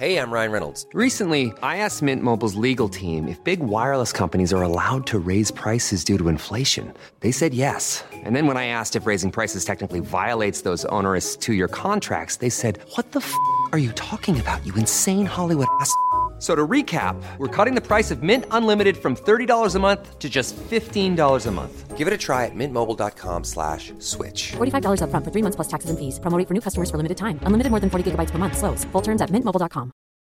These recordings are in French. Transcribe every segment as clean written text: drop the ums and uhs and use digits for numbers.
Hey, I'm Ryan Reynolds. Recently, I asked Mint Mobile's legal team if big wireless companies are allowed to raise prices due to inflation. They said yes. And then when I asked if raising prices technically violates those onerous two-year contracts, they said, "What the f*** are you talking about, you insane Hollywood ass?" So to recap, we're cutting the price of Mint Unlimited from $30 a month to just $15 a month. Give it a try at mintmobile.com/switch. $45 up front for 3 months plus taxes and fees. Promo rate for new customers for limited time. Unlimited more than 40 gigabytes per month. Slows full terms at mintmobile.com.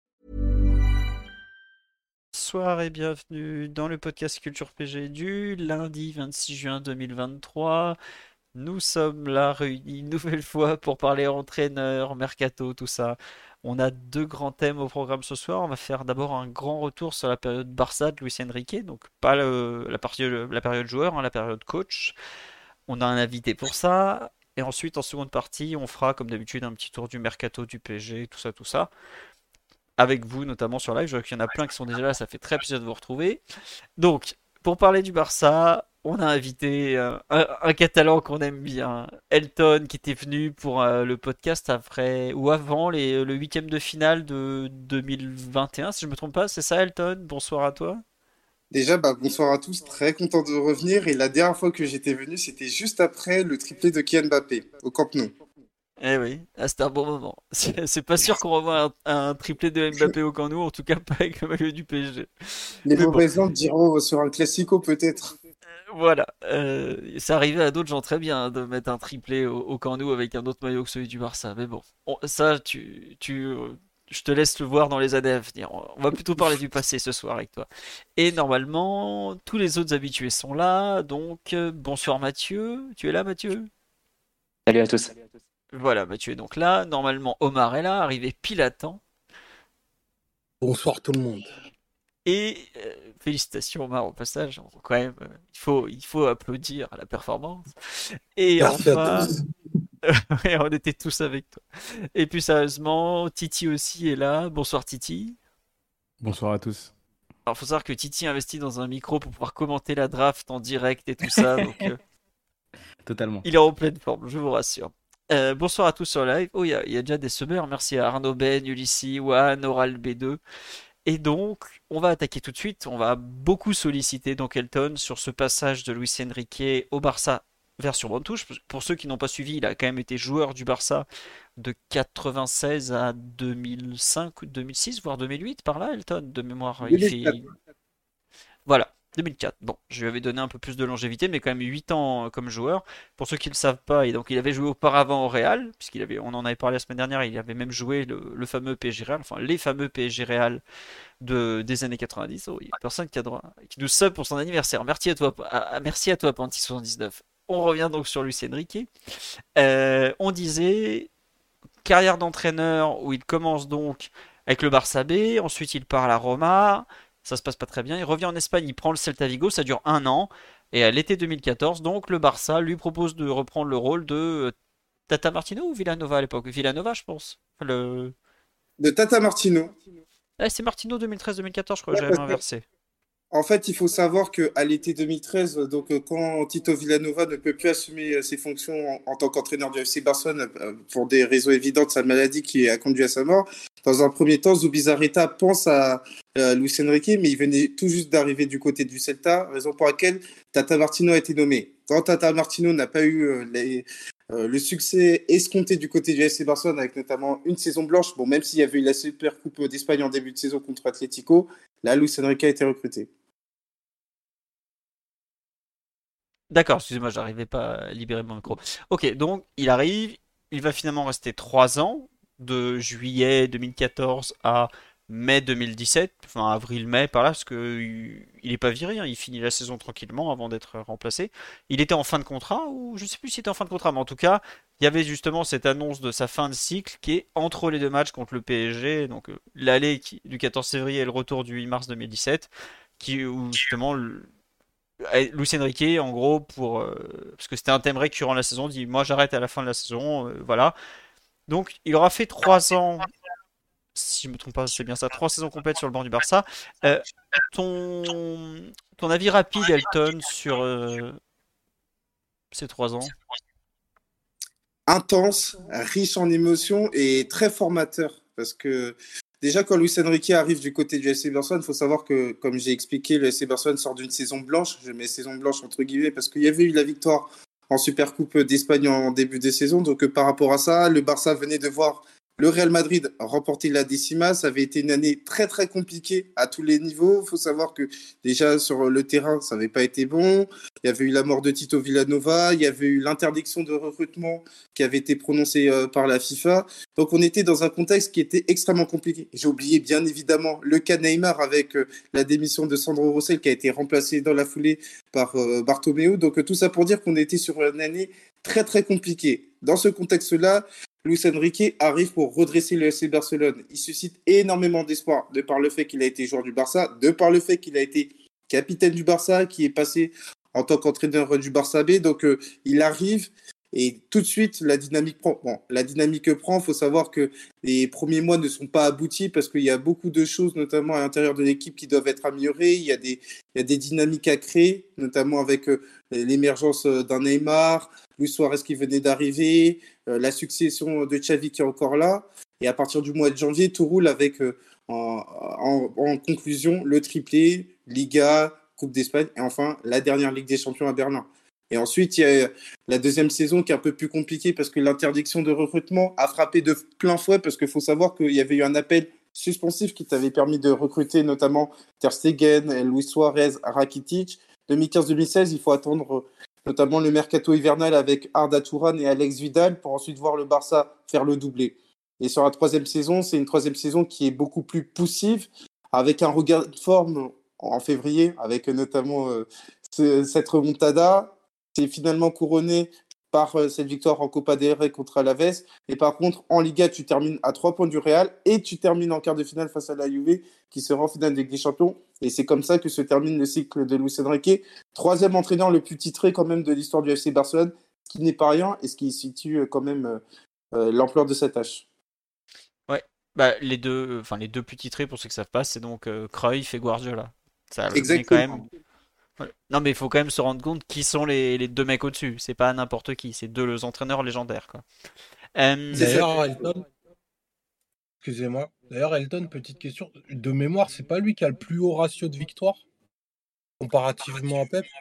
Bonsoir et bienvenue dans le podcast Culture PG du lundi 26 juin 2023. Nous sommes là réunis une nouvelle fois pour parler entraîneur, mercato, tout ça. On a deux grands thèmes au programme ce soir. On va faire d'abord un grand retour sur la période Barça de Luis Enrique, donc pas la période joueur, hein, la période coach. On a un invité pour ça. Et ensuite, en seconde partie, on fera comme d'habitude un petit tour du mercato du PSG, tout ça, tout ça. Avec vous notamment sur live, je vois qu'il y en a plein qui sont déjà là, ça fait très plaisir de vous retrouver. Donc, pour parler du Barça, on a invité un Catalan qu'on aime bien, Elton, qui était venu pour le podcast après ou avant le huitième de finale de 2021, si je me trompe pas, c'est ça Elton? Bonsoir à toi. Déjà, bonsoir à tous, très content de revenir. Et la dernière fois que j'étais venu, c'était juste après le triplé de Kylian Mbappé au Camp Nou. Eh oui, c'était un bon moment. C'est pas sûr qu'on revoit un triplé de Mbappé au Camp Nou, en tout cas pas avec le maillot du PSG. Les Mais bon. mauvaises langues diront sur un classico peut-être. Voilà, ça arrivait à d'autres gens très bien hein, de mettre un triplé au Camp Nou avec un autre maillot que celui du Barça. Mais bon, ça, je te laisse le voir dans les années à venir. On va plutôt parler du passé ce soir avec toi. Et normalement, tous les autres habitués sont là. Donc, bonsoir Mathieu. Tu es là, Mathieu? Salut à tous. Voilà, Mathieu est donc là. Normalement, Omar est là, arrivé pile à temps. Bonsoir tout le monde. Et félicitations Omar au passage. Quand même, il faut applaudir à la performance. Et Merci enfin. à tous. Et on était tous avec toi. Et puis sérieusement, Titi aussi est là. Bonsoir Titi. Bonsoir à tous. Alors faut savoir que Titi investit dans un micro pour pouvoir commenter la draft en direct et tout ça. Donc Totalement. il est en pleine forme, je vous rassure. Bonsoir à tous sur live. Oh, il y a déjà des semeurs. Merci à Arnaud Ben, Ulissi, Wan, Oral B2. Et donc, on va attaquer tout de suite. On va beaucoup solliciter donc Elton sur ce passage de Luis Enrique au Barça version bonne touche. Pour ceux qui n'ont pas suivi, il a quand même été joueur du Barça de 96 à 2005, 2006, voire 2008, par là, Elton, de mémoire. 2004. Voilà, 2004. Bon, je lui avais donné un peu plus de longévité, mais quand même 8 ans comme joueur. Pour ceux qui ne le savent pas, et donc il avait joué auparavant au Real, on en avait parlé la semaine dernière, il avait même joué le fameux PSG Real, enfin les fameux PSG Real des années 90. Oh, il y a personne qui nous sub pour son anniversaire. Merci à toi, Panty79. On revient donc sur Luis Enrique. On disait carrière d'entraîneur où il commence donc avec le Barça B, ensuite il part à la Roma, ça se passe pas très bien, il revient en Espagne, il prend le Celta Vigo, ça dure un an, et à l'été 2014, donc le Barça lui propose de reprendre le rôle de Tata Martino ou Villanova à l'époque? Villanova, je pense. De Tata Martino. C'est Martino 2013-2014, je crois que Ouais, j'avais parce que, inversé. en fait, il faut savoir qu'à l'été 2013, donc quand Tito Villanova ne peut plus assumer ses fonctions en tant qu'entraîneur du FC Barcelone pour des raisons évidentes, sa maladie qui a conduit à sa mort, dans un premier temps, Zubizarreta pense à Luis Enrique, mais il venait tout juste d'arriver du côté du Celta, raison pour laquelle Tata Martino a été nommé. Quand Tata Martino n'a pas eu le succès escompté du côté du FC Barcelone, avec notamment une saison blanche, bon, même s'il y avait eu la Super Coupe d'Espagne en début de saison contre Atlético, là, Luis Enrique a été recruté. D'accord, excusez-moi, j'arrivais pas à libérer mon micro. Ok, donc il arrive, il va finalement rester 3 ans, de juillet 2014 à mai 2017, enfin avril-mai par là, parce que il est pas viré, hein, il finit la saison tranquillement avant d'être remplacé. Il était en fin de contrat, ou je sais plus s'il était en fin de contrat, mais en tout cas, il y avait justement cette annonce de sa fin de cycle qui est entre les deux matchs contre le PSG, donc l'aller du 14 février et le retour du 8 mars 2017, où justement Luis Enrique, en gros, parce que c'était un thème récurrent de la saison, dit moi j'arrête à la fin de la saison, voilà. Donc il aura fait 3 ans, si je me trompe pas, c'est bien ça, 3 saisons complètes sur le banc du Barça. Euh, ton avis rapide, Elton, sur ces 3 ans? Intense, riche en émotions et très formateur. Parce que Déjà, quand Luis Enrique arrive du côté du FC Barcelone, il faut savoir que, comme j'ai expliqué, le FC Barcelone sort d'une saison blanche. Je mets saison blanche entre guillemets parce qu'il y avait eu la victoire en Supercoupe d'Espagne en début de saison. Donc, par rapport à ça, le Barça venait de voir le Real Madrid remporter la décima. Ça avait été une année très, très compliquée à tous les niveaux. Il faut savoir que déjà sur le terrain, ça n'avait pas été bon. Il y avait eu la mort de Tito Villanova. Il y avait eu l'interdiction de recrutement qui avait été prononcée par la FIFA. Donc, on était dans un contexte qui était extrêmement compliqué. J'ai oublié, bien évidemment, le cas Neymar avec la démission de Sandro Rosell qui a été remplacé dans la foulée par Bartomeu. Donc, tout ça pour dire qu'on était sur une année très, très compliquée. Dans ce contexte-là, Luis Enrique arrive pour redresser le FC Barcelone. Il suscite énormément d'espoir de par le fait qu'il a été joueur du Barça, de par le fait qu'il a été capitaine du Barça, qui est passé en tant qu'entraîneur du Barça B. Donc, il arrive et tout de suite, la dynamique prend. Bon, la dynamique prend. Il faut savoir que les premiers mois ne sont pas aboutis parce qu'il y a beaucoup de choses, notamment à l'intérieur de l'équipe, qui doivent être améliorées. Il y a des dynamiques à créer, notamment avec l'émergence d'un Neymar, Luis Suarez qui venait d'arriver, la succession de Xavi qui est encore là. Et à partir du mois de janvier, tout roule avec, en conclusion, le triplé, Liga, Coupe d'Espagne et enfin la dernière Ligue des Champions à Berlin. Et ensuite, il y a la deuxième saison qui est un peu plus compliquée parce que l'interdiction de recrutement a frappé de plein fouet parce qu'il faut savoir qu'il y avait eu un appel suspensif qui t'avait permis de recruter notamment Ter Stegen, Luis Suarez, Rakitic. 2015-2016, il faut attendre notamment le mercato hivernal avec Arda Turan et Alex Vidal pour ensuite voir le Barça faire le doublé. Et sur la troisième saison, c'est une troisième saison qui est beaucoup plus poussive avec un regain de forme en février avec notamment cette remontada. C'est finalement couronné par cette victoire en Copa del Rey contre Alaves. Et par contre, en Liga, tu termines à 3 points du Real et tu termines en quart de finale face à la Juve qui sera en finale de Ligue des Champions. Et c'est comme ça que se termine le cycle de Luis Enrique. Troisième entraîneur le plus titré quand même de l'histoire du FC Barcelone, ce qui n'est pas rien et ce qui situe quand même l'ampleur de sa tâche. Ouais, les deux plus titrés, pour ceux qui ne savent pas, c'est donc Cruyff et Guardiola. Ça Exactement. quand même. Ouais. Non, mais il faut quand même se rendre compte qui sont les deux mecs au-dessus. C'est pas n'importe qui, c'est deux entraîneurs légendaires, quoi. D'ailleurs, Elton, excusez-moi. D'ailleurs, Elton, petite question. De mémoire, c'est pas lui qui a le plus haut ratio de victoire comparativement à Pep?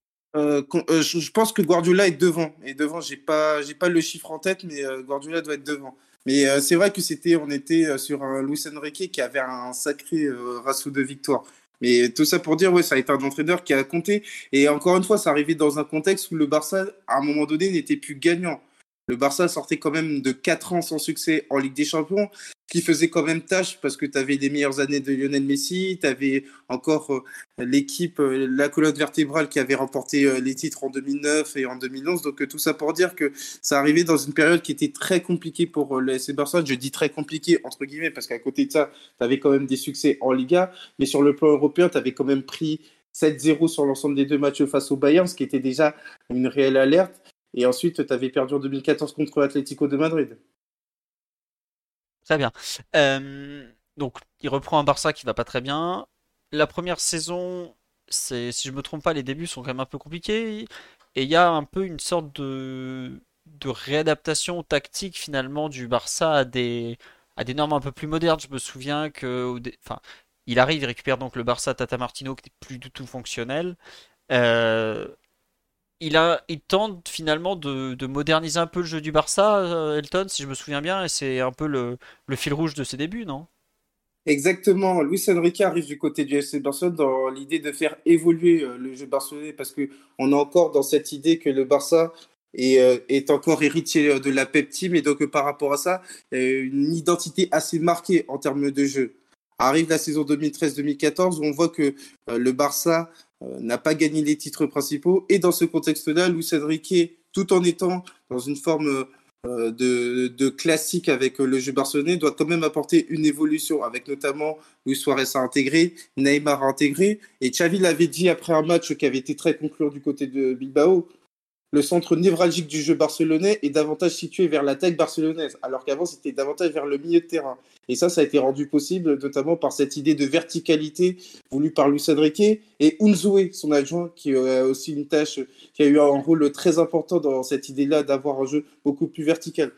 Je pense que Guardiola est devant. Et devant, j'ai pas le chiffre en tête, mais Guardiola doit être devant. Mais c'est vrai que on était sur un Luis Enrique qui avait un sacré ratio de victoire. Mais tout ça pour dire, ouais, ça a été un entraîneur qui a compté. Et encore une fois, ça arrivait dans un contexte où le Barça, à un moment donné, n'était plus gagnant. Le Barça sortait quand même de 4 ans sans succès en Ligue des Champions, ce qui faisait quand même tâche parce que tu avais les meilleures années de Lionel Messi, tu avais encore l'équipe, la colonne vertébrale qui avait remporté les titres en 2009 et en 2011. Donc tout ça pour dire que ça arrivait dans une période qui était très compliquée pour le FC Barcelone. Je dis très compliquée entre guillemets parce qu'à côté de ça, tu avais quand même des succès en Liga, mais sur le plan européen, tu avais quand même pris 7-0 sur l'ensemble des deux matchs face au Bayern, ce qui était déjà une réelle alerte. Et ensuite, tu avais perdu en 2014 contre l'Atlético de Madrid. Très bien. Donc, il reprend un Barça qui va pas très bien. La première saison, si je me trompe pas, les débuts sont quand même un peu compliqués. Et il y a un peu une sorte de réadaptation tactique finalement du Barça à des normes un peu plus modernes. Je me souviens enfin, il arrive, il récupère donc le Barça Tata Martino qui n'est plus du tout fonctionnel. Euh, il tente finalement de moderniser un peu le jeu du Barça, Elton, si je me souviens bien, et c'est un peu le fil rouge de ses débuts, non? Exactement. Luis Enrique arrive du côté du FC Barcelone dans l'idée de faire évoluer le jeu barcelonais parce qu'on est encore dans cette idée que le Barça est encore héritier de la Pep Team et donc par rapport à ça, une identité assez marquée en termes de jeu. Arrive la saison 2013-2014 où on voit que le Barça n'a pas gagné les titres principaux et dans ce contexte-là, Luis Enrique, tout en étant dans une forme de classique avec le jeu barcelonais, doit quand même apporter une évolution avec notamment Luis Suarez à intégrer, Neymar à intégrer et Xavi l'avait dit après un match qui avait été très concluant du côté de Bilbao. Le centre névralgique du jeu barcelonais est davantage situé vers l'attaque barcelonaise, alors qu'avant c'était davantage vers le milieu de terrain. Et ça a été rendu possible notamment par cette idée de verticalité voulue par Luis Enrique et Unzué, son adjoint, qui a aussi qui a eu un rôle très important dans cette idée-là d'avoir un jeu beaucoup plus vertical. Ce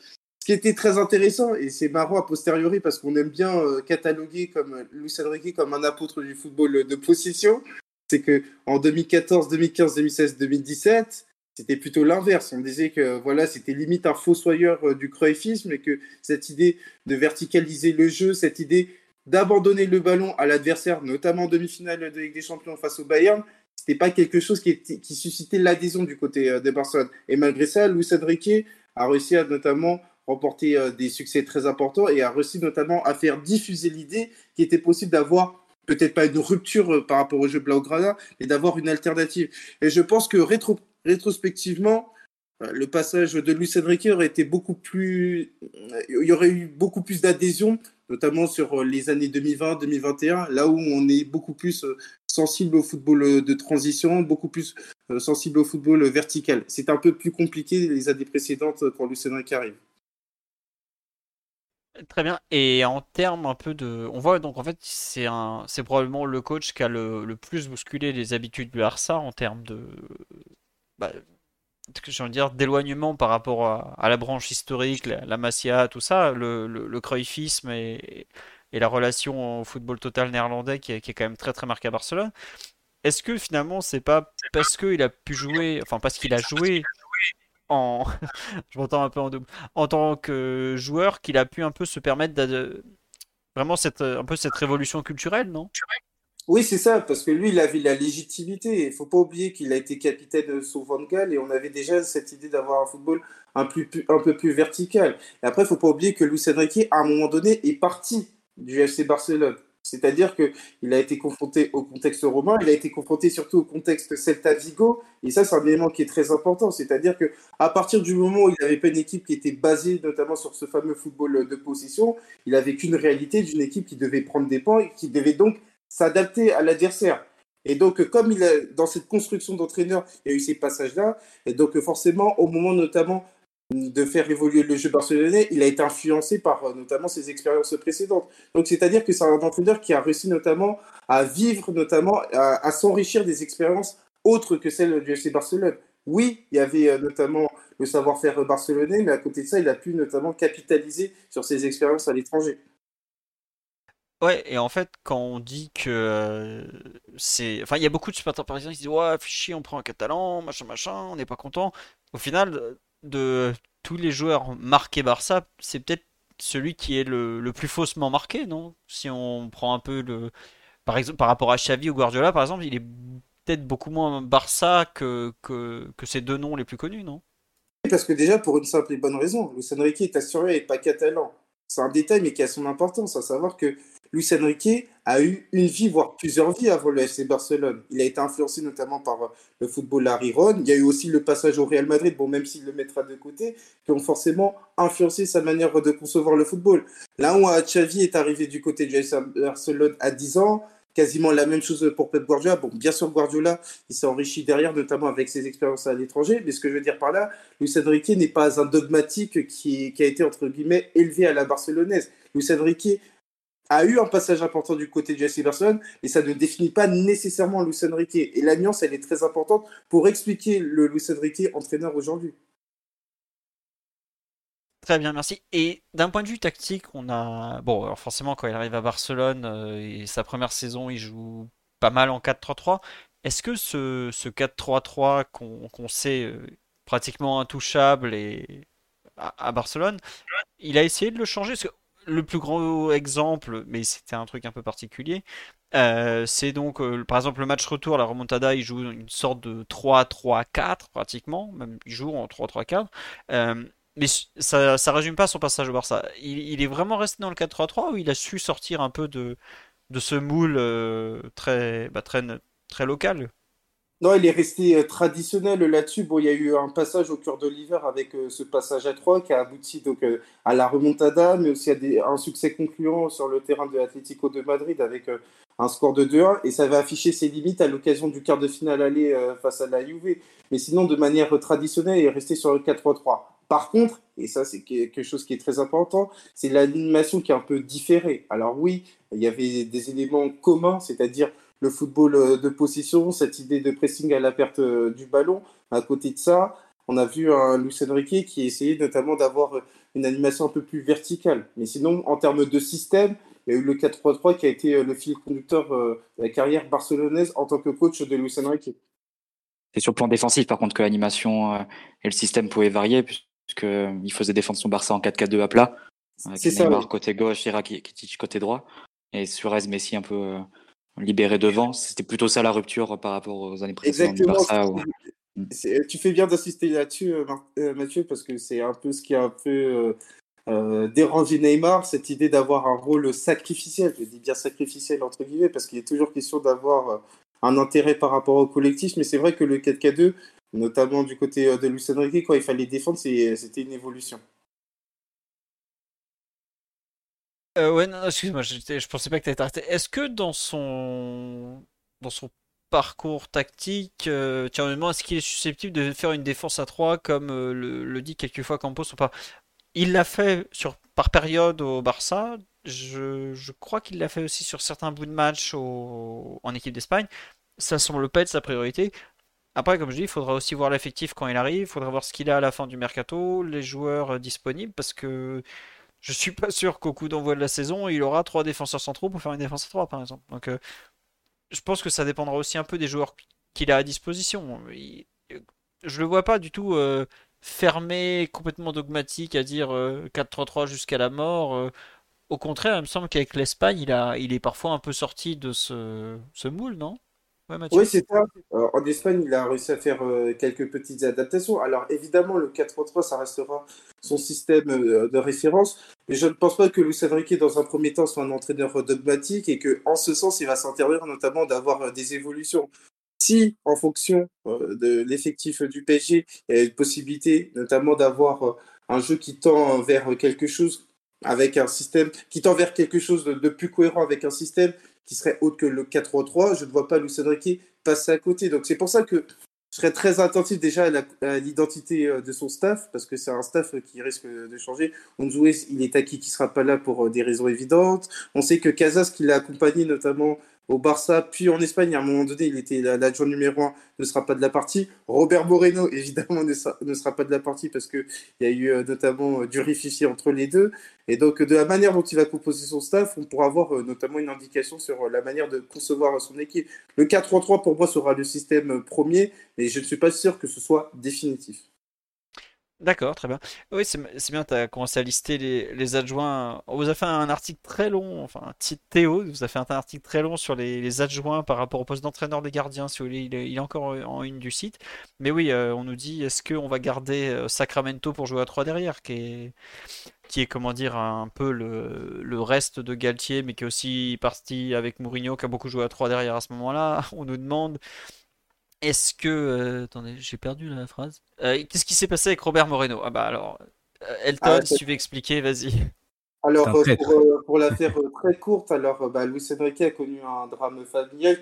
qui était très intéressant, et c'est marrant a posteriori parce qu'on aime bien cataloguer comme Luis Enrique comme un apôtre du football de possession, c'est que en 2014, 2015, 2016, 2017, c'était plutôt l'inverse. On disait que voilà, c'était limite un fossoyeur du cruyffisme et que cette idée de verticaliser le jeu, cette idée d'abandonner le ballon à l'adversaire, notamment en demi-finale de Ligue des Champions face au Bayern, c'était pas quelque chose qui suscitait l'adhésion du côté de Barcelone. Et malgré ça, Luis Enrique a réussi à notamment remporter des succès très importants et a réussi notamment à faire diffuser l'idée qu'il était possible d'avoir peut-être pas une rupture par rapport au jeu Blaugrana, mais d'avoir une alternative. Et je pense que rétrospectivement, le passage de Luis Enrique aurait été beaucoup plus... Il y aurait eu beaucoup plus d'adhésion, notamment sur les années 2020-2021, là où on est beaucoup plus sensible au football de transition, beaucoup plus sensible au football vertical. C'est un peu plus compliqué les années précédentes quand Luis Enrique arrive. Très bien. Et en termes un peu de... On voit donc en fait c'est probablement le coach qui a le plus bousculé les habitudes du Barça en termes de... Bah, j'ai envie de dire d'éloignement par rapport à la branche historique, la Masia, tout ça, le cruyffisme et la relation au football total néerlandais qui est quand même très très marqué à Barcelone. Est-ce que finalement c'est pas parce qu'il a pu jouer, enfin parce qu'il a joué en, je m'entends un peu en double, en tant que joueur qu'il a pu un peu se permettre vraiment un peu cette révolution culturelle, non? Oui, c'est ça, parce que lui, il avait la légitimité. Il ne faut pas oublier qu'il a été capitaine sous Van Gaal et on avait déjà cette idée d'avoir un football un peu plus vertical. Et après, il ne faut pas oublier que Luis Enrique, à un moment donné, est parti du FC Barcelone. C'est-à-dire qu'il a été confronté au contexte romain, il a été confronté surtout au contexte Celta Vigo, et ça, c'est un élément qui est très important. C'est-à-dire qu'à partir du moment où il n'avait pas une équipe qui était basée notamment sur ce fameux football de possession, il n'avait qu'une réalité d'une équipe qui devait prendre des points et qui devait donc s'adapter à l'adversaire. Et donc, comme dans cette construction d'entraîneur, il y a eu ces passages-là, et donc forcément, au moment notamment de faire évoluer le jeu barcelonais, il a été influencé par notamment ses expériences précédentes. Donc, c'est-à-dire que c'est un entraîneur qui a réussi notamment à vivre, notamment à s'enrichir des expériences autres que celles du FC Barcelone. Oui, il y avait notamment le savoir-faire barcelonais, mais à côté de ça, il a pu notamment capitaliser sur ses expériences à l'étranger. Ouais, et en fait, quand on dit que c'est. Enfin, il y a beaucoup de supporters parisiens qui disent ouais, fichier, on prend un catalan, machin, machin, on n'est pas content. Au final, de tous les joueurs marqués Barça, c'est peut-être celui qui est le plus faussement marqué, non? Si on prend un peu le. Par exemple, par rapport à Xavi ou Guardiola, par exemple, il est peut-être beaucoup moins Barça que ces deux noms les plus connus, non? Parce que déjà, pour une simple et bonne raison, Luis Enrique est assuré et pas catalan. C'est un détail, mais qui a son importance, à savoir que Luis Enrique a eu une vie, voire plusieurs vies avant le FC Barcelone. Il a été influencé notamment par le football Larry Ron. Il y a eu aussi le passage au Real Madrid, bon, même s'il le mettra de côté, qui ont forcément influencé sa manière de concevoir le football. Là où Xavi est arrivé du côté du FC Barcelone à 10 ans, quasiment la même chose pour Pep Guardiola. Bon, bien sûr, Guardiola, il s'est enrichi derrière, notamment avec ses expériences à l'étranger. Mais ce que je veux dire par là, Luis Enrique n'est pas un dogmatique qui a été, entre guillemets, élevé à la barcelonaise. Luis Enrique a eu un passage important du côté du FC Barcelone, mais ça ne définit pas nécessairement Luis Enrique. Et la nuance, elle est très importante pour expliquer le Luis Enrique entraîneur aujourd'hui. Très bien, merci. Et d'un point de vue tactique, on a... Bon, alors forcément, quand il arrive à Barcelone, et sa première saison, il joue pas mal en 4-3-3. Est-ce que ce 4-3-3 qu'on sait pratiquement intouchable à Barcelone, il a essayé de le changer? Parce que le plus grand exemple, mais c'était un truc un peu particulier, c'est donc, par exemple, le match retour, la remontada, il joue une sorte de 3-3-4 pratiquement, même il joue en 3-3-4. Mais ça résume pas son passage au Barça. Il est vraiment resté dans le 4-3-3 ou il a su sortir un peu de ce moule très local? Non, il est resté traditionnel là-dessus. Bon, il y a eu un passage au cœur de l'hiver avec ce passage à 3 qui a abouti donc à la remontada, mais aussi à un succès concluant sur le terrain de l'Atlético de Madrid avec un score de 2-1 et ça va afficher ses limites à l'occasion du quart de finale aller face à la Juve. Mais sinon, de manière traditionnelle, il est resté sur le 4-3-3. Par contre, et ça c'est quelque chose qui est très important, c'est l'animation qui est un peu différée. Alors oui, il y avait des éléments communs, c'est-à-dire le football de possession, cette idée de pressing à la perte du ballon. À côté de ça, on a vu un Luis Enrique qui essayait notamment d'avoir une animation un peu plus verticale. Mais sinon, en termes de système, il y a eu le 4-3-3 qui a été le fil conducteur de la carrière barcelonaise en tant que coach de Luis Enrique. C'est sur le plan défensif, par contre, que l'animation et le système pouvaient varier, puisqu'il faisait défendre son Barça en 4-4-2 à plat, avec C'est ça, Neymar oui. côté gauche et Rakitic côté droit, et Suarez, Messi un peu libéré devant. C'était plutôt ça la rupture par rapport aux années précédentes du Exactement. Barça. Tu fais bien d'insister là-dessus, Mathieu, parce que c'est un peu ce qui a un peu dérangé Neymar, cette idée d'avoir un rôle sacrificiel. Je dis bien sacrificiel entre guillemets, parce qu'il est toujours question d'avoir un intérêt par rapport au collectif. Mais c'est vrai que le 4K2, notamment du côté de Luis Enrique, quand il fallait défendre, c'était une évolution. Ouais, non, excuse-moi, je pensais pas que t'allais t'arrêter. Est-ce que dans son parcours tactique, tiens, honnêtement, est-ce qu'il est susceptible de faire une défense à 3 comme le dit quelquefois Campos ou pas? Il l'a fait par période au Barça. Je crois qu'il l'a fait aussi sur certains bouts de match en équipe d'Espagne. Ça semble pas être sa priorité. Après, comme je dis, il faudra aussi voir l'effectif quand il arrive. Il faudra voir ce qu'il a à la fin du mercato, les joueurs disponibles, parce que je suis pas sûr qu'au coup d'envoi de la saison, il aura trois défenseurs centraux pour faire une défense à 3 par exemple. Donc, je pense que ça dépendra aussi un peu des joueurs qu'il a à disposition. Je le vois pas du tout fermé, complètement dogmatique à dire 4-3-3 jusqu'à la mort. Au contraire, il me semble qu'avec l'Espagne, il est parfois un peu sorti de ce moule, non? Ouais, Oui, Mathieu? c'est ça. En Espagne, il a réussi à faire quelques petites adaptations. Alors évidemment, le 4-3-3, ça restera son système de référence, mais je ne pense pas que Luis Enrique, dans un premier temps, soit un entraîneur dogmatique et que, en ce sens, il va s'interdire notamment d'avoir des évolutions. Si, en fonction de l'effectif du PSG, il y a une possibilité notamment d'avoir un jeu qui tend vers quelque chose avec un système qui tend vers quelque chose de plus cohérent avec un système qui serait autre que le 4-3-3, je ne vois pas Luis Enrique passer à côté. Donc c'est pour ça que je serais très attentif déjà à l'identité de son staff, parce que c'est un staff qui risque de changer. Onzoué, il est acquis qui ne sera pas là pour des raisons évidentes. On sait que Casas, qui l'a accompagné notamment au Barça, puis en Espagne, à un moment donné, il était l'adjoint numéro 1, ne sera pas de la partie. Robert Moreno, évidemment, ne sera pas de la partie parce qu'il y a eu notamment du rififi entre les deux. Et donc, de la manière dont il va composer son staff, on pourra avoir notamment une indication sur la manière de concevoir son équipe. Le 4-3-3, pour moi, sera le système premier, mais je ne suis pas sûr que ce soit définitif. D'accord, très bien. Oui, c'est bien, tu as commencé à lister les adjoints. On vous a fait un article très long, enfin, Théo vous a fait un article très long sur les adjoints par rapport au poste d'entraîneur des gardiens, si vous voulez, il est encore en une du site. Mais oui, on nous dit, est-ce qu'on va garder Sacramento pour jouer à 3 derrière, qui est, comment dire, un peu le reste de Galtier, mais qui est aussi parti avec Mourinho, qui a beaucoup joué à 3 derrière à ce moment-là. On nous demande. Est-ce que... attendez, j'ai perdu la phrase. Qu'est-ce qui s'est passé avec Robert Moreno? Ah bah alors, Ah, Elton, si tu veux expliquer, vas-y. C'est alors, un traître. pour la faire très courte, alors Luis Enrique a connu un drame familial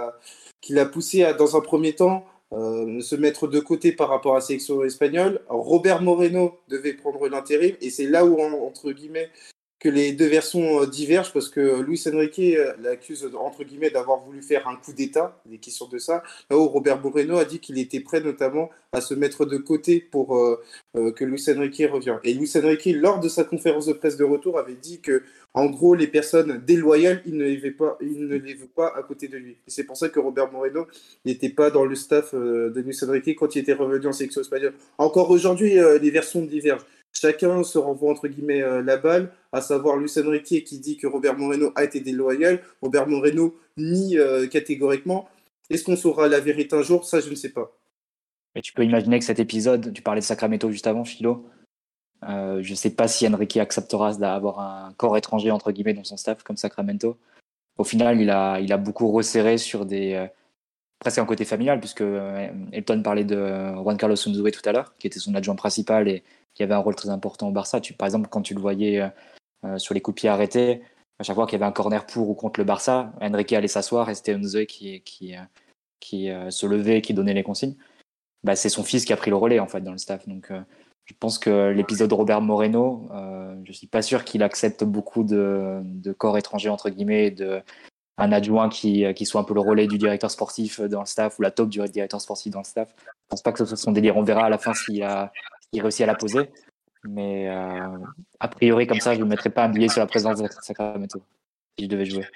qui l'a poussé à, dans un premier temps, se mettre de côté par rapport à la sélection espagnole. Robert Moreno devait prendre l'intérim, et c'est là où, entre guillemets, que les deux versions divergent, parce que Luis Enrique l'accuse, entre guillemets, d'avoir voulu faire un coup d'État, des questions de ça, là où Robert Moreno a dit qu'il était prêt notamment à se mettre de côté pour que Luis Enrique revienne. Et Luis Enrique, lors de sa conférence de presse de retour, avait dit que, en gros, les personnes déloyales, il ne les veut pas à côté de lui. Et c'est pour ça que Robert Moreno n'était pas dans le staff de Luis Enrique quand il était revenu en sélection espagnole. Encore aujourd'hui, les versions divergent. Chacun se renvoie entre guillemets la balle, à savoir Luis Enrique qui dit que Robert Moreno a été déloyal. Robert Moreno nie catégoriquement. Est-ce qu'on saura la vérité un jour? Ça, je ne sais pas. Et tu peux imaginer que cet épisode, tu parlais de Sacramento juste avant, Philo. Je ne sais pas si Enrique acceptera d'avoir un corps étranger entre guillemets dans son staff comme Sacramento. Au final, il a beaucoup resserré sur presque un côté familial, puisque Elton parlait de Juan Carlos Unzué tout à l'heure, qui était son adjoint principal et qui avait un rôle très important au Barça. Par exemple, quand tu le voyais sur les coups de pied arrêtés, à chaque fois qu'il y avait un corner pour ou contre le Barça, Enrique allait s'asseoir et c'était Unzué qui se levait et qui donnait les consignes. Bah, c'est son fils qui a pris le relais en fait dans le staff. Donc je pense que l'épisode Robert Moreno, je suis pas sûr qu'il accepte beaucoup de corps étrangers entre guillemets, un adjoint qui soit un peu le relais du directeur sportif dans le staff ou la top du directeur sportif dans le staff. Je pense pas que ce soit son délire. On verra à la fin s'il réussit à la poser. Mais a priori, comme ça, je ne mettrais pas un billet sur la présence de Sacramento si je devais jouer.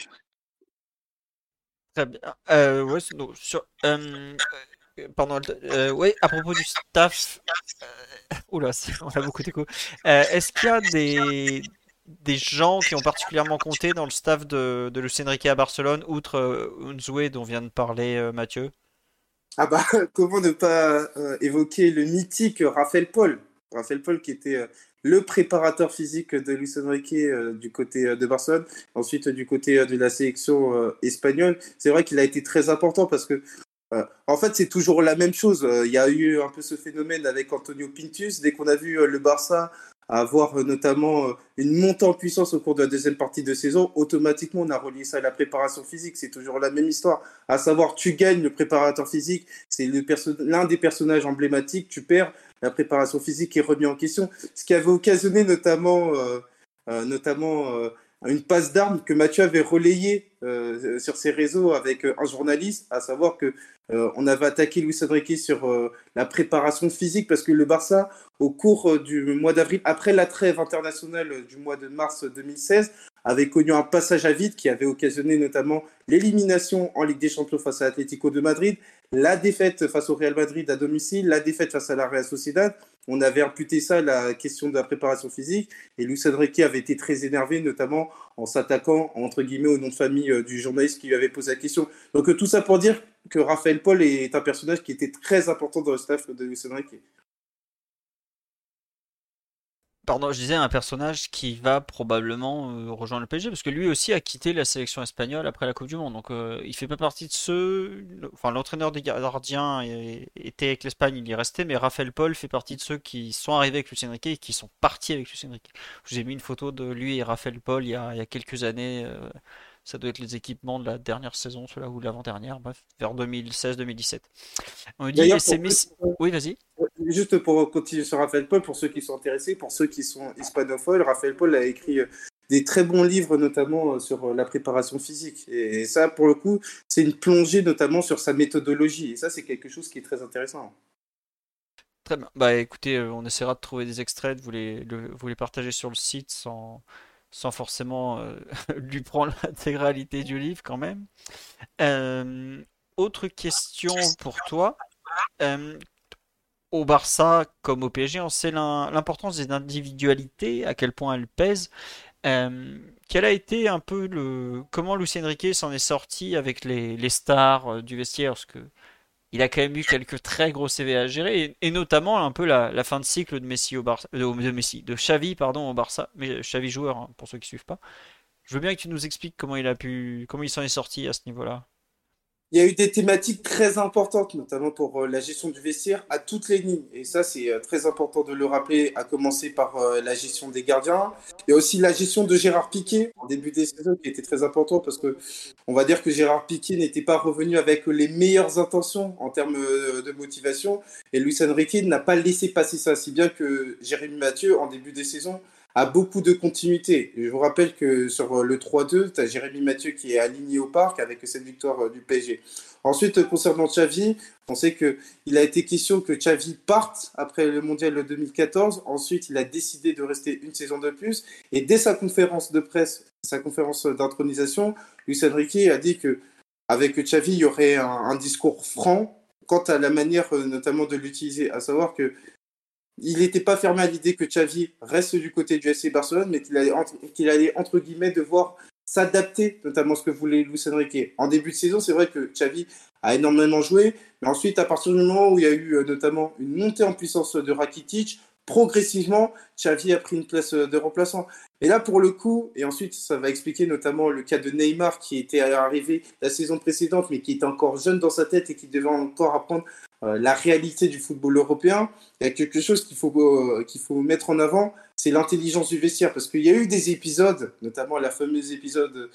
Très bien. Ouais, non, pardon, ouais, à propos du staff, oula, on a beaucoup d'écho. Est-ce qu'il y a des gens qui ont particulièrement compté dans le staff de Luis Enrique à Barcelone, outre Unzué dont vient de parler Mathieu? Ah bah, comment ne pas évoquer le mythique Raphaël Paul. Raphaël Paul qui était le préparateur physique de Luis Enrique du côté de Barcelone, ensuite du côté de la sélection espagnole. C'est vrai qu'il a été très important parce que en fait, c'est toujours la même chose. Il y a eu un peu ce phénomène avec Antonio Pintus. Dès qu'on a vu le Barça avoir notamment une montée en puissance au cours de la deuxième partie de saison, automatiquement, on a relié ça à la préparation physique. C'est toujours la même histoire. À savoir, tu gagnes le préparateur physique, c'est l'un des personnages emblématiques. Tu perds, la préparation physique est remise en question. Ce qui avait occasionné notamment une passe d'armes que Mathieu avait relayée sur ses réseaux avec un journaliste, à savoir que on avait attaqué Luis Enrique sur la préparation physique parce que le Barça, au cours du mois d'avril, après la trêve internationale du mois de mars 2016, avait connu un passage à vide qui avait occasionné notamment l'élimination en Ligue des Champions face à l'Atlético de Madrid, la défaite face au Real Madrid à domicile, la défaite face à la Real Sociedad. On avait imputé ça à la question de la préparation physique et Luis Enrique avait été très énervé, notamment en s'attaquant, entre guillemets, au nom de famille du journaliste qui lui avait posé la question. Donc tout ça pour dire que Raphaël Paul est un personnage qui était très important dans le staff de Luis Enrique. Pardon, je disais un personnage qui va probablement rejoindre le PSG parce que lui aussi a quitté la sélection espagnole après la Coupe du Monde. Donc il fait pas partie de ceux. Enfin, l'entraîneur des gardiens était avec l'Espagne, il y est resté, mais Raphaël Paul fait partie de ceux qui sont arrivés avec Luis Enrique et qui sont partis avec Luis Enrique. Je vous ai mis une photo de lui et Raphaël Paul il y a quelques années. Ça doit être les équipements de la dernière saison, ceux-là ou de l'avant-dernière, bref, vers 2016-2017. On me dit, D'ailleurs, c'est Messi. Oui, vas-y. juste pour continuer sur Raphaël Paul, pour ceux qui sont intéressés, pour ceux qui sont hispanophones, Raphaël Paul a écrit des très bons livres, notamment sur la préparation physique. Et ça, pour le coup, c'est une plongée notamment sur sa méthodologie. Et ça, c'est quelque chose qui est très intéressant. Très bien. Bah écoutez, on essaiera de trouver des extraits, de vous les partager sur le site sans forcément lui prendre l'intégralité du livre quand même. Euh, Autre question pour toi. Euh, Au Barça comme au PSG, on sait l'importance des individualités, à quel point elles pèsent. Quel a été un peu comment Luis Enrique s'en est sorti avec les stars du vestiaire? Parce que il a quand même eu quelques très gros CV à gérer, et notamment un peu la fin de cycle de Messi au Barça, de Xavi pardon au Barça, mais Xavi joueur hein, pour ceux qui suivent pas. Je veux bien que tu nous expliques comment il s'en est sorti à ce niveau-là. Il y a eu des thématiques très importantes, notamment pour la gestion du vestiaire à toutes les lignes. Et ça, c'est très important de le rappeler, à commencer par la gestion des gardiens. Il y a aussi la gestion de Gérard Piqué en début des saisons qui était très important parce que on va dire que Gérard Piqué n'était pas revenu avec les meilleures intentions en termes de motivation. Et Luis Enrique n'a pas laissé passer ça, si bien que Jérémy Mathieu, en début des saisons, a beaucoup de continuité. Je vous rappelle que sur le 3-2, tu as Jérémy Mathieu qui est aligné au parc avec cette victoire du PSG. Ensuite, concernant Xavi, on sait qu'il a été question que Xavi parte après le mondial 2014. Ensuite, il a décidé de rester une saison de plus. Et dès sa conférence de presse, sa conférence d'intronisation, Luis Enrique a dit que avec Xavi, il y aurait un discours franc quant à la manière notamment de l'utiliser, à savoir que il n'était pas fermé à l'idée que Xavi reste du côté du FC Barcelone, mais qu'il allait entre guillemets devoir s'adapter, notamment à ce que voulait Luis Enrique. En début de saison, c'est vrai que Xavi a énormément joué, mais ensuite, à partir du moment où il y a eu notamment une montée en puissance de Rakitic, progressivement, Xavi a pris une place de remplaçant. Et là, pour le coup, et ensuite, ça va expliquer notamment le cas de Neymar qui était arrivé la saison précédente, mais qui était encore jeune dans sa tête et qui devait encore apprendre la réalité du football européen. Il y a quelque chose qu'il faut mettre en avant, c'est l'intelligence du vestiaire. Parce qu'il y a eu des épisodes, notamment le fameux épisode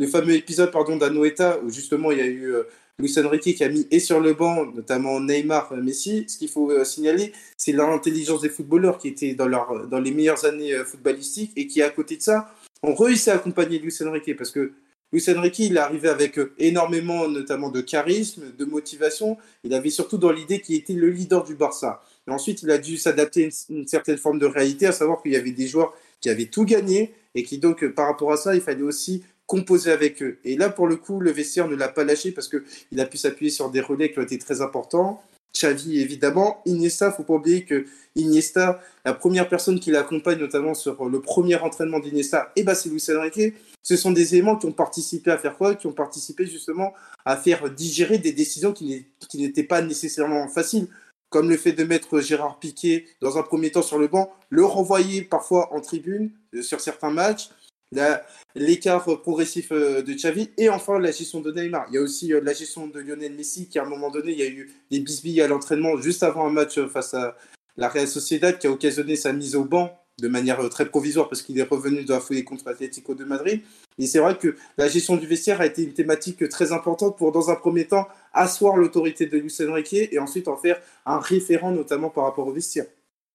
d'Anoeta, où justement il y a eu Luis Enrique qui a mis et sur le banc, notamment Neymar, Messi. Ce qu'il faut signaler, c'est l'intelligence des footballeurs qui étaient dans les meilleures années footballistiques et qui, à côté de ça, ont réussi à accompagner Luis Enrique. Parce que Luis Enrique, il est arrivé avec énormément, notamment de charisme, de motivation. Il avait surtout dans l'idée qu'il était le leader du Barça. Et ensuite, il a dû s'adapter à une certaine forme de réalité, à savoir qu'il y avait des joueurs qui avaient tout gagné et qui donc, par rapport à ça, il fallait aussi composer avec eux. Et là, pour le coup, le vestiaire ne l'a pas lâché parce qu'il a pu s'appuyer sur des relais qui ont été très importants. Xavi, évidemment. Iniesta, il ne faut pas oublier que Iniesta, la première personne qui l'accompagne, notamment sur le premier entraînement d'Iniesta, c'est Luis Enrique. Ce sont des éléments qui ont participé à faire quoi? Qui ont participé justement à faire digérer des décisions qui n'étaient pas nécessairement faciles, comme le fait de mettre Gérard Piqué dans un premier temps sur le banc, le renvoyer parfois en tribune sur certains matchs, l'écart progressif de Xavi, et enfin la gestion de Neymar. Il y a aussi la gestion de Lionel Messi, qui à un moment donné, il y a eu des bisbilles à l'entraînement juste avant un match face à la Real Sociedad, qui a occasionné sa mise au banc de manière très provisoire parce qu'il est revenu de la foulée contre Atlético de Madrid. Et c'est vrai que la gestion du vestiaire a été une thématique très importante pour, dans un premier temps, asseoir l'autorité de Luis Enrique et ensuite en faire un référent, notamment par rapport au vestiaire.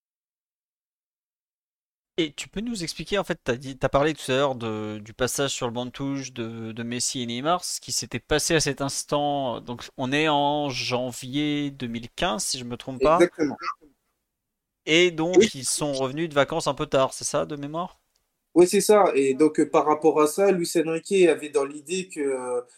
Et tu peux nous expliquer, en fait, t'as parlé tout à l'heure du passage sur le banc de touche de Messi et Neymar, ce qui s'était passé à cet instant. Donc, on est en janvier 2015, si je me trompe pas. Exactement. Et donc, ils sont revenus de vacances un peu tard, c'est ça, de mémoire? Oui, c'est ça. Et donc, par rapport à ça, Luis Enrique avait dans l'idée que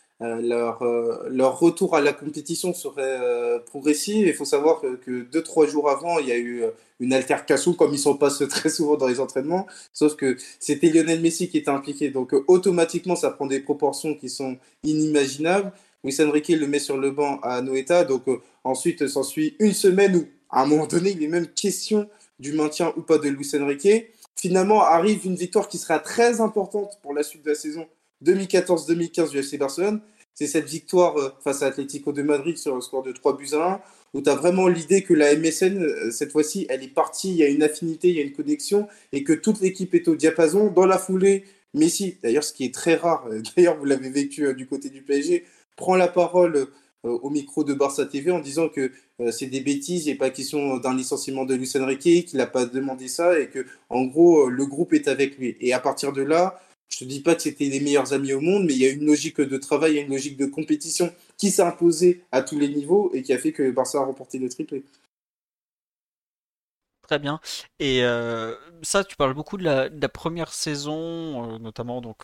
leur retour à la compétition serait progressif. Il faut savoir que 2, 3 jours avant, il y a eu une altercation, comme il s'en passe très souvent dans les entraînements. Sauf que c'était Lionel Messi qui était impliqué. Donc, automatiquement, ça prend des proportions qui sont inimaginables. Luis Enrique le met sur le banc à Anoeta. Donc, ensuite, s'ensuit une semaine où, à un moment donné, il est même question du maintien ou pas de Luis Enrique. Finalement, arrive une victoire qui sera très importante pour la suite de la saison 2014-2015 du FC Barcelone. C'est cette victoire face à Atlético de Madrid sur un score de 3-1, où tu as vraiment l'idée que la MSN, cette fois-ci, elle est partie, il y a une affinité, il y a une connexion, et que toute l'équipe est au diapason. Dans la foulée, Messi, d'ailleurs, ce qui est très rare, d'ailleurs, vous l'avez vécu du côté du PSG, prend la parole au micro de Barça TV en disant que c'est des bêtises, il n'est pas question d'un licenciement de Luis Enrique, qu'il n'a pas demandé ça, et que en gros, le groupe est avec lui. Et à partir de là, je te dis pas que c'était les meilleurs amis au monde, mais il y a une logique de travail, il y a une logique de compétition qui s'est imposée à tous les niveaux et qui a fait que Barça a remporté le triplé. Très bien. Et ça, tu parles beaucoup de la première saison, notamment donc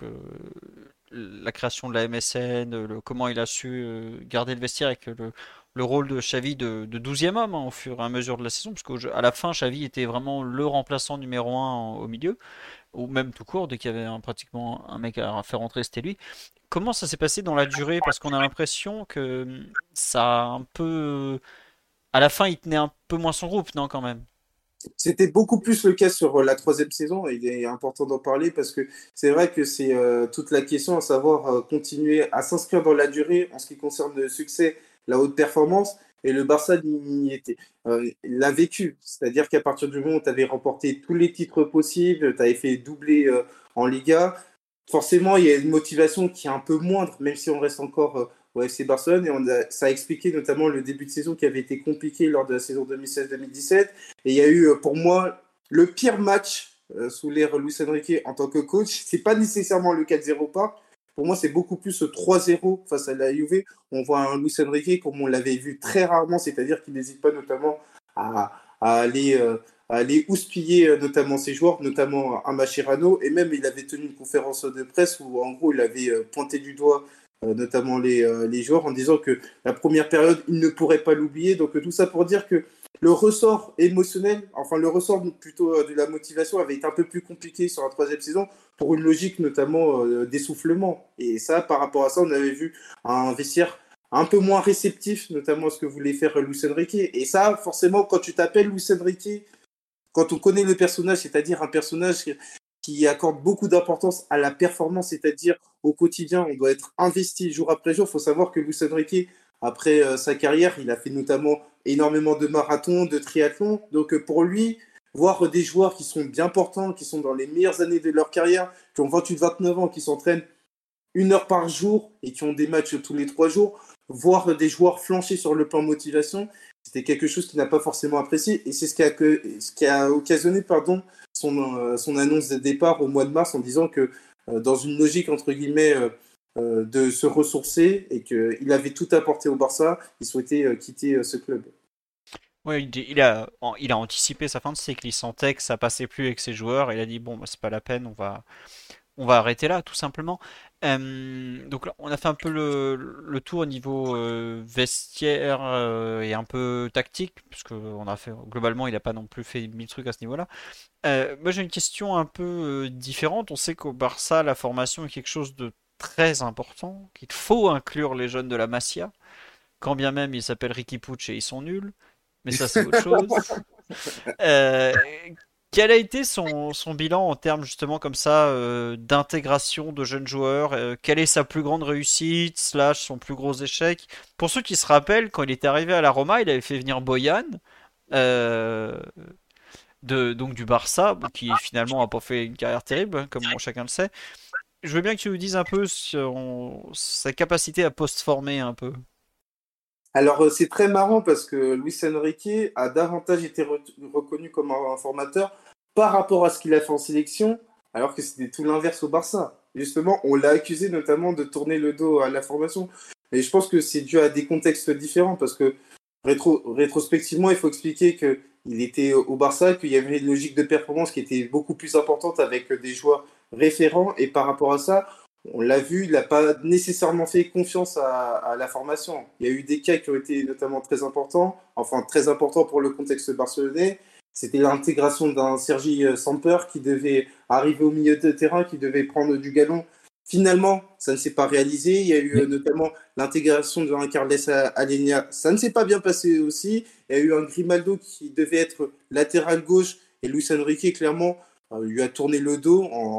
la création de la MSN, comment il a su garder le vestiaire avec le rôle de Xavi de 12e homme, hein, au fur et à mesure de la saison, parce qu'à la fin, Xavi était vraiment le remplaçant numéro un au milieu, ou même tout court, dès qu'il y avait pratiquement un mec à faire rentrer, c'était lui. Comment ça s'est passé dans la durée? Parce qu'on a l'impression que ça a un peu... À la fin, il tenait un peu moins son groupe, non, quand même? C'était beaucoup plus le cas sur la troisième saison, et il est important d'en parler parce que c'est vrai que c'est toute la question à savoir continuer à s'inscrire dans la durée en ce qui concerne le succès, la haute performance, et le Barça y était. L'a vécu, c'est-à-dire qu'à partir du moment où tu avais remporté tous les titres possibles, tu avais fait doubler en Liga, forcément il y a une motivation qui est un peu moindre, même si on reste encore au FC Barcelone, et ça a expliqué notamment le début de saison qui avait été compliqué lors de la saison 2016-2017. Et il y a eu, pour moi, le pire match sous l'ère Luis Enrique en tant que coach. C'est pas nécessairement le 4-0 pas. Pour moi, c'est beaucoup plus 3-0 face à la Juve. On voit un Luis Enrique comme on l'avait vu très rarement, c'est-à-dire qu'il n'hésite pas notamment à aller houspiller notamment ses joueurs, notamment un Mascherano. Et même, il avait tenu une conférence de presse où, en gros, il avait pointé du doigt notamment les joueurs en disant que la première période, il ne pourrait pas l'oublier. Donc, tout ça pour dire que le ressort émotionnel, enfin le ressort plutôt de la motivation avait été un peu plus compliqué sur la troisième saison pour une logique notamment d'essoufflement. Et ça, par rapport à ça, on avait vu un vestiaire un peu moins réceptif, notamment à ce que voulait faire Luis Enrique. Et ça, forcément, quand tu t'appelles Luis Enrique, quand on connaît le personnage, c'est-à-dire un personnage qui accorde beaucoup d'importance à la performance, c'est-à-dire au quotidien, on doit être investi jour après jour. Il faut savoir que Luis Enrique, après sa carrière, il a fait notamment énormément de marathons, de triathlons. Donc pour lui, voir des joueurs qui sont bien portants, qui sont dans les meilleures années de leur carrière, qui ont 28-29 ans, qui s'entraînent 1 heure par jour et qui ont des matchs tous les 3 jours, voir des joueurs flancher sur le plan motivation, c'était quelque chose qu'il n'a pas forcément apprécié. Et c'est ce qui a occasionné son annonce de départ au mois de mars en disant que dans une logique, entre guillemets, de se ressourcer et qu'il avait tout apporté au Barça, il souhaitait quitter ce club. Ouais, il a anticipé sa fin de cycle. Il sentait que ça passait plus avec ses joueurs. Il a dit bon, bah, c'est pas la peine, on va arrêter là, tout simplement. Donc là, on a fait un peu le tour au niveau vestiaire et un peu tactique, puisque on a fait globalement, il n'a pas non plus fait mille trucs à ce niveau-là. Moi, j'ai une question un peu différente. On sait qu'au Barça, la formation est quelque chose de très important, qu'il faut inclure les jeunes de la Masia, quand bien même ils s'appellent Ricky Puig et ils sont nuls, mais ça, c'est autre chose. Euh, Quel a été son bilan en termes justement comme ça d'intégration de jeunes joueurs? Quelle est sa plus grande réussite slash son plus gros échec? Pour ceux qui se rappellent, quand il était arrivé à la Roma, il avait fait venir Boyan euh, donc du Barça, qui finalement n'a pas fait une carrière terrible, hein, comme chacun le sait. Je veux bien que tu nous dises un peu sa capacité à post-former un peu. Alors, c'est très marrant parce que Luis Enrique a davantage été reconnu comme un formateur par rapport à ce qu'il a fait en sélection, alors que c'était tout l'inverse au Barça. Justement, on l'a accusé notamment de tourner le dos à la formation. Et je pense que c'est dû à des contextes différents parce que rétrospectivement, il faut expliquer qu'il était au Barça, qu'il y avait une logique de performance qui était beaucoup plus importante avec des joueurs référents. Et par rapport à ça, on l'a vu, il n'a pas nécessairement fait confiance à la formation. Il y a eu des cas qui ont été notamment très importants, enfin très importants pour le contexte barcelonais. C'était l'intégration d'un Sergi Samper qui devait arriver au milieu de terrain, qui devait prendre du galon. Finalement, ça ne s'est pas réalisé. Il y a eu notamment l'intégration d'un Carles Alenia. Ça ne s'est pas bien passé aussi. Il y a eu un Grimaldo qui devait être latéral gauche et Luis Enrique, clairement, lui a tourné le dos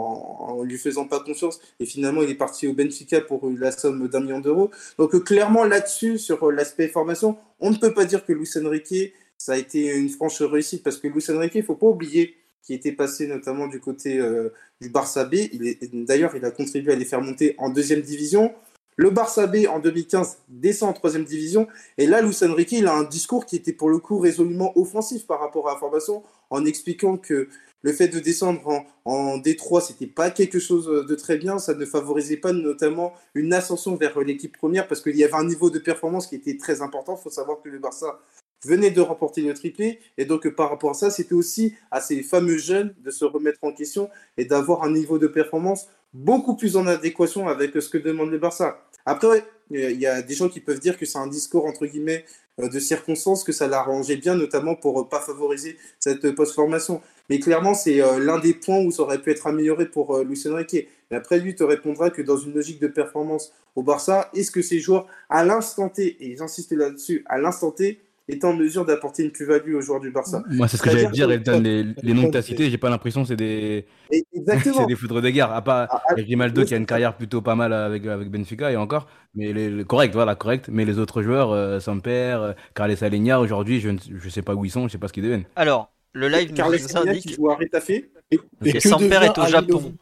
en lui faisant pas confiance et finalement il est parti au Benfica pour la somme d'1 million d'euros. Donc clairement là-dessus, sur l'aspect formation, on ne peut pas dire que Luis Enrique, ça a été une franche réussite parce que Luis Enrique, il ne faut pas oublier qu'il était passé notamment du côté du Barça B. D'ailleurs, il a contribué à les faire monter en deuxième division. Le Barça B en 2015 descend en troisième division et là, Luis Enrique, il a un discours qui était pour le coup résolument offensif par rapport à la formation en expliquant que le fait de descendre en D3, c'était pas quelque chose de très bien. Ça ne favorisait pas notamment une ascension vers l'équipe première parce qu'il y avait un niveau de performance qui était très important. Il faut savoir que le Barça venait de remporter le triplé. Et donc, par rapport à ça, c'était aussi à ces fameux jeunes de se remettre en question et d'avoir un niveau de performance beaucoup plus en adéquation avec ce que demande le Barça. Après, il y a des gens qui peuvent dire que c'est un discours, entre guillemets, de circonstances, que ça l'arrangeait bien, notamment pour ne pas favoriser cette post-formation. Mais clairement, c'est l'un des points où ça aurait pu être amélioré pour Luis Enrique. Et après, lui te répondra que dans une logique de performance au Barça, est-ce que ces joueurs, à l'instant T, et j'insiste là-dessus, à l'instant T, est en mesure d'apporter une plus-value aux joueurs du Barça? Moi, c'est ce que j'allais te dire, Elton, les noms que tu as cités, j'ai pas l'impression que c'est Exactement. c'est des foudres de guerre. À part Grimaldo qui a une carrière plutôt pas mal avec Benfica et encore, mais correct, voilà, correct. Mais les autres joueurs, Samper, Carles Alenia, aujourd'hui, je sais pas où ils sont, je sais pas ce qu'ils deviennent. Alors, le live nous Carles Alenia qui indique joue à Retafe. Et que que Samper devient est au Japon. Halilovic?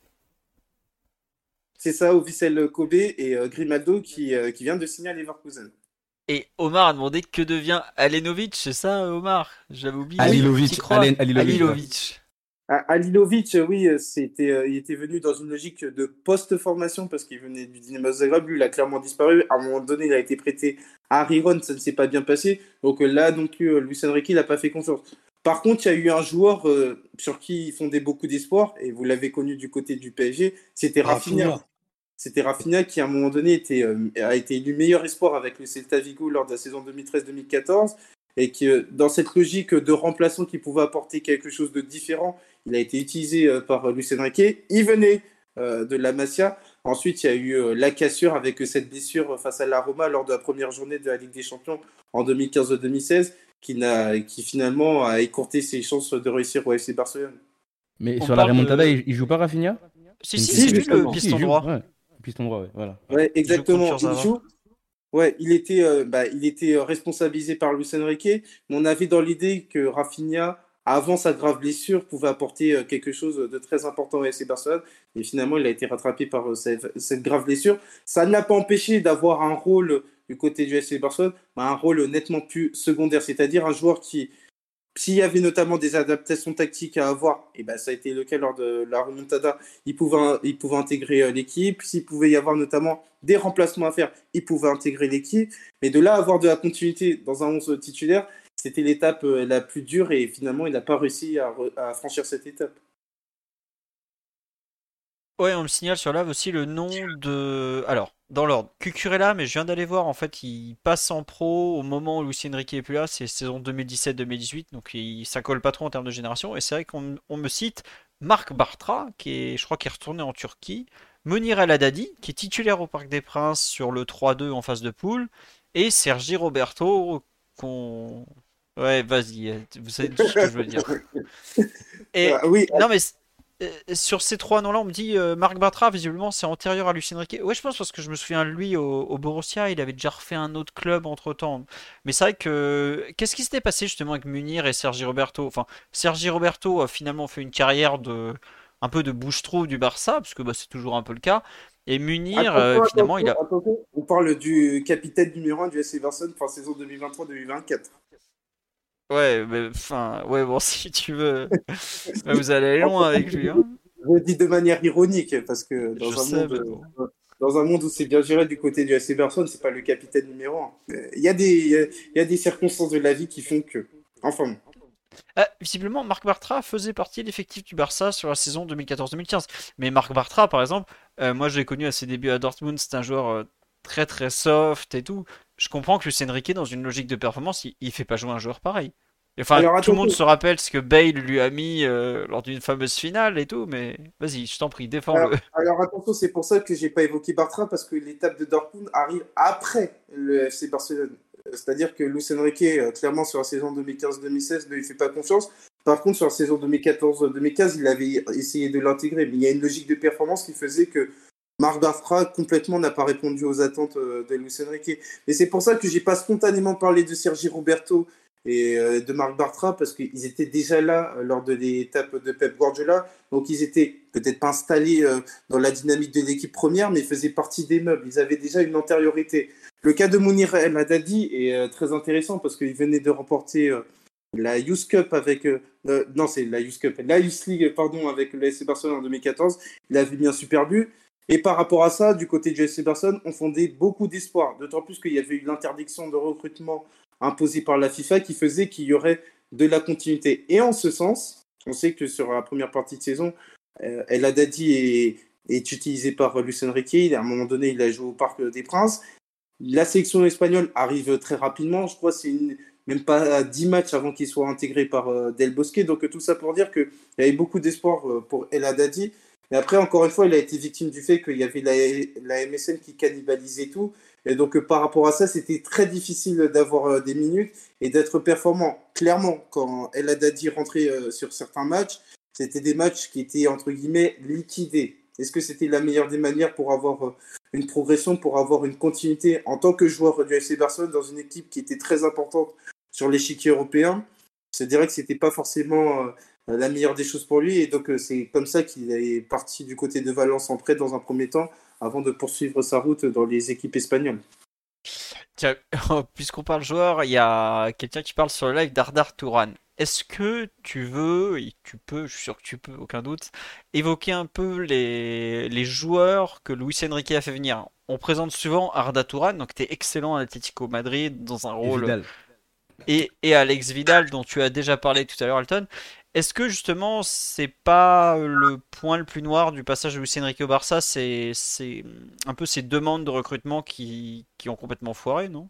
C'est ça, au Vissel Kobe et Grimaldo qui vient de signer à Leverkusen. Et Omar a demandé que devient Alenovic, c'est ça, Omar? J'avais oublié. Alilovic, T'y crois Alilovic, Alilovic. Halilovic, oui, il était venu dans une logique de post-formation parce qu'il venait du Dynamo Zagreb. Lui, il a clairement disparu. À un moment donné, il a été prêté à Riron, ça ne s'est pas bien passé. Donc là, Luis Enrique, il n'a pas fait confiance. Par contre, il y a eu un joueur sur qui il fondait beaucoup d'espoir, et vous l'avez connu du côté du PSG, c'était Rafinha. C'était Rafinha qui, à un moment donné, a été élu meilleur espoir avec le Celta Vigo lors de la saison 2013-2014. Et que dans cette logique de remplaçant qui pouvait apporter quelque chose de différent, il a été utilisé par Luis Enrique. Il venait de la Masia. Ensuite, il y a eu la cassure avec cette blessure face à la Roma lors de la première journée de la Ligue des Champions en 2015-2016, qui finalement a écourté ses chances de réussir au FC Barcelone. Mais sur la remontada, il joue pas Rafinha? Si, c'est lui le piston droit. Ouais. Piston droit, ouais, voilà. Ouais, exactement. Il joue. Ouais, il était responsabilisé par Luis Enrique, mais on avait dans l'idée que Rafinha, avant sa grave blessure, pouvait apporter quelque chose de très important au FC Barcelone. Et finalement, il a été rattrapé par cette grave blessure. Ça ne l'a pas empêché d'avoir un rôle du côté du FC Barcelone, mais un rôle nettement plus secondaire, c'est-à-dire un joueur qui, s'il y avait notamment des adaptations tactiques à avoir, et ça a été le cas lors de la remontada, il pouvait intégrer l'équipe. S'il pouvait y avoir notamment des remplacements à faire, il pouvait intégrer l'équipe. Mais de là à avoir de la continuité dans un 11 titulaire, c'était l'étape la plus dure et finalement, il n'a pas réussi à franchir cette étape. Ouais, on me signale sur Live aussi le nom de. Alors, dans l'ordre, Cucurella, mais je viens d'aller voir, en fait, il passe en pro au moment où Luis Enrique est plus là, c'est saison 2017-2018, donc ça colle pas trop en termes de génération. Et c'est vrai qu'on me cite Marc Bartra, je crois qu'il est retourné en Turquie, Mounir El Haddadi, qui est titulaire au Parc des Princes sur le 3-2 en phase de poule, et Sergi Roberto, qu'on. Ouais, vas-y, vous savez tout ce que je veux dire. Et Oui, non, mais sur ces trois noms-là, on me dit Marc Bartra, visiblement, c'est antérieur à Luis Enrique. Ouais, je pense parce que je me souviens de lui au Borussia, il avait déjà refait un autre club entre-temps. Mais c'est vrai que qu'est-ce qui s'était passé justement avec Munir et Sergi Roberto? Enfin, Sergi Roberto a finalement fait une carrière de un peu de bouche-trou du Barça, parce que bah, c'est toujours un peu le cas. Et Munir, finalement, il a. attention. On parle du capitaine numéro 1 du FC Barcelone pour la saison 2023-2024. Ouais, mais enfin, ouais, bon, si tu veux, ouais, vous allez aller loin avec lui, hein. Je le dis de manière ironique, parce que Je sais, mais bon. dans un monde où c'est bien géré du côté du FC Barcelone, c'est pas le capitaine numéro 1. Il y a des circonstances de la vie qui font que. Enfin bon. Ah, visiblement, Marc Bartra faisait partie de l'effectif du Barça sur la saison 2014-2015. Mais Marc Bartra, par exemple, moi je l'ai connu à ses débuts à Dortmund, c'est un joueur très très soft et tout. Je comprends que Luis Enrique, dans une logique de performance, il fait pas jouer un joueur pareil. Enfin, Alors tout le monde attention. se rappelle ce que Bale lui a mis lors d'une fameuse finale et tout, mais vas-y, je t'en prie, défends-le. Alors attention, c'est pour ça que j'ai pas évoqué Bartra, parce que l'étape de Dortmund arrive après le FC Barcelone. C'est-à-dire que Luis Enrique, clairement, sur la saison 2015-2016, ne lui fait pas confiance. Par contre, sur la saison 2014-2015, il avait essayé de l'intégrer. Mais il y a une logique de performance qui faisait que Marc Bartra, complètement, n'a pas répondu aux attentes de Luis Enrique. Et c'est pour ça que j'ai pas spontanément parlé de Sergi Roberto et de Marc Bartra, parce qu'ils étaient déjà là lors de l'étape de Pep Guardiola. Donc ils étaient peut-être pas installés dans la dynamique de l'équipe première, mais faisaient partie des meubles. Ils avaient déjà une antériorité. Le cas de Mounir El Haddadi est très intéressant parce qu'il venait de remporter la Youth Cup avec non, c'est la Youth Cup, la Youth League, pardon, avec le FC Barcelone en 2014. Il avait mis un super but. Et par rapport à ça, du côté du FC Barcelone, on fondait beaucoup d'espoir. D'autant plus qu'il y avait eu l'interdiction de recrutement imposée par la FIFA qui faisait qu'il y aurait de la continuité. Et en ce sens, on sait que sur la première partie de saison, El Haddadi est utilisé par Luis Enrique. À un moment donné, il a joué au Parc des Princes. La sélection espagnole arrive très rapidement. Je crois que c'est même pas 10 matchs avant qu'il soit intégré par Del Bosque. Donc tout ça pour dire qu'il y avait beaucoup d'espoir pour El Haddadi. Et après, encore une fois, il a été victime du fait qu'il y avait la MSN qui cannibalisait tout. Et donc par rapport à ça, c'était très difficile d'avoir des minutes et d'être performant. Clairement, quand El Haddadi rentrait sur certains matchs, c'était des matchs qui étaient, entre guillemets, liquidés. Est-ce que c'était la meilleure des manières pour avoir une progression, pour avoir une continuité en tant que joueur du FC Barcelone dans une équipe qui était très importante sur l'échiquier européen? Je dirais que c'était pas forcément la meilleure des choses pour lui, et donc c'est comme ça qu'il est parti du côté de Valence en prêt dans un premier temps, avant de poursuivre sa route dans les équipes espagnoles. Tiens, puisqu'on parle joueur, il y a quelqu'un qui parle sur le live d'Ardar Touran. Est-ce que tu veux, et tu peux, je suis sûr que tu peux, aucun doute, évoquer un peu les joueurs que Luis Enrique a fait venir? On présente souvent Arda Touran, donc tu es excellent à l'Atlético Madrid dans un Et rôle, Vidal. et Alex Vidal dont tu as déjà parlé tout à l'heure, Alton. Est-ce que justement c'est pas le point le plus noir du passage de Luis Enrique au Barça, c'est un peu ces demandes de recrutement qui ont complètement foiré, non?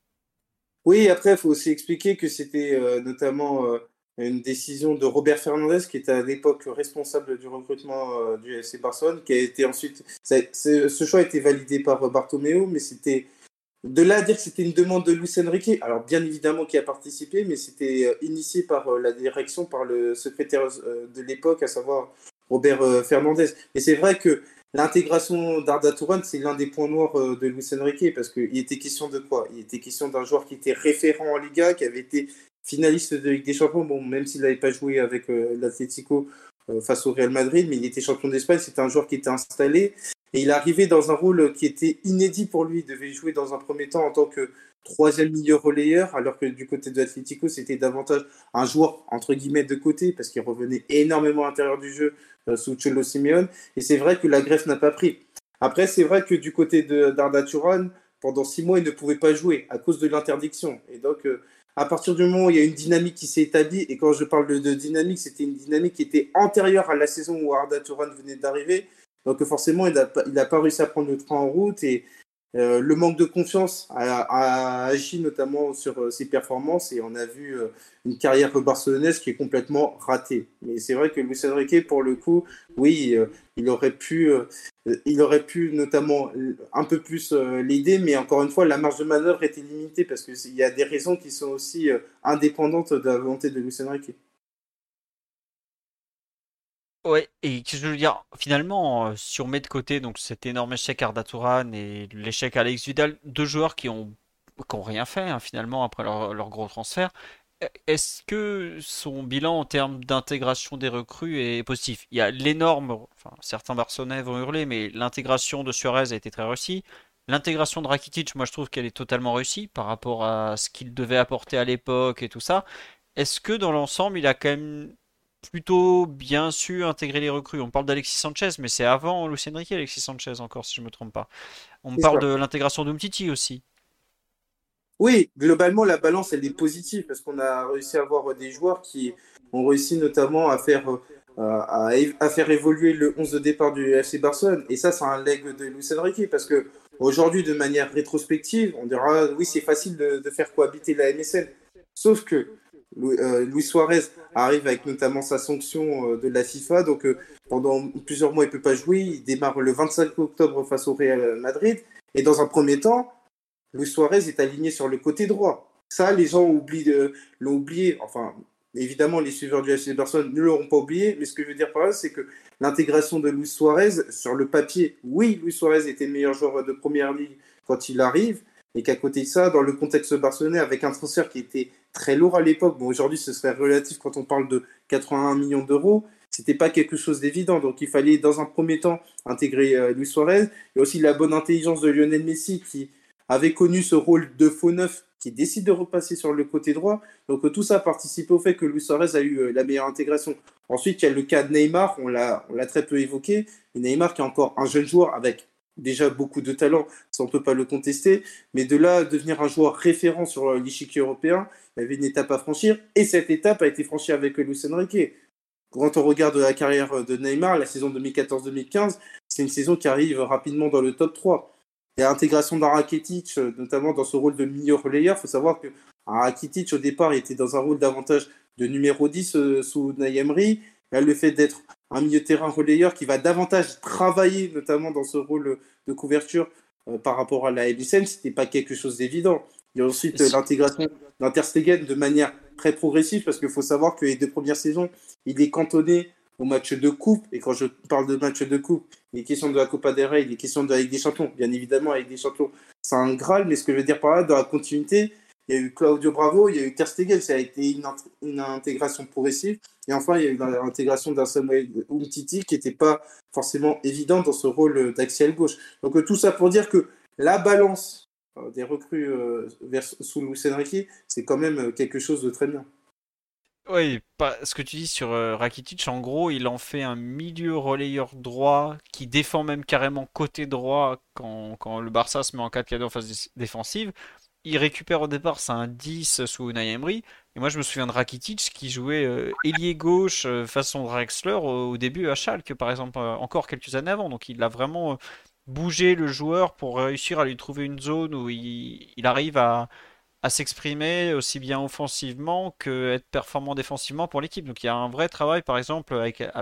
Oui, après, il faut aussi expliquer que c'était notamment une décision de Robert Fernandez, qui était à l'époque responsable du recrutement du FC Barcelone, qui a été ensuite. Ce choix a été validé par Bartomeu, mais c'était. De là à dire que c'était une demande de Luis Enrique, alors bien évidemment qui a participé, mais c'était initié par la direction, par le secrétaire de l'époque, à savoir Robert Fernandez. Et c'est vrai que l'intégration d'Arda Turan, c'est l'un des points noirs de Luis Enrique, parce qu'il était question de quoi? Il était question d'un joueur qui était référent en Liga, qui avait été finaliste de Ligue des Champions, bon, même s'il n'avait pas joué avec l'Atlético face au Real Madrid, mais il était champion d'Espagne, c'était un joueur qui était installé. Et il arrivait dans un rôle qui était inédit pour lui. Il devait jouer dans un premier temps en tant que troisième milieu relayeur, alors que du côté de l'Atlético, c'était davantage un joueur, entre guillemets, de côté, parce qu'il revenait énormément à l'intérieur du jeu sous Cholo Simeone. Et c'est vrai que la greffe n'a pas pris. Après, c'est vrai que du côté d'Arda Turan, pendant 6 mois, il ne pouvait pas jouer à cause de l'interdiction. Et donc, à partir du moment où il y a une dynamique qui s'est établie, et quand je parle de dynamique, c'était une dynamique qui était antérieure à la saison où Arda Turan venait d'arriver. Donc forcément, il n'a pas réussi à prendre le train en route et le manque de confiance a agi notamment sur ses performances et on a vu une carrière barcelonaise qui est complètement ratée. Mais c'est vrai que Luis Enrique, pour le coup, oui, il aurait pu notamment un peu plus l'aider, mais encore une fois, la marge de manœuvre était limitée parce qu'il y a des raisons qui sont aussi indépendantes de la volonté de Luis Enrique. Ouais, et que je veux dire, finalement, si on met de côté donc cet énorme échec Arda Turan et l'échec Alex Vidal, deux joueurs qui ont rien fait hein, finalement après leur gros transfert, est-ce que son bilan en termes d'intégration des recrues est positif? Il y a l'énorme, enfin certains Barcelonais vont hurler, mais l'intégration de Suarez a été très réussie. L'intégration de Rakitic, moi je trouve qu'elle est totalement réussie par rapport à ce qu'il devait apporter à l'époque et tout ça. Est-ce que dans l'ensemble, il a quand même plutôt bien su intégrer les recrues? On parle d'Alexis Sanchez, mais c'est avant Luis Enrique, Alexis Sanchez encore, si je me trompe pas. On me C'est parle ça. de l'intégration d'Umtiti aussi. Oui, globalement, la balance, elle est positive parce qu'on a réussi à avoir des joueurs qui ont réussi notamment à faire évoluer le 11 de départ du FC Barcelone. Et ça, c'est un leg de Luis Enrique parce que aujourd'hui, de manière rétrospective, on dira oui, c'est facile de faire cohabiter la MSN. Sauf que Luis Suarez arrive avec notamment sa sanction de la FIFA. Donc, pendant plusieurs mois, il ne peut pas jouer. Il démarre le 25 octobre face au Real Madrid. Et dans un premier temps, Luis Suarez est aligné sur le côté droit. Ça, les gens l'ont oublié. Enfin, évidemment, les suiveurs du FC Barcelone ne l'auront pas oublié. Mais ce que je veux dire par là, c'est que l'intégration de Luis Suarez, sur le papier, oui, Luis Suarez était le meilleur joueur de première ligue quand il arrive. Et qu'à côté de ça, dans le contexte barcelonais, avec un transfert qui était très lourd à l'époque, bon, aujourd'hui, ce serait relatif quand on parle de 81 millions d'euros, c'était pas quelque chose d'évident. Donc, il fallait, dans un premier temps, intégrer Luis Suarez. Il y a aussi la bonne intelligence de Lionel Messi qui avait connu ce rôle de faux neuf qui décide de repasser sur le côté droit. Donc tout ça participe au fait que Luis Suarez a eu la meilleure intégration. Ensuite, il y a le cas de Neymar, on l'a très peu évoqué. Et Neymar qui est encore un jeune joueur avec déjà beaucoup de talent, ça on ne peut pas le contester. Mais de là à devenir un joueur référent sur l'échiquier européen, il y avait une étape à franchir. Et cette étape a été franchie avec Luis Enrique. Quand on regarde la carrière de Neymar, la saison 2014-2015, c'est une saison qui arrive rapidement dans le top 3. Et l'intégration d'Arakitic, notamment dans ce rôle de milieu relayeur, il faut savoir que Rakitic, au départ, il était dans un rôle davantage de numéro 10 sous Unai Emery. Là, le fait d'être un milieu de terrain relayeur qui va davantage travailler, notamment dans ce rôle de couverture par rapport à la MSN, c'était pas quelque chose d'évident. Il y a ensuite l'intégration d'Ter Stegen de manière très progressive, parce qu'il faut savoir que les deux premières saisons, il est cantonné au match de coupe. Et quand je parle de match de coupe, il est question de la Copa del Rey, il est question de la Ligue des Champions. Bien évidemment, la Ligue des Champions, c'est un Graal, mais ce que je veux dire par là, dans la continuité, il y a eu Claudio Bravo, il y a eu Ter Stegen, ça a été une intégration progressive. Et enfin, il y a eu l'intégration d'un Samuel Umtiti qui n'était pas forcément évident dans ce rôle d'axial gauche. Donc tout ça pour dire que la balance des recrues sous Luis Enrique, c'est quand même quelque chose de très bien. Oui, ce que tu dis sur Rakitic, en gros, il en fait un milieu relayeur droit qui défend même carrément côté droit quand le Barça se met en 4-4-2 en phase défensive. Il récupère au départ, c'est un 10 sous Unai Emery. Et moi, je me souviens de Rakitic qui jouait ailier gauche façon Draxler au début à Schalke, par exemple, encore quelques années avant. Donc, il a vraiment bougé le joueur pour réussir à lui trouver une zone où il arrive à s'exprimer aussi bien offensivement que être performant défensivement pour l'équipe. Donc il y a un vrai travail par exemple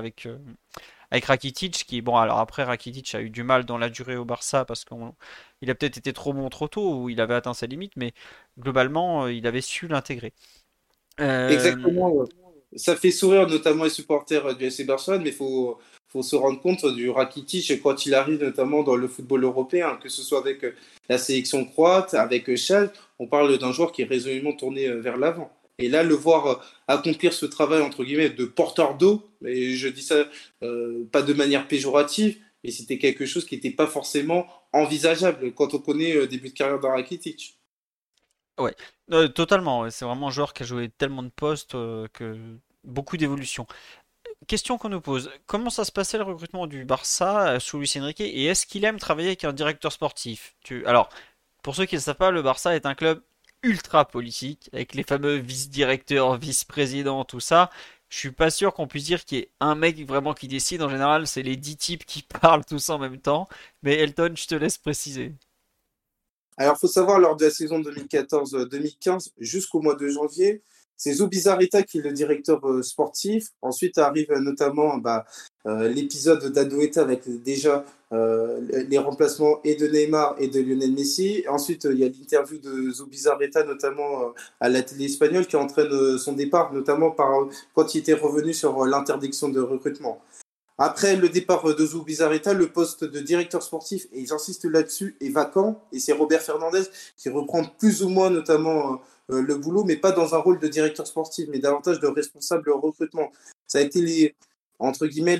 avec Rakitic qui, bon alors après Rakitic a eu du mal dans la durée au Barça parce qu'il a peut-être été trop bon trop tôt ou il avait atteint ses limites, mais globalement il avait su l'intégrer. Exactement. Ça fait sourire notamment les supporters du FC Barcelone, mais faut se rendre compte du Rakitic quand il arrive notamment dans le football européen, que ce soit avec la sélection croate, avec Schalke, on parle d'un joueur qui est résolument tourné vers l'avant. Et là, le voir accomplir ce travail entre guillemets de porteur d'eau, et je dis ça pas de manière péjorative, mais c'était quelque chose qui n'était pas forcément envisageable quand on connaît le début de carrière d'un Rakitic. Ouais, totalement. Ouais. C'est vraiment un joueur qui a joué tellement de postes que beaucoup d'évolutions. Question qu'on nous pose, comment ça se passait le recrutement du Barça sous Luis Enrique et est-ce qu'il aime travailler avec un directeur sportif? Alors, pour ceux qui ne le savent pas, le Barça est un club ultra politique, avec les fameux vice-directeurs, vice-présidents, tout ça. Je suis pas sûr qu'on puisse dire qu'il y ait un mec vraiment qui décide. En général, c'est les 10 types qui parlent tous en même temps. Mais Elton, je te laisse préciser. Alors, il faut savoir, lors de la saison 2014-2015, jusqu'au mois de janvier, c'est Zubizarreta qui est le directeur sportif. Ensuite arrive notamment l'épisode d'Anoeta avec déjà les remplacements et de Neymar et de Lionel Messi. Ensuite, il y a l'interview de Zubizarreta, notamment à la télé espagnole, qui entraîne son départ, notamment quand il était revenu sur l'interdiction de recrutement. Après le départ de Zubizarreta, le poste de directeur sportif, et j'insiste là-dessus, est vacant. Et c'est Robert Fernandez qui reprend plus ou moins notamment le boulot, mais pas dans un rôle de directeur sportif, mais davantage de responsable recrutement. Ça a été entre guillemets,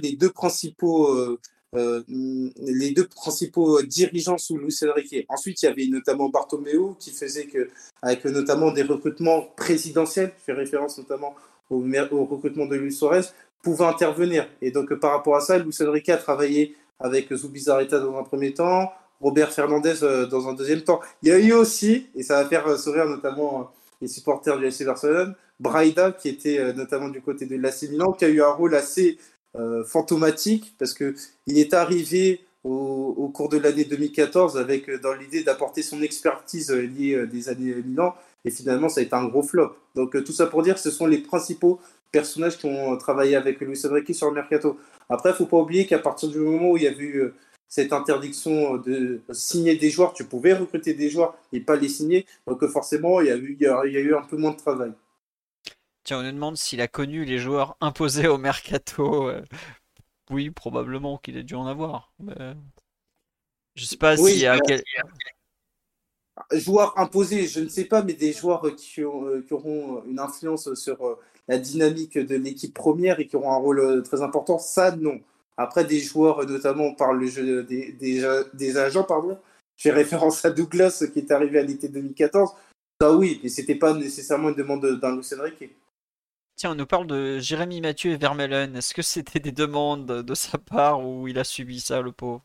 les deux principaux dirigeants sous Luis Enrique. Ensuite, il y avait notamment Bartomeu qui faisait avec notamment des recrutements présidentiels, je fais référence notamment au recrutement de Luis Suarez, pouvait intervenir. Et donc, par rapport à ça, Luis Enrique a travaillé avec Zubizarreta dans un premier temps, Robert Fernandez dans un deuxième temps. Il y a eu aussi, et ça va faire sourire notamment les supporters du FC Barcelone, Braida, qui était notamment du côté de l'AC Milan, qui a eu un rôle assez fantomatique, parce qu'il est arrivé au cours de l'année 2014 dans l'idée d'apporter son expertise liée des années Milan, et finalement, ça a été un gros flop. Donc, tout ça pour dire que ce sont les principaux personnages qui ont travaillé avec Luis Enrique sur le mercato. Après, il ne faut pas oublier qu'à partir du moment où il y a eu cette interdiction de signer des joueurs, tu pouvais recruter des joueurs et pas les signer. Donc forcément, il y a eu un peu moins de travail. Tiens, on nous demande s'il a connu les joueurs imposés au mercato. Oui, probablement qu'il a dû en avoir. Mais je sais pas Oui, s'il y a quel... joueurs imposés, je ne sais pas, mais des joueurs qui auront une influence sur la dynamique de l'équipe première et qui auront un rôle très important, ça non. Après, des joueurs, notamment par le jeu des agents, pardon, j'ai référence à Douglas qui est arrivé à l'été 2014. Ça oui, mais c'était pas nécessairement une demande d'un Luis Enrique. Tiens, on nous parle de Jérémy Mathieu et Vermeulen. Est-ce que c'était des demandes de sa part ou il a subi ça, le pauvre?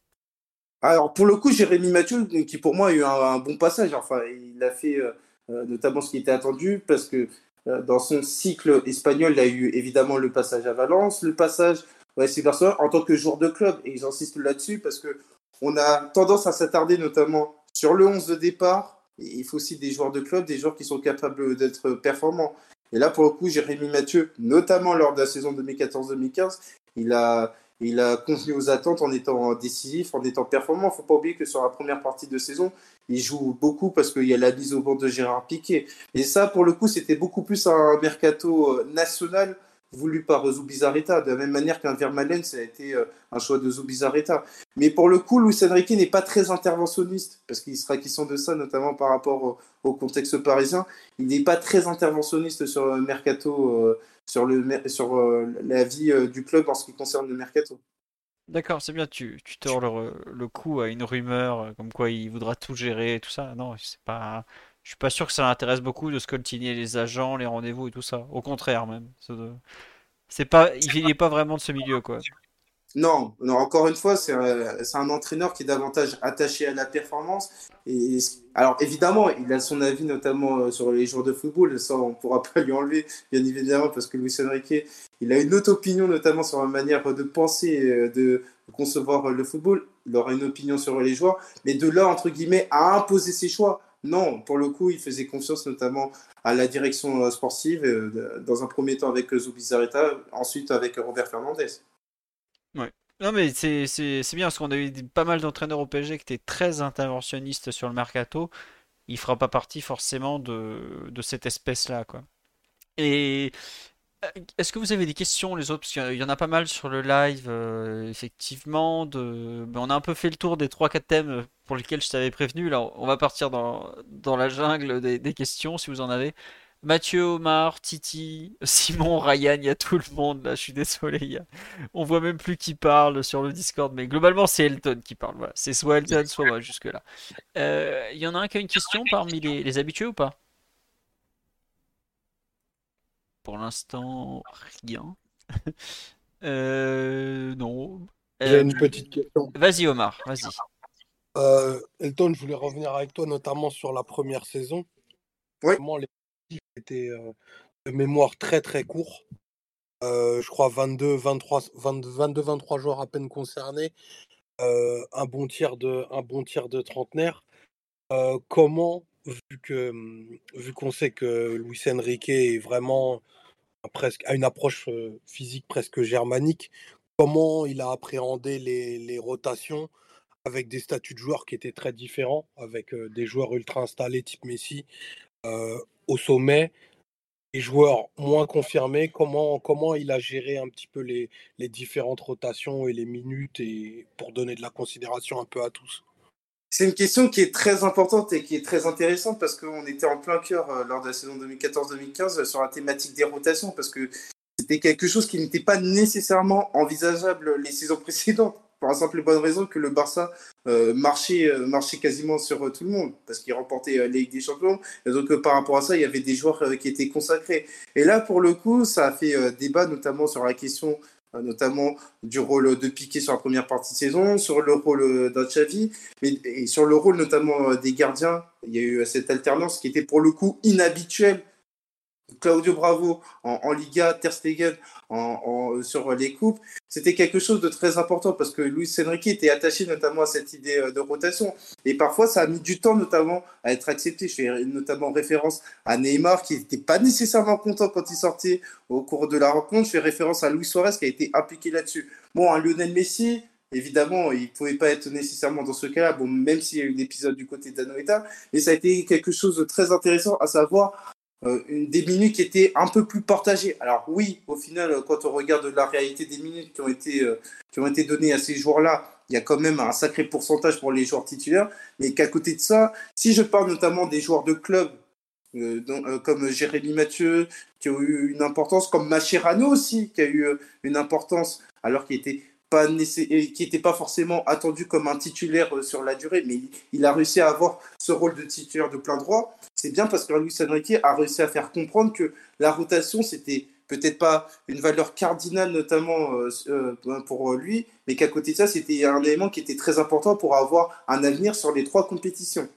Alors, pour le coup, Jérémy Mathieu, qui pour moi a eu un bon passage, enfin, il a fait notamment ce qui était attendu, parce que dans son cycle espagnol, il a eu évidemment le passage à Valence, le passage au FC Barcelone en tant que joueur de club, et j'insiste là-dessus, parce que on a tendance à s'attarder notamment sur le 11 de départ, et il faut aussi des joueurs de club, des joueurs qui sont capables d'être performants. Et là, pour le coup, Jérémy Mathieu, notamment lors de la saison 2014-2015, il a convenu aux attentes en étant décisif, en étant performant. Il ne faut pas oublier que sur la première partie de saison, il joue beaucoup parce qu'il y a la mise au banc de Gérard Piqué. Et ça, pour le coup, c'était beaucoup plus un mercato national voulu par Zubizarreta, de la même manière qu'un Vermaelen, ça a été un choix de Zubizarreta. Mais pour le coup, Luis Enrique n'est pas très interventionniste, parce qu'il sera question de ça, notamment par rapport au contexte parisien. Il n'est pas très interventionniste sur le mercato, sur la vie du club en ce qui concerne le mercato. D'accord, c'est bien, tu tords le cou à une rumeur comme quoi il voudra tout gérer et tout ça. Non, c'est pas... Je suis pas sûr que ça l'intéresse beaucoup de scoltiner les agents, les rendez-vous et tout ça. Au contraire même. C'est pas, il est pas vraiment de ce milieu, quoi. Non, encore une fois, c'est un entraîneur qui est davantage attaché à la performance. Alors, évidemment, il a son avis, notamment sur les joueurs de football. Ça, on ne pourra pas lui enlever, bien évidemment, parce que Luis Enrique, il a une autre opinion, notamment sur la manière de penser, de concevoir le football. Il aura une opinion sur les joueurs. Mais de là, entre guillemets, à imposer ses choix, non. Pour le coup, il faisait confiance, notamment à la direction sportive, dans un premier temps avec Zubizarreta, ensuite avec Robert Fernandez. Ouais. Non mais c'est bien parce qu'on a eu pas mal d'entraîneurs au PSG qui étaient très interventionnistes sur le mercato. Il fera pas partie forcément de cette espèce-là, quoi. Et est-ce que vous avez des questions les autres? Parce qu'il y en a pas mal sur le live, effectivement. Mais on a un peu fait le tour des trois quatre thèmes pour lesquels je t'avais prévenu. Là, on va partir dans la jungle des questions si vous en avez. Mathieu, Omar, Titi, Simon, Ryan, il y a tout le monde là, je suis désolé. On voit même plus qui parle sur le Discord, mais globalement c'est Elton qui parle. Voilà. C'est soit Elton, soit moi jusque-là. Il y en a un qui a une question parmi les habitués ou pas? Pour l'instant, rien. Non. J'ai une petite question. Vas-y Omar, vas-y. Elton, je voulais revenir avec toi notamment sur la première saison. Oui. Vraiment, les effectifs étaient de mémoire très très courts. Je crois 22-23 joueurs à peine concernés, un bon tiers de trentenaires. Comment, vu qu'on sait que Luis Enrique est vraiment presque à une approche physique presque germanique, comment il a appréhendé les rotations avec des statuts de joueurs qui étaient très différents, avec des joueurs ultra installés type Messi au sommet, et joueurs moins confirmés, comment il a géré un petit peu les différentes rotations et les minutes et pour donner de la considération un peu à tous. C'est une question qui est très importante et qui est très intéressante parce qu'on était en plein cœur lors de la saison 2014-2015 sur la thématique des rotations parce que c'était quelque chose qui n'était pas nécessairement envisageable les saisons précédentes. Pour la simple et bonne raison que le Barça marchait quasiment sur tout le monde parce qu'il remportait la Ligue des Champions. Et donc par rapport à ça, il y avait des joueurs qui étaient consacrés. Et là, pour le coup, ça a fait débat notamment sur la question notamment du rôle de Piqué sur la première partie de saison, sur le rôle d'un Xavi, et sur le rôle notamment des gardiens. Il y a eu cette alternance qui était pour le coup inhabituelle. Claudio Bravo en Liga, Ter Stegen sur les coupes, c'était quelque chose de très important parce que Luis Enrique était attaché notamment à cette idée de rotation et parfois ça a mis du temps notamment à être accepté. Je fais notamment référence à Neymar qui n'était pas nécessairement content quand il sortait au cours de la rencontre. Je fais référence à Luis Suarez qui a été impliqué là-dessus. Bon, un Lionel Messi, évidemment, il ne pouvait pas être nécessairement dans ce cas-là, bon, même s'il y a eu l'épisode du côté d'Anoeta, mais ça a été quelque chose de très intéressant à savoir des minutes qui étaient un peu plus partagées. Alors oui, au final, quand on regarde la réalité des minutes qui ont été données à ces joueurs-là, il y a quand même un sacré pourcentage pour les joueurs titulaires, mais qu'à côté de ça, si je parle notamment des joueurs de club, comme Jérémy Mathieu, qui a eu une importance, comme Mascherano aussi, qui a eu une importance, alors qu'il était qui n'était pas forcément attendu comme un titulaire sur la durée, mais il a réussi à avoir ce rôle de titulaire de plein droit. C'est bien parce que Luis Enrique a réussi à faire comprendre que la rotation, c'était peut-être pas une valeur cardinale, notamment pour lui, mais qu'à côté de ça, c'était un élément qui était très important pour avoir un avenir sur les 3 compétitions.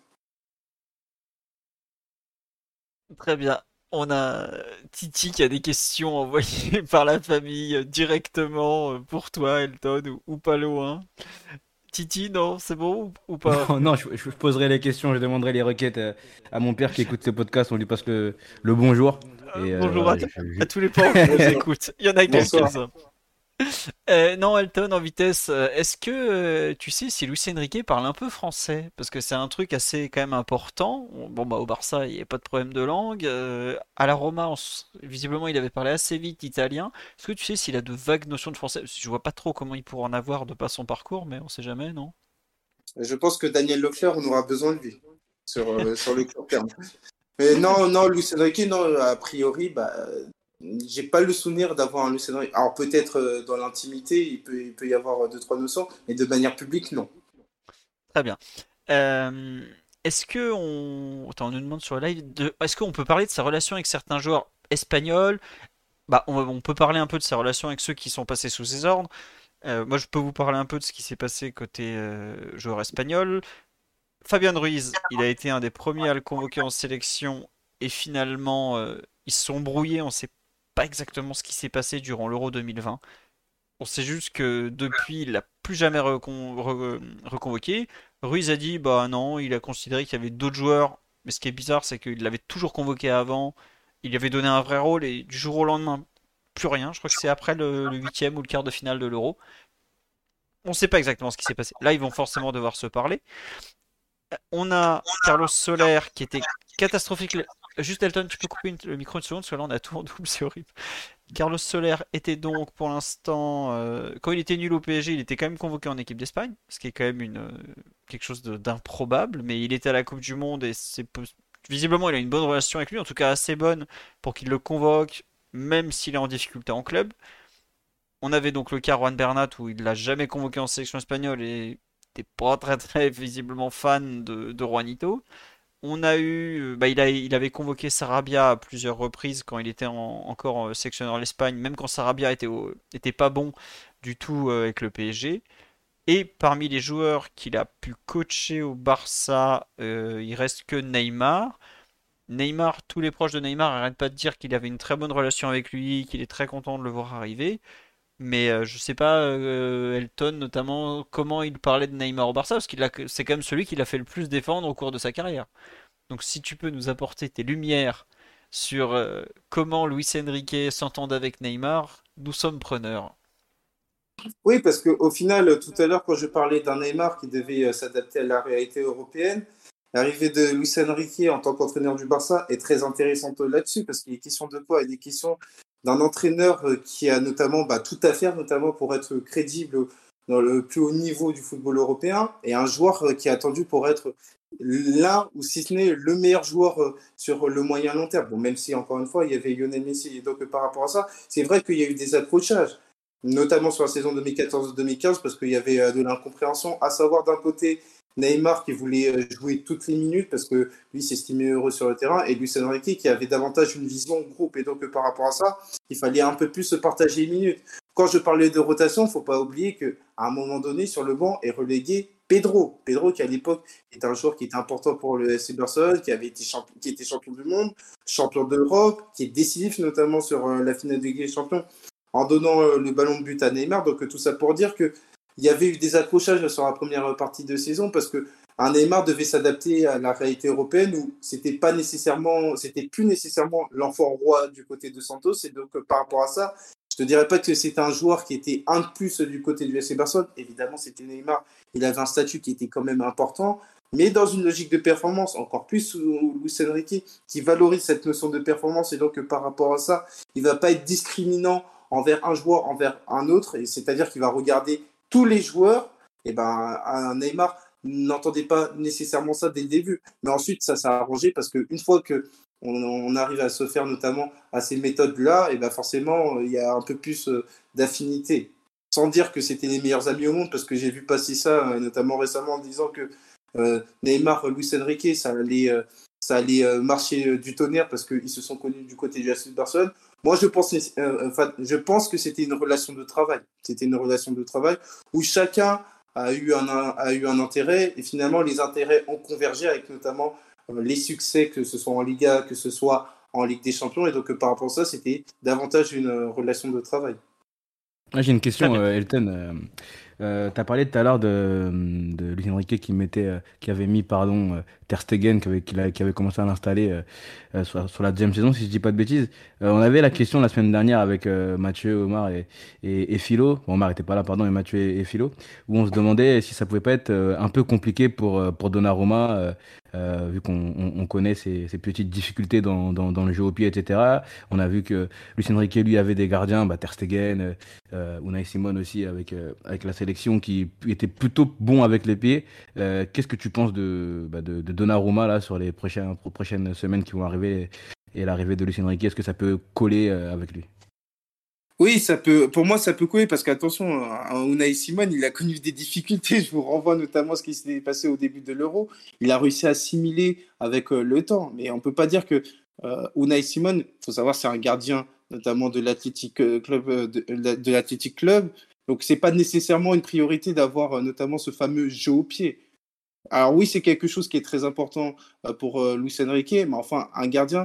Très bien. On a Titi qui a des questions envoyées par la famille directement pour toi, Elton, ou pas loin. Titi, non, c'est bon ou pas? Non, non, je poserai les questions, je demanderai les requêtes à mon père qui écoute ce podcast, on lui passe le bonjour. Et Bonjour voilà, à tous les parents qui nous écoutent. Il y en a Bonsoir. quelques-uns. Non, Elton, en vitesse, est-ce que tu sais si Luis Enrique parle un peu français? Parce que c'est un truc assez quand même important. Bon, bah au Barça, il n'y a pas de problème de langue. À la Roma, visiblement, il avait parlé assez vite italien. Est-ce que tu sais s'il a de vagues notions de français? Je vois pas trop comment il pourrait en avoir de par son parcours, mais on sait jamais, non? Je pense que Daniel Leclerc, on aura besoin de lui sur le court terme. Mais non, non, Luis Enrique, non, a priori, j'ai pas le souvenir d'avoir un Luis Enrique. Alors peut-être dans l'intimité, il peut y avoir 2, 3 notions, mais de manière publique, non. Très bien. Euh, Est-ce que Attends, on nous demande sur le live est-ce qu'on peut parler de sa relation avec certains joueurs espagnols? Bah, on peut parler un peu de sa relation avec ceux qui sont passés sous ses ordres. Moi, je peux vous parler un peu de ce qui s'est passé côté joueur espagnol. Fabian Ruiz, il a été un des premiers à le convoquer en sélection et finalement, ils se sont brouillés. On ne sait pas exactement ce qui s'est passé durant l'Euro 2020. On sait juste que depuis, il l'a plus jamais reconvoqué. Ruiz a dit, bah non, il a considéré qu'il y avait d'autres joueurs. Mais ce qui est bizarre, c'est qu'il l'avait toujours convoqué avant. Il lui avait donné un vrai rôle et du jour au lendemain, plus rien. Je crois que c'est après le huitième ou le quart de finale de l'Euro. On ne sait pas exactement ce qui s'est passé. Là, ils vont forcément devoir se parler. On a Carlos Soler qui était catastrophique. Juste Elton, tu peux couper le micro une seconde, parce que là on a tout en double, c'est horrible. Carlos Soler était donc pour l'instant, quand il était nul au PSG, il était quand même convoqué en équipe d'Espagne, ce qui est quand même quelque chose d'improbable, mais il était à la Coupe du Monde et visiblement il a une bonne relation avec lui, en tout cas assez bonne pour qu'il le convoque, même s'il est en difficulté en club. On avait donc le cas Juan Bernat où il l'a jamais convoqué en sélection espagnole et n'était pas très très visiblement fan de Juanito. On a eu, il avait convoqué Sarabia à plusieurs reprises quand il était encore sélectionneur de l'Espagne, même quand Sarabia était pas bon du tout avec le PSG. Et parmi les joueurs qu'il a pu coacher au Barça, il reste que Neymar. Neymar, tous les proches de Neymar n'arrêtent pas de dire qu'il avait une très bonne relation avec lui, qu'il est très content de le voir arriver. Mais je sais pas, Elton notamment, comment il parlait de Neymar au Barça, parce c'est quand même celui qui l'a fait le plus défendre au cours de sa carrière. Donc si tu peux nous apporter tes lumières sur comment Luis Enrique s'entend avec Neymar, nous sommes preneurs. Oui, parce qu'au final, tout à l'heure, quand je parlais d'un Neymar qui devait s'adapter à la réalité européenne, l'arrivée de Luis Enrique en tant qu'entraîneur du Barça est très intéressante là-dessus, parce qu'il est question de quoi? Il est question d'un entraîneur qui a notamment tout à faire, notamment pour être crédible dans le plus haut niveau du football européen, et un joueur qui est attendu pour être l'un, ou si ce n'est le meilleur joueur sur le moyen long terme. Bon, même si, encore une fois, il y avait Lionel Messi, et donc par rapport à ça, c'est vrai qu'il y a eu des accrochages, notamment sur la saison 2014-2015, parce qu'il y avait de l'incompréhension, à savoir d'un côté Neymar qui voulait jouer toutes les minutes parce que lui s'estimait heureux sur le terrain, et Luis Enrique qui avait davantage une vision groupe, et donc par rapport à ça, il fallait un peu plus se partager les minutes. Quand je parlais de rotation, il ne faut pas oublier qu'à un moment donné, sur le banc est relégué Pedro. Pedro qui à l'époque était un joueur qui était important pour le FC Barcelone, qui était champion du monde, champion d'Europe, qui est décisif notamment sur la finale de Ligue des Champions, en donnant le ballon de but à Neymar. Donc tout ça pour dire qu'il y avait eu des accrochages sur la première partie de saison, parce que un Neymar devait s'adapter à la réalité européenne où c'était plus nécessairement l'enfant roi du côté de Santos. Et donc par rapport à ça, je te dirais pas que c'était un joueur qui était un de plus du côté du FC Barcelone. Évidemment, c'était Neymar. Il avait un statut qui était quand même important, mais dans une logique de performance, encore plus Luis Enrique, qui valorise cette notion de performance. Et donc par rapport à ça, il va pas être discriminant envers un joueur, envers un autre, et c'est-à-dire qu'il va regarder tous les joueurs. Et un Neymar n'entendait pas nécessairement ça dès le début. Mais ensuite, ça s'est arrangé, parce qu'une fois qu'on arrive à se faire notamment à ces méthodes-là, et forcément, il y a un peu plus d'affinité. Sans dire que c'était les meilleurs amis au monde, parce que j'ai vu passer ça, notamment récemment, en disant que Neymar, Luis Enrique, ça allait marcher du tonnerre, parce qu'ils se sont connus du côté du FC Barcelone. Moi, je pense que c'était une relation de travail. C'était une relation de travail où chacun a eu un intérêt, et finalement, les intérêts ont convergé avec notamment les succès, que ce soit en Liga, que ce soit en Ligue des Champions. Et donc, par rapport à ça, c'était davantage une relation de travail. J'ai une question, Elton. Tu as parlé tout à l'heure de Luis Enrique qui avait mis Ter Stegen, qui avait commencé à l'installer sur la deuxième saison, si je dis pas de bêtises. On avait la question la semaine dernière avec Mathieu, Omar et Philo. Bon, Omar n'était pas là, pardon, et Mathieu et Philo, où on se demandait si ça pouvait pas être un peu compliqué pour Donnarumma, vu qu'on connaît ses petites difficultés dans le jeu au pied, etc. On a vu que Luis Enrique, lui, avait des gardiens, Ter Stegen, Unai Simon aussi avec la sélection, qui était plutôt bon avec les pieds. Qu'est-ce que tu penses de Donnarumma là, sur les prochaines semaines qui vont arriver, et l'arrivée de Luis Enrique? Est-ce que ça peut coller avec lui? Oui, pour moi, ça peut coller, parce qu'attention, Unai Simon, il a connu des difficultés. Je vous renvoie notamment à ce qui s'est passé au début de l'Euro. Il a réussi à assimiler avec le temps. Mais on ne peut pas dire que Unai Simon, il faut savoir, c'est un gardien notamment de l'Athletic Club, de l'Athletic Club. Donc, ce n'est pas nécessairement une priorité d'avoir notamment ce fameux jeu au pied. Alors oui, c'est quelque chose qui est très important pour Luis Enrique, mais enfin, un gardien,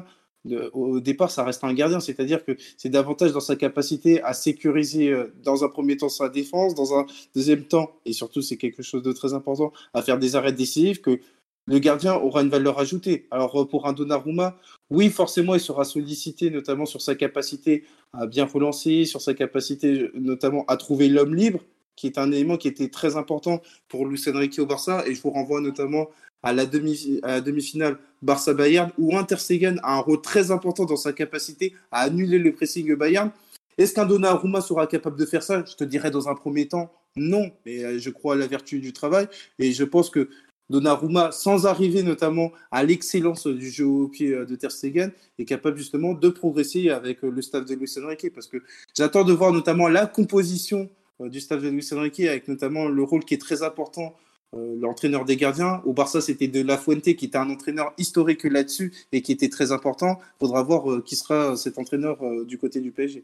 au départ, ça reste un gardien, c'est-à-dire que c'est davantage dans sa capacité à sécuriser dans un premier temps sa défense, dans un deuxième temps, et surtout c'est quelque chose de très important, à faire des arrêts décisifs, que le gardien aura une valeur ajoutée. Alors pour un Donnarumma, oui, forcément, il sera sollicité notamment sur sa capacité à bien relancer, sur sa capacité notamment à trouver l'homme libre, qui est un élément qui était très important pour Luis Enrique au Barça. Et je vous renvoie notamment à la demi-finale Barça-Bayern, où Ter Stegen a un rôle très important dans sa capacité à annuler le pressing Bayern. Est-ce qu'un Donnarumma sera capable de faire ça? Je te dirais dans un premier temps, non. Mais je crois à la vertu du travail. Et je pense que Donnarumma, sans arriver notamment à l'excellence du jeu au pied de Ter Stegen, est capable justement de progresser avec le staff de Luis Enrique. Parce que j'attends de voir notamment la composition du staff de Luis Enrique, avec notamment le rôle qui est très important, l'entraîneur des gardiens. Au Barça, c'était De La Fuente, qui était un entraîneur historique là-dessus et qui était très important. Il faudra voir qui sera cet entraîneur du côté du PSG.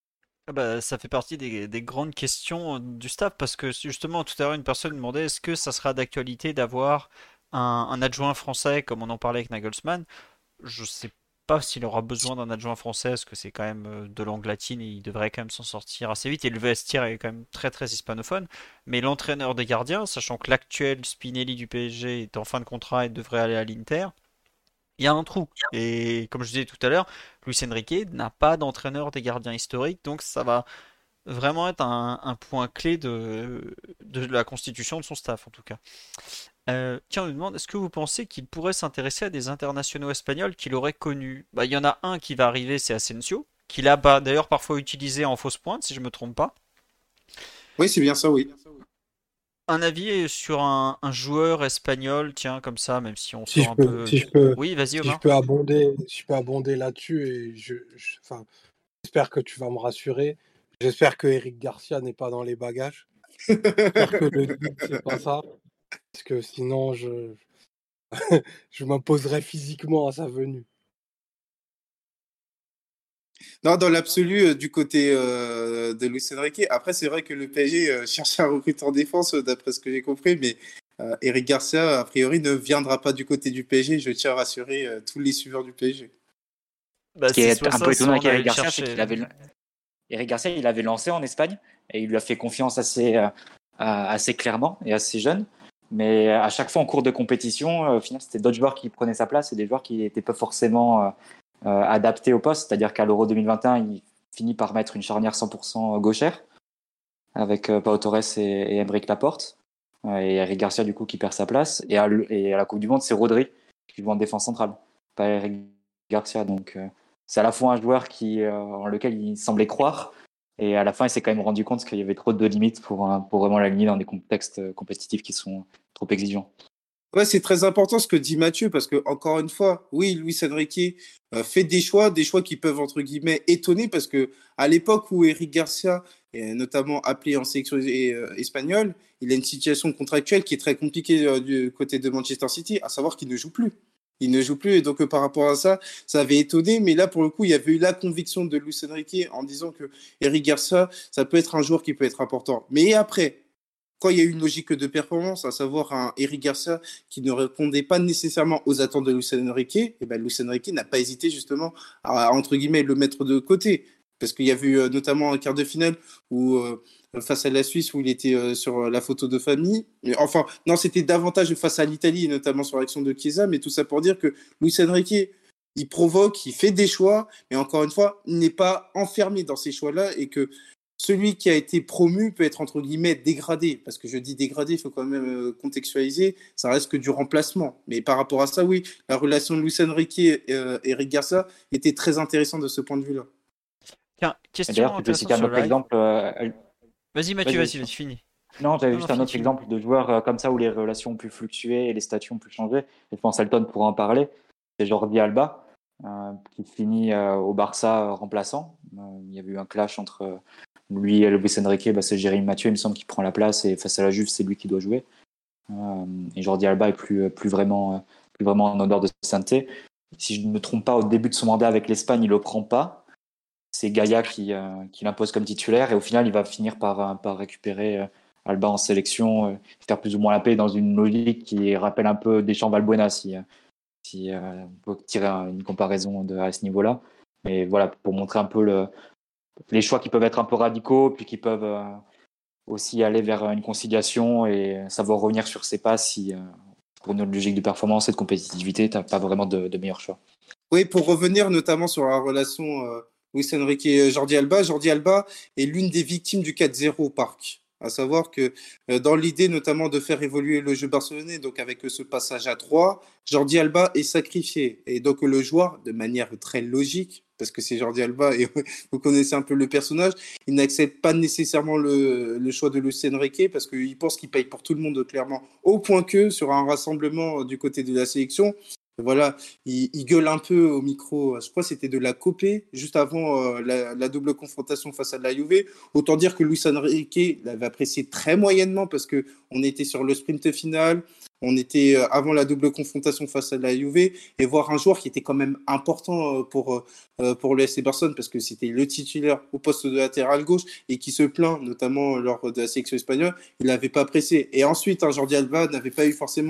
Ça fait partie des grandes questions du staff, parce que justement tout à l'heure une personne demandait est-ce que ça sera d'actualité d'avoir un adjoint français comme on en parlait avec Nagelsmann. je sais pas s'il aura besoin d'un adjoint français, parce que c'est quand même de langue latine et il devrait quand même s'en sortir assez vite. Et le vestiaire est quand même très très hispanophone. Mais l'entraîneur des gardiens, sachant que l'actuel Spinelli du PSG est en fin de contrat et devrait aller à l'Inter, il y a un trou. Et comme je disais tout à l'heure, Luis Enrique n'a pas d'entraîneur des gardiens historique, donc ça va vraiment être un point clé de la constitution de son staff en tout cas. Tiens, on nous demande, est-ce que vous pensez qu'il pourrait s'intéresser à des internationaux espagnols qu'il aurait connus? Bah, il y en a un qui va arriver, c'est Asensio, qu'il a d'ailleurs parfois utilisé en fausse pointe, si je me trompe pas. Oui, c'est bien ça, oui. Un avis sur un joueur espagnol, tiens, comme ça, même si on Si sort je un peux, peu. si je peux, Oui, vas-y, si je Omar. peux abonder, si je peux abonder là-dessus, et enfin, j'espère que tu vas me rassurer. J'espère que Eric Garcia n'est pas dans les bagages. J'espère que le deal, c'est pas ça. Parce que sinon, je m'imposerais physiquement à sa venue. Non, dans l'absolu, du côté de Luis Enrique. Après, c'est vrai que le PSG cherche un recruteur en défense, d'après ce que j'ai compris, mais Eric Garcia, a priori, ne viendra pas du côté du PSG. Je tiens à rassurer tous les suiveurs du PSG. Bah, Ce qui c'est est soit un peu ça, étonnant soit avec on allait Eric le Garcia, c'est chercher. Eric Garcia, il avait lancé en Espagne et il lui a fait confiance assez clairement et assez jeune. Mais à chaque fois en cours de compétition, au final, c'était d'autres joueurs qui prenaient sa place et des joueurs qui n'étaient pas forcément adaptés au poste. C'est-à-dire qu'à l'Euro 2021, il finit par mettre une charnière 100% gauchère avec Pau Torres et Aymeric Laporte. Et Eric Garcia, du coup, qui perd sa place. Et à la Coupe du Monde, c'est Rodri qui joue en défense centrale, pas Eric Garcia. Donc, c'est à la fois un joueur en lequel il semblait croire, et à la fin, il s'est quand même rendu compte qu'il y avait trop de limites pour vraiment l'aligner dans des contextes compétitifs qui sont trop exigeants. Ouais, c'est très important ce que dit Mathieu, parce que, encore une fois, oui, Luis Enrique fait des choix qui peuvent, entre guillemets, étonner, parce que à l'époque où Eric Garcia est notamment appelé en sélection espagnole, il a une situation contractuelle qui est très compliquée du côté de Manchester City, à savoir qu'il ne joue plus. Il ne joue plus, et donc par rapport à ça, ça avait étonné, mais là, pour le coup, il y avait eu la conviction de Luis Enrique en disant que Eric Garcia, ça peut être un joueur qui peut être important. Mais après, quand il y a eu une logique de performance, à savoir un Eric Garcia qui ne répondait pas nécessairement aux attentes de Luis Enrique, et ben Luis Enrique n'a pas hésité justement à, entre guillemets, le mettre de côté. Parce qu'il y a eu notamment un quart de finale où, face à la Suisse, où il était sur la photo de famille. Mais, enfin, non, c'était davantage face à l'Italie, et notamment sur l'action de Chiesa, mais tout ça pour dire que Luis Enrique, il provoque, il fait des choix, mais encore une fois, il n'est pas enfermé dans ces choix-là, et que celui qui a été promu peut être entre guillemets dégradé, parce que je dis dégradé, il faut quand même contextualiser, ça reste que du remplacement. Mais par rapport à ça, oui, la relation de Luis Enrique et Eric Garcia était très intéressante de ce point de vue-là. Tiens, Et question d'ailleurs, tu peux intéressante citer un sur le autre live. exemple. Vas-y, Mathieu, Vas-y. vas-y, fini. Non, j'avais Non, non, juste un fini, autre fini. exemple de joueurs comme ça où les relations ont pu fluctuer et les statuts ont pu changer. Et je pense Elton pourra en parler. C'est Jordi Alba qui finit au Barça remplaçant. Il y avait eu un clash entre lui et Luis Enrique. C'est Jérémy Mathieu, il me semble, qui prend la place et face à la Juve, c'est lui qui doit jouer. Et Jordi Alba est plus vraiment en odeur de sainteté. Si je ne me trompe pas, au début de son mandat avec l'Espagne, il ne le prend pas. C'est Gaïa qui l'impose comme titulaire et au final, il va finir par récupérer Alba en sélection, faire plus ou moins la paix dans une logique qui rappelle un peu Deschamps-Valbuena si on peut tirer une comparaison à ce niveau-là. Mais voilà, pour montrer un peu les choix qui peuvent être un peu radicaux, puis qui peuvent aussi aller vers une conciliation et savoir revenir sur ses pas si, pour une logique de performance et de compétitivité, tu n'as pas vraiment de meilleur choix. Oui, pour revenir notamment sur la relation Luis Enrique et Jordi Alba est l'une des victimes du 4-0 au Parc. À savoir que dans l'idée notamment de faire évoluer le jeu barcelonais, donc avec ce passage à 3, Jordi Alba est sacrifié. Et donc le joueur, de manière très logique, parce que c'est Jordi Alba et vous connaissez un peu le personnage, il n'accepte pas nécessairement le choix de Luis Enrique parce qu'il pense qu'il paye pour tout le monde clairement. Au point que sur un rassemblement du côté de la sélection, voilà, il gueule un peu au micro, je crois que c'était de la Copé, juste avant la double confrontation face à la Juve. Autant dire que Luis Enrique l'avait apprécié très moyennement parce qu'on était sur le sprint final, on était avant la double confrontation face à la Juve, et voir un joueur qui était quand même important pour le FC Barcelone parce que c'était le titulaire au poste de latéral gauche et qui se plaint, notamment lors de la sélection espagnole, il n'avait pas pressé. Et ensuite, Jordi Alba n'avait pas eu forcément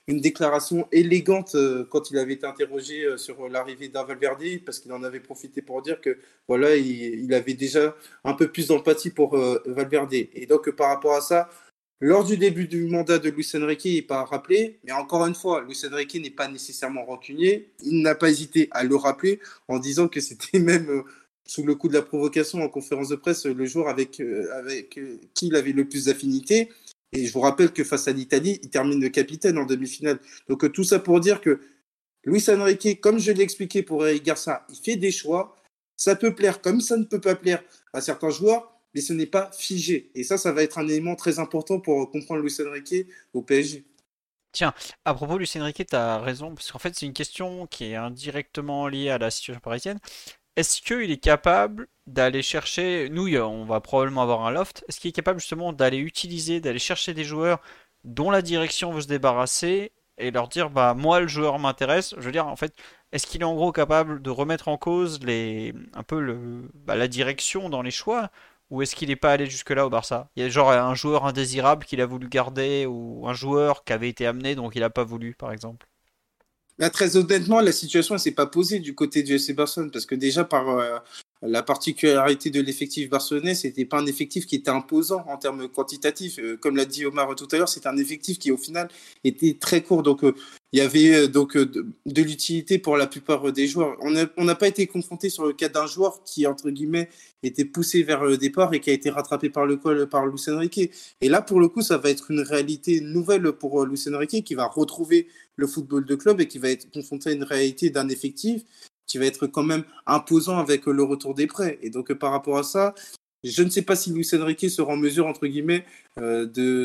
une déclaration élégante quand il avait été interrogé sur l'arrivée d'un Valverde, parce qu'il en avait profité pour dire que voilà, il avait déjà un peu plus d'empathie pour Valverde. Et donc par rapport à ça, lors du début du mandat de Luis Enrique, il n'est pas rappelé, mais encore une fois, Luis Enrique n'est pas nécessairement rancunier. Il n'a pas hésité à le rappeler en disant que c'était même sous le coup de la provocation en conférence de presse le joueur avec qui il avait le plus d'affinité. Et je vous rappelle que face à l'Italie, il termine le capitaine en demi-finale. Donc tout ça pour dire que Luis Enrique, comme je l'ai expliqué pour Eric Garça, il fait des choix. Ça peut plaire comme ça ne peut pas plaire à certains joueurs, mais ce n'est pas figé. Et ça va être un élément très important pour comprendre Luis Enrique au PSG. Tiens, à propos de Luis Enrique, tu as raison, parce qu'en fait, c'est une question qui est indirectement liée à la situation parisienne. Est-ce qu'il est capable d'aller chercher, nous on va probablement avoir un loft, est-ce qu'il est capable justement d'aller chercher des joueurs dont la direction veut se débarrasser et leur dire bah moi le joueur m'intéresse, je veux dire en fait, est-ce qu'il est en gros capable de remettre en cause un peu la direction dans les choix ou est-ce qu'il n'est pas allé jusque-là au Barça? Il y a genre un joueur indésirable qu'il a voulu garder ou un joueur qui avait été amené donc il n'a pas voulu par exemple. Là, très honnêtement, la situation ne s'est pas posée du côté du FC Barcelone parce que déjà, par la particularité de l'effectif barcelonais, ce n'était pas un effectif qui était imposant en termes quantitatifs. Comme l'a dit Omar tout à l'heure, c'est un effectif qui, au final, était très court. Donc, il y avait de l'utilité pour la plupart des joueurs. On n'a pas été confronté sur le cas d'un joueur qui, entre guillemets, était poussé vers le départ et qui a été rattrapé par le col par Luis Enrique. Et là, pour le coup, ça va être une réalité nouvelle pour Luis Enrique qui va retrouver le football de club et qui va être confronté à une réalité d'un effectif qui va être quand même imposant avec le retour des prêts. Et donc, par rapport à ça, je ne sais pas si Luis Enrique sera en mesure, entre guillemets, de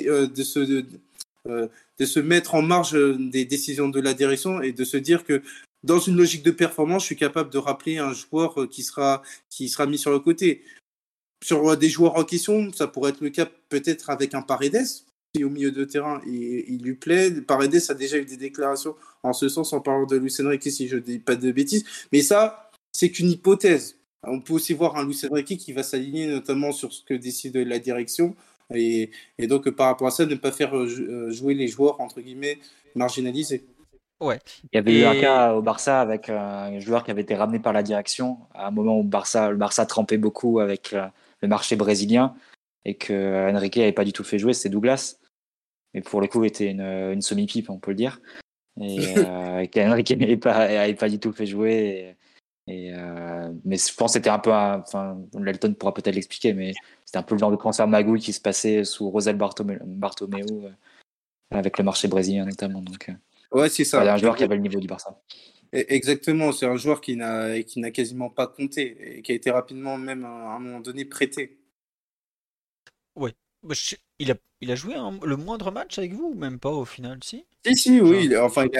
se mettre en marge des décisions de la direction et de se dire que dans une logique de performance, je suis capable de rappeler un joueur qui sera mis sur le côté. Sur des joueurs en question, ça pourrait être le cas peut-être avec un Paredes, au milieu de terrain, il lui plaît. Paredes a déjà eu des déclarations en ce sens en parlant de Luis Enrique, si je ne dis pas de bêtises. Mais ça, c'est qu'une hypothèse. On peut aussi voir un Luis Enrique qui va s'aligner notamment sur ce que décide la direction. Et donc, par rapport à ça, ne pas faire jouer les joueurs, entre guillemets, marginalisés. Ouais. Il y avait eu un cas au Barça avec un joueur qui avait été ramené par la direction à un moment où le Barça trempait beaucoup avec le marché brésilien et que Enrique n'avait pas du tout fait jouer, c'est Douglas. Mais pour le coup, était une semi-pipe, on peut le dire. Et qu'Enrique n'avait pas du tout fait jouer. Mais je pense que c'était un peu... Lelton pourra peut-être l'expliquer, mais c'était un peu le genre de transfert magouille qui se passait sous Rosel Bartomeu avec le marché brésilien notamment. Donc, ouais, c'est ça. Un joueur qui avait le niveau du Barça. Exactement, c'est un joueur qui n'a quasiment pas compté et qui a été rapidement, même à un moment donné, prêté. Ouais. Il a joué le moindre match avec vous ou même pas au final, si? Si, oui.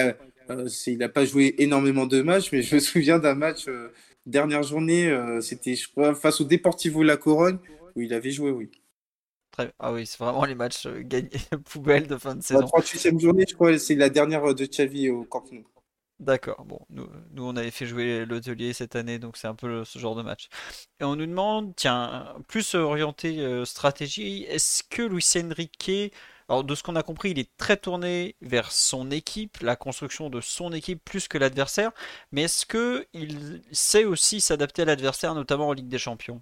Il n'a pas joué énormément de matchs, mais je me souviens d'un match, dernière journée, c'était, je crois, face au Deportivo La Corogne, où il avait joué, oui. Ah oui, c'est vraiment les matchs gagnés poubelle de fin de La saison. 38e journée, je crois, c'est la dernière de Xavi au Camp Nou. D'accord, bon, nous on avait fait jouer l'hôtelier cette année, donc c'est un peu ce genre de match. Et on nous demande, tiens, plus orienté stratégie, est-ce que Luis Enrique, alors de ce qu'on a compris, il est très tourné vers son équipe, la construction de son équipe plus que l'adversaire, mais est-ce que il sait aussi s'adapter à l'adversaire, notamment en Ligue des Champions?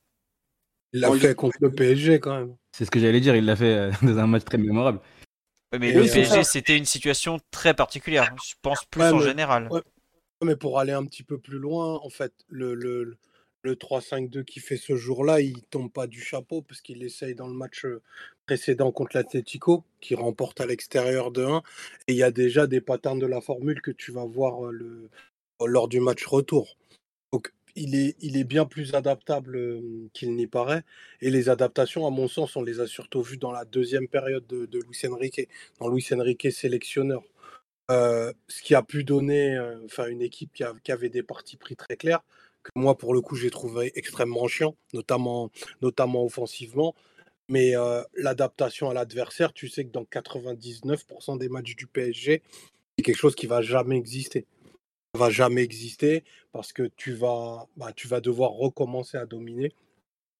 Il l'a fait contre le PSG quand même. C'est ce que j'allais dire, il l'a fait dans un match très mémorable. Mais Et le oui, c'est PSG, ça. c'était une situation très particulière, je pense plus Ouais, en mais, général. ouais, mais pour aller un petit peu plus loin, en fait, le 3-5-2 qu'il fait ce jour-là, il tombe pas du chapeau parce qu'il essaye dans le match précédent contre l'Atlético, qui remporte à l'extérieur de 1. Et il y a déjà des patterns de la formule que tu vas voir lors du match retour. Donc, il est bien plus adaptable qu'il n'y paraît. Et les adaptations, à mon sens, on les a surtout vues dans la deuxième période de Luis Enrique, dans Luis Enrique sélectionneur. Ce qui a pu donner une équipe qui avait des partis pris très clairs, que moi, pour le coup, j'ai trouvé extrêmement chiant, notamment offensivement. Mais l'adaptation à l'adversaire, tu sais que dans 99% des matchs du PSG, c'est quelque chose qui va jamais exister. Ça va jamais exister parce que tu vas devoir recommencer à dominer.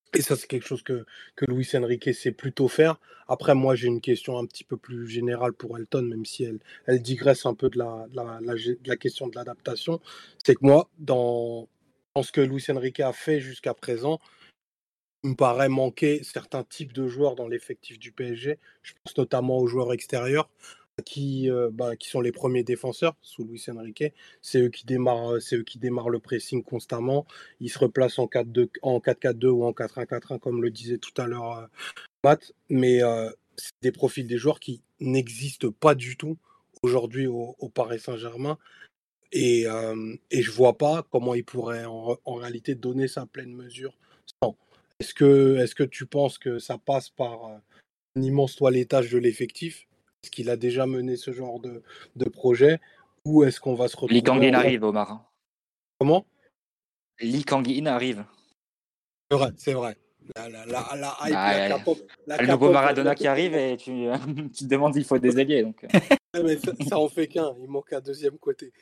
Et ça, c'est quelque chose que Luis Enrique sait plutôt faire. Après, moi, j'ai une question un petit peu plus générale pour Elton, même si elle digresse un peu de la question de l'adaptation. C'est que moi, dans ce que Luis Enrique a fait jusqu'à présent, il me paraît manquer certains types de joueurs dans l'effectif du PSG. Je pense notamment aux joueurs extérieurs qui sont les premiers défenseurs sous Luis Enrique. C'est eux qui démarrent le pressing constamment. Ils se replacent en 4-4-2 ou en 4-1-4-1, comme le disait tout à l'heure Matt. Mais c'est des profils des joueurs qui n'existent pas du tout aujourd'hui au Paris Saint-Germain. Et je vois pas comment il pourrait en réalité donner sa pleine mesure sans. Est-ce que tu penses que ça passe par un immense toilettage de l'effectif? Est-ce qu'il a déjà mené ce genre de projet? Ou est-ce qu'on va se Lee retrouver Kang-in arrive, Omar. Comment? Lee Kang-in arrive. C'est vrai. La hype, Bah, la le nouveau capote. Maradona qui arrive et tu te demandes s'il faut des ailiers. Donc. Ouais, mais ça en fait qu'un. Il manque un deuxième côté.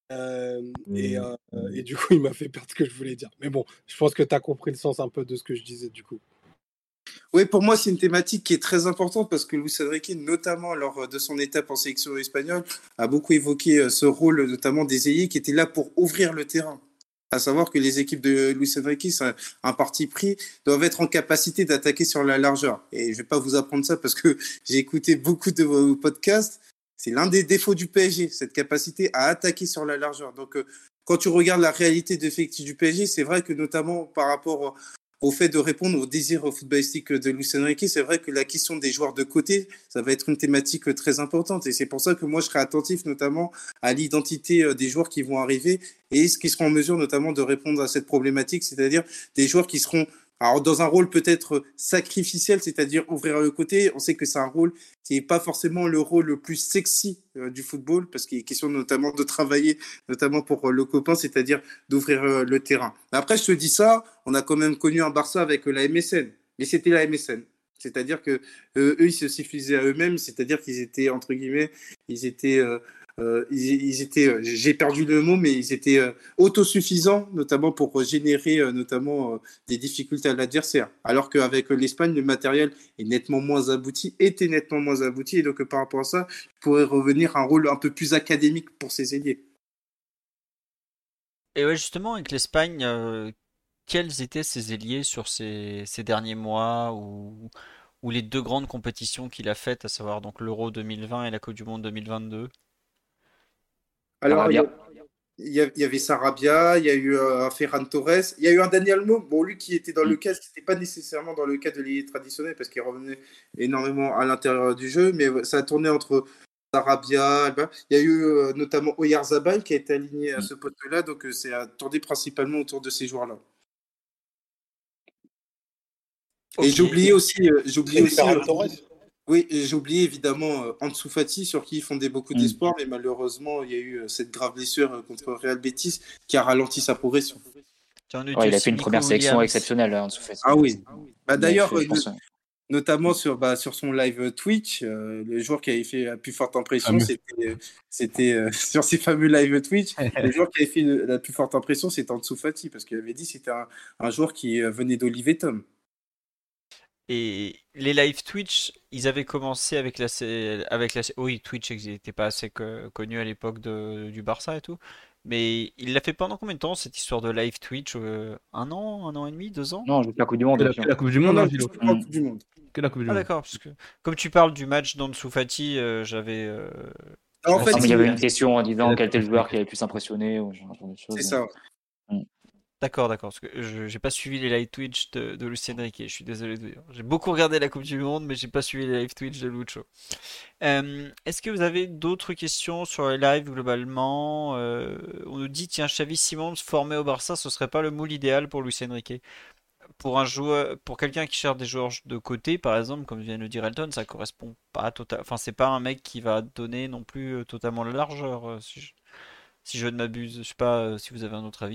Et du coup, il m'a fait perdre ce que je voulais dire. Mais bon, je pense que tu as compris le sens un peu de ce que je disais du coup. Oui, pour moi, c'est une thématique qui est très importante parce que Luis Enrique, notamment lors de son étape en sélection espagnole, a beaucoup évoqué ce rôle, notamment des ailiers qui étaient là pour ouvrir le terrain. À savoir que les équipes de Luis Enrique, c'est un parti pris, doivent être en capacité d'attaquer sur la largeur. Et je vais pas vous apprendre ça parce que j'ai écouté beaucoup de vos podcasts. C'est l'un des défauts du PSG, cette capacité à attaquer sur la largeur. Donc, quand tu regardes la réalité d'effectifs du PSG, c'est vrai que notamment par rapport au fait de répondre aux désirs footballistiques de Luis Enrique, c'est vrai que la question des joueurs de côté, ça va être une thématique très importante. Et c'est pour ça que moi, je serai attentif notamment à l'identité des joueurs qui vont arriver et ce qui seront en mesure notamment de répondre à cette problématique, c'est-à-dire des joueurs qui seront alors dans un rôle peut-être sacrificiel, c'est-à-dire ouvrir le côté. On sait que c'est un rôle qui n'est pas forcément le rôle le plus sexy du football, parce qu'il est question notamment de travailler, notamment pour le copain, c'est-à-dire d'ouvrir le terrain. Après, je te dis ça, on a quand même connu un Barça avec la MSN, mais c'était la MSN. C'est-à-dire que eux, ils se suffisaient à eux-mêmes, c'est-à-dire qu'ils étaient, entre guillemets, ils étaient... j'ai perdu le mot, mais ils étaient autosuffisants, notamment pour générer notamment des difficultés à l'adversaire. Alors qu'avec l'Espagne, le matériel est nettement moins abouti, était nettement moins abouti, et donc par rapport à ça, il pourrait revenir à un rôle un peu plus académique pour ses ailiers. Et ouais, justement, avec l'Espagne, quels étaient ses ailiers sur ces derniers mois ou les deux grandes compétitions qu'il a faites, à savoir donc l'Euro 2020 et la Coupe du Monde 2022? Alors, Sarabia. il y avait Sarabia, il y a eu Ferran Torres, il y a eu un Daniel Mo, bon, lui qui était dans le cas, qui n'était pas nécessairement dans le cas de l'ailier traditionnel parce qu'il revenait énormément à l'intérieur du jeu, mais ça a tourné entre Sarabia, Alba. Il y a eu notamment Oyarzabal qui a été aligné à ce poste-là, donc c'est tourné principalement autour de ces joueurs-là. Et Ok. j'ai oublié aussi, Ferran Torres. oui, et j'ai oublié évidemment Ansu Fati sur qui ils fondaient beaucoup d'espoir, mais malheureusement il y a eu cette grave blessure contre Real Betis qui a ralenti sa progression. Tiens, on Ouais, il a aussi fait une Nico première sélection Williams. exceptionnelle, Ansu Fati. Ah oui. Bah, Il a d'ailleurs, fait, je pense, notamment sur son live Twitch, le joueur qui avait fait la plus forte impression, Fameux. c'était sur ses fameux live Twitch, le joueur qui avait fait la plus forte impression, c'était Ansu Fati, parce qu'il avait dit que c'était un joueur qui venait d'Olive Tom. Et les live Twitch, ils avaient commencé avec oui, Twitch n'était pas assez connu à l'époque du Barça et tout. Mais il l'a fait pendant combien de temps cette histoire de live Twitch? Un an et demi, 2 ans? non, juste la Coupe du Monde. Que la Coupe du Monde, Non, hein, non, Gilo. juste en Coupe du Monde. Que la Coupe du Ah Monde. d'accord, parce que comme tu parles du match d'Ansu Fati, j'avais. En fait, Non, mais il y avait une c'est question en disant quel était le joueur qui avait le plus impressionné ou ce genre de choses. ça. D'accord, parce que j'ai pas suivi les live Twitch de Lucien Riquet, je suis désolé de dire. J'ai beaucoup regardé la Coupe du Monde, mais j'ai pas suivi les live Twitch de Lucho. Est-ce que vous avez d'autres questions sur les lives globalement? On nous dit, tiens, Xavi Simons formé au Barça, ce serait pas le moule idéal pour Luis Enrique. Pour un joueur, pour quelqu'un qui cherche des joueurs de côté, par exemple, comme vient de le dire Elton, ça correspond pas totalement. Enfin, c'est pas un mec qui va donner non plus totalement la largeur, si je ne m'abuse. Je sais pas si vous avez un autre avis,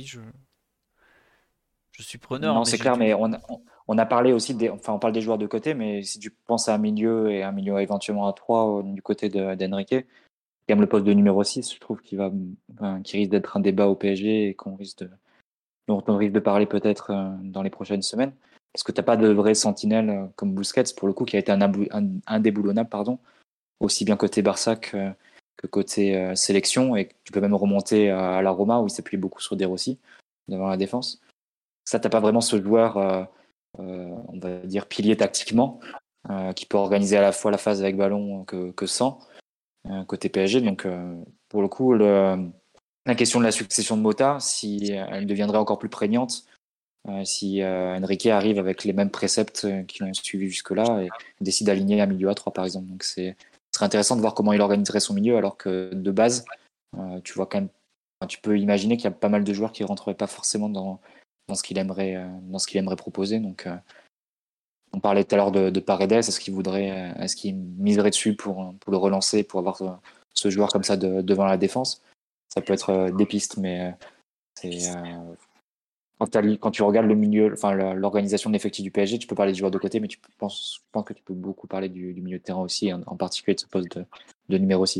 je suis preneur, Non, mais c'est j'ai clair, du. mais on a parlé aussi enfin, on parle des joueurs de côté, mais si tu penses à un milieu et un milieu éventuellement à 3 du côté d'Enrique, quand même le poste de numéro 6, je trouve qui risque d'être un débat au PSG et dont on risque de parler peut-être dans les prochaines semaines. parce que tu n'as pas de vrai sentinelle comme Busquets, pour le coup, qui a été indéboulonnable, pardon, aussi bien côté Barça que côté sélection, et tu peux même remonter à la Roma, où il s'appuyait beaucoup sur De Rossi, devant la défense. Ça, tu n'as pas vraiment ce joueur, on va dire, pilier tactiquement, qui peut organiser à la fois la phase avec ballon que sans, côté PSG. Donc, pour le coup, la question de la succession de Mota, si elle deviendrait encore plus prégnante, si Enrique arrive avec les mêmes préceptes qui l'ont suivi jusque-là et décide d'aligner un milieu à 3 par exemple. Donc ce serait intéressant de voir comment il organiserait son milieu, alors que de base, tu vois quand même, tu peux imaginer qu'il y a pas mal de joueurs qui ne rentreraient pas forcément dans ce qu'il aimerait proposer. Donc on parlait tout à l'heure de Paredes, est-ce qu'il miserait dessus pour le relancer, pour avoir ce joueur comme ça devant la défense? Ça peut être des pistes, mais c'est quand tu regardes le milieu, enfin l'organisation de l'effectif du PSG, tu peux parler des joueurs de côté, mais je pense que tu peux beaucoup parler du milieu de terrain aussi, en particulier de ce poste de numéro 6.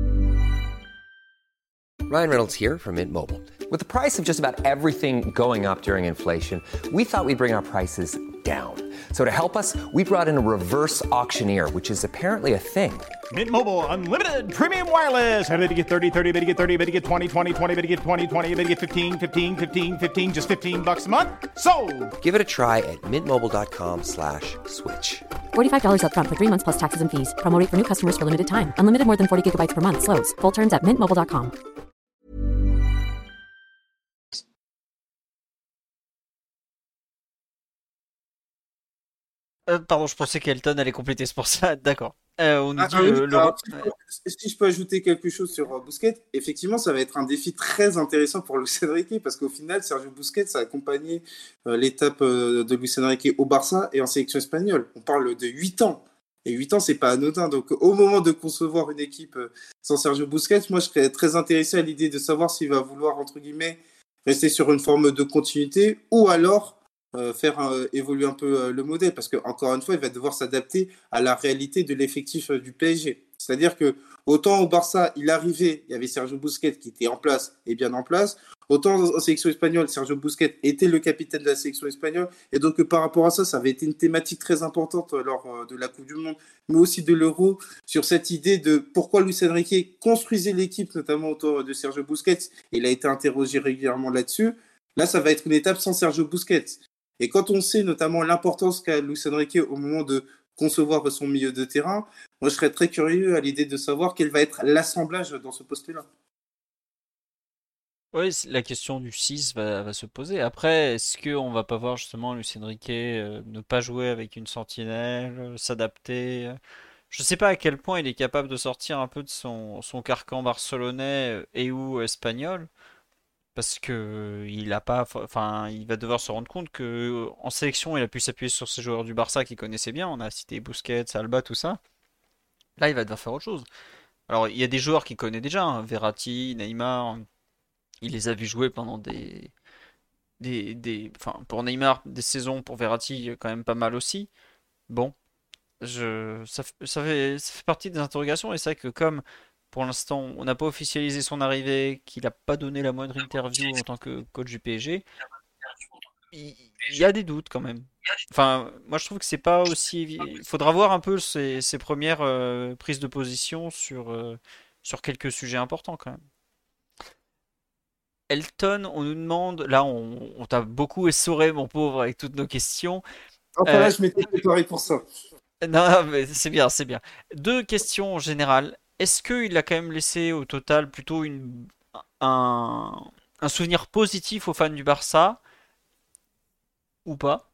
Ryan Reynolds here from Mint Mobile. With the price of just about everything going up during inflation, we thought we'd bring our prices down. So to help us, we brought in a reverse auctioneer, which is apparently a thing. Mint Mobile Unlimited Premium Wireless. How to get 30, 30, bit to get 30, bit to get 20, 20, 20, bit to get 20, 20, bit to get 15, 15, 15, 15, just $15 a month? Sold! Give it a try at mintmobile.com/switch. $45 up front for 3 months plus taxes and fees. Promo rate for new customers for limited time. Unlimited more than 40 gigabytes per month. Slows full terms at mintmobile.com. Pardon, je pensais qu'Elton allait compléter, c'est pour ça. D'accord. On nous dit si je peux ajouter quelque chose sur Busquets, effectivement, ça va être un défi très intéressant pour Luis Enrique, parce qu'au final, Sergio Busquets a accompagné l'étape de Luis Enrique au Barça et en sélection espagnole. On parle de 8 ans. Et 8 ans, c'est pas anodin. Donc, au moment de concevoir une équipe sans Sergio Busquets, moi, je serais très intéressé à l'idée de savoir s'il va vouloir, entre guillemets, rester sur une forme de continuité, ou alors faire évoluer un peu le modèle, parce que encore une fois, il va devoir s'adapter à la réalité de l'effectif du PSG. C'est-à-dire que autant au Barça, il arrivait, il y avait Sergio Busquets qui était en place et bien en place, autant en sélection espagnole, Sergio Busquets était le capitaine de la sélection espagnole, et donc par rapport à ça, ça avait été une thématique très importante lors de la Coupe du Monde, mais aussi de l'Euro, sur cette idée de pourquoi Luis Enrique construisait l'équipe, notamment autour de Sergio Busquets, et il a été interrogé régulièrement là-dessus. Là, ça va être une étape sans Sergio Busquets. Et quand on sait notamment l'importance qu'a Luis Enrique au moment de concevoir son milieu de terrain, moi je serais très curieux à l'idée de savoir quel va être l'assemblage dans ce poste-là. Oui, la question du 6 va se poser. Après, est-ce qu'on va pas voir justement Luis Enrique ne pas jouer avec une sentinelle, s'adapter Je sais pas à quel point il est capable de sortir un peu de son carcan barcelonais et ou espagnol. Parce que il a pas, enfin, il va devoir se rendre compte que en sélection, il a pu s'appuyer sur ces joueurs du Barça qu'il connaissait bien. On a cité Busquets, Alba, tout ça. Là, il va devoir faire autre chose. Alors, il y a des joueurs qu'il connaît déjà, hein, Verratti, Neymar. Il les a vus jouer pendant enfin, pour Neymar, des saisons, pour Verratti, quand même pas mal aussi. Bon, ça fait partie des interrogations, et c'est vrai que comme pour l'instant on n'a pas officialisé son arrivée, qu'il n'a pas donné la moindre interview en tant que coach du PSG, il y a des doutes quand même. Enfin, moi je trouve que c'est pas aussi Il faudra voir un peu ses premières prises de position sur quelques sujets importants quand même. Elton, on nous demande, là on t'a beaucoup essoré mon pauvre avec toutes nos questions. Enfin là, je m'étais préparé pour ça. Non, mais c'est bien, c'est bien. Deux questions générales. Est-ce qu'il a quand même laissé au total plutôt un, un souvenir positif aux fans du Barça ou pas?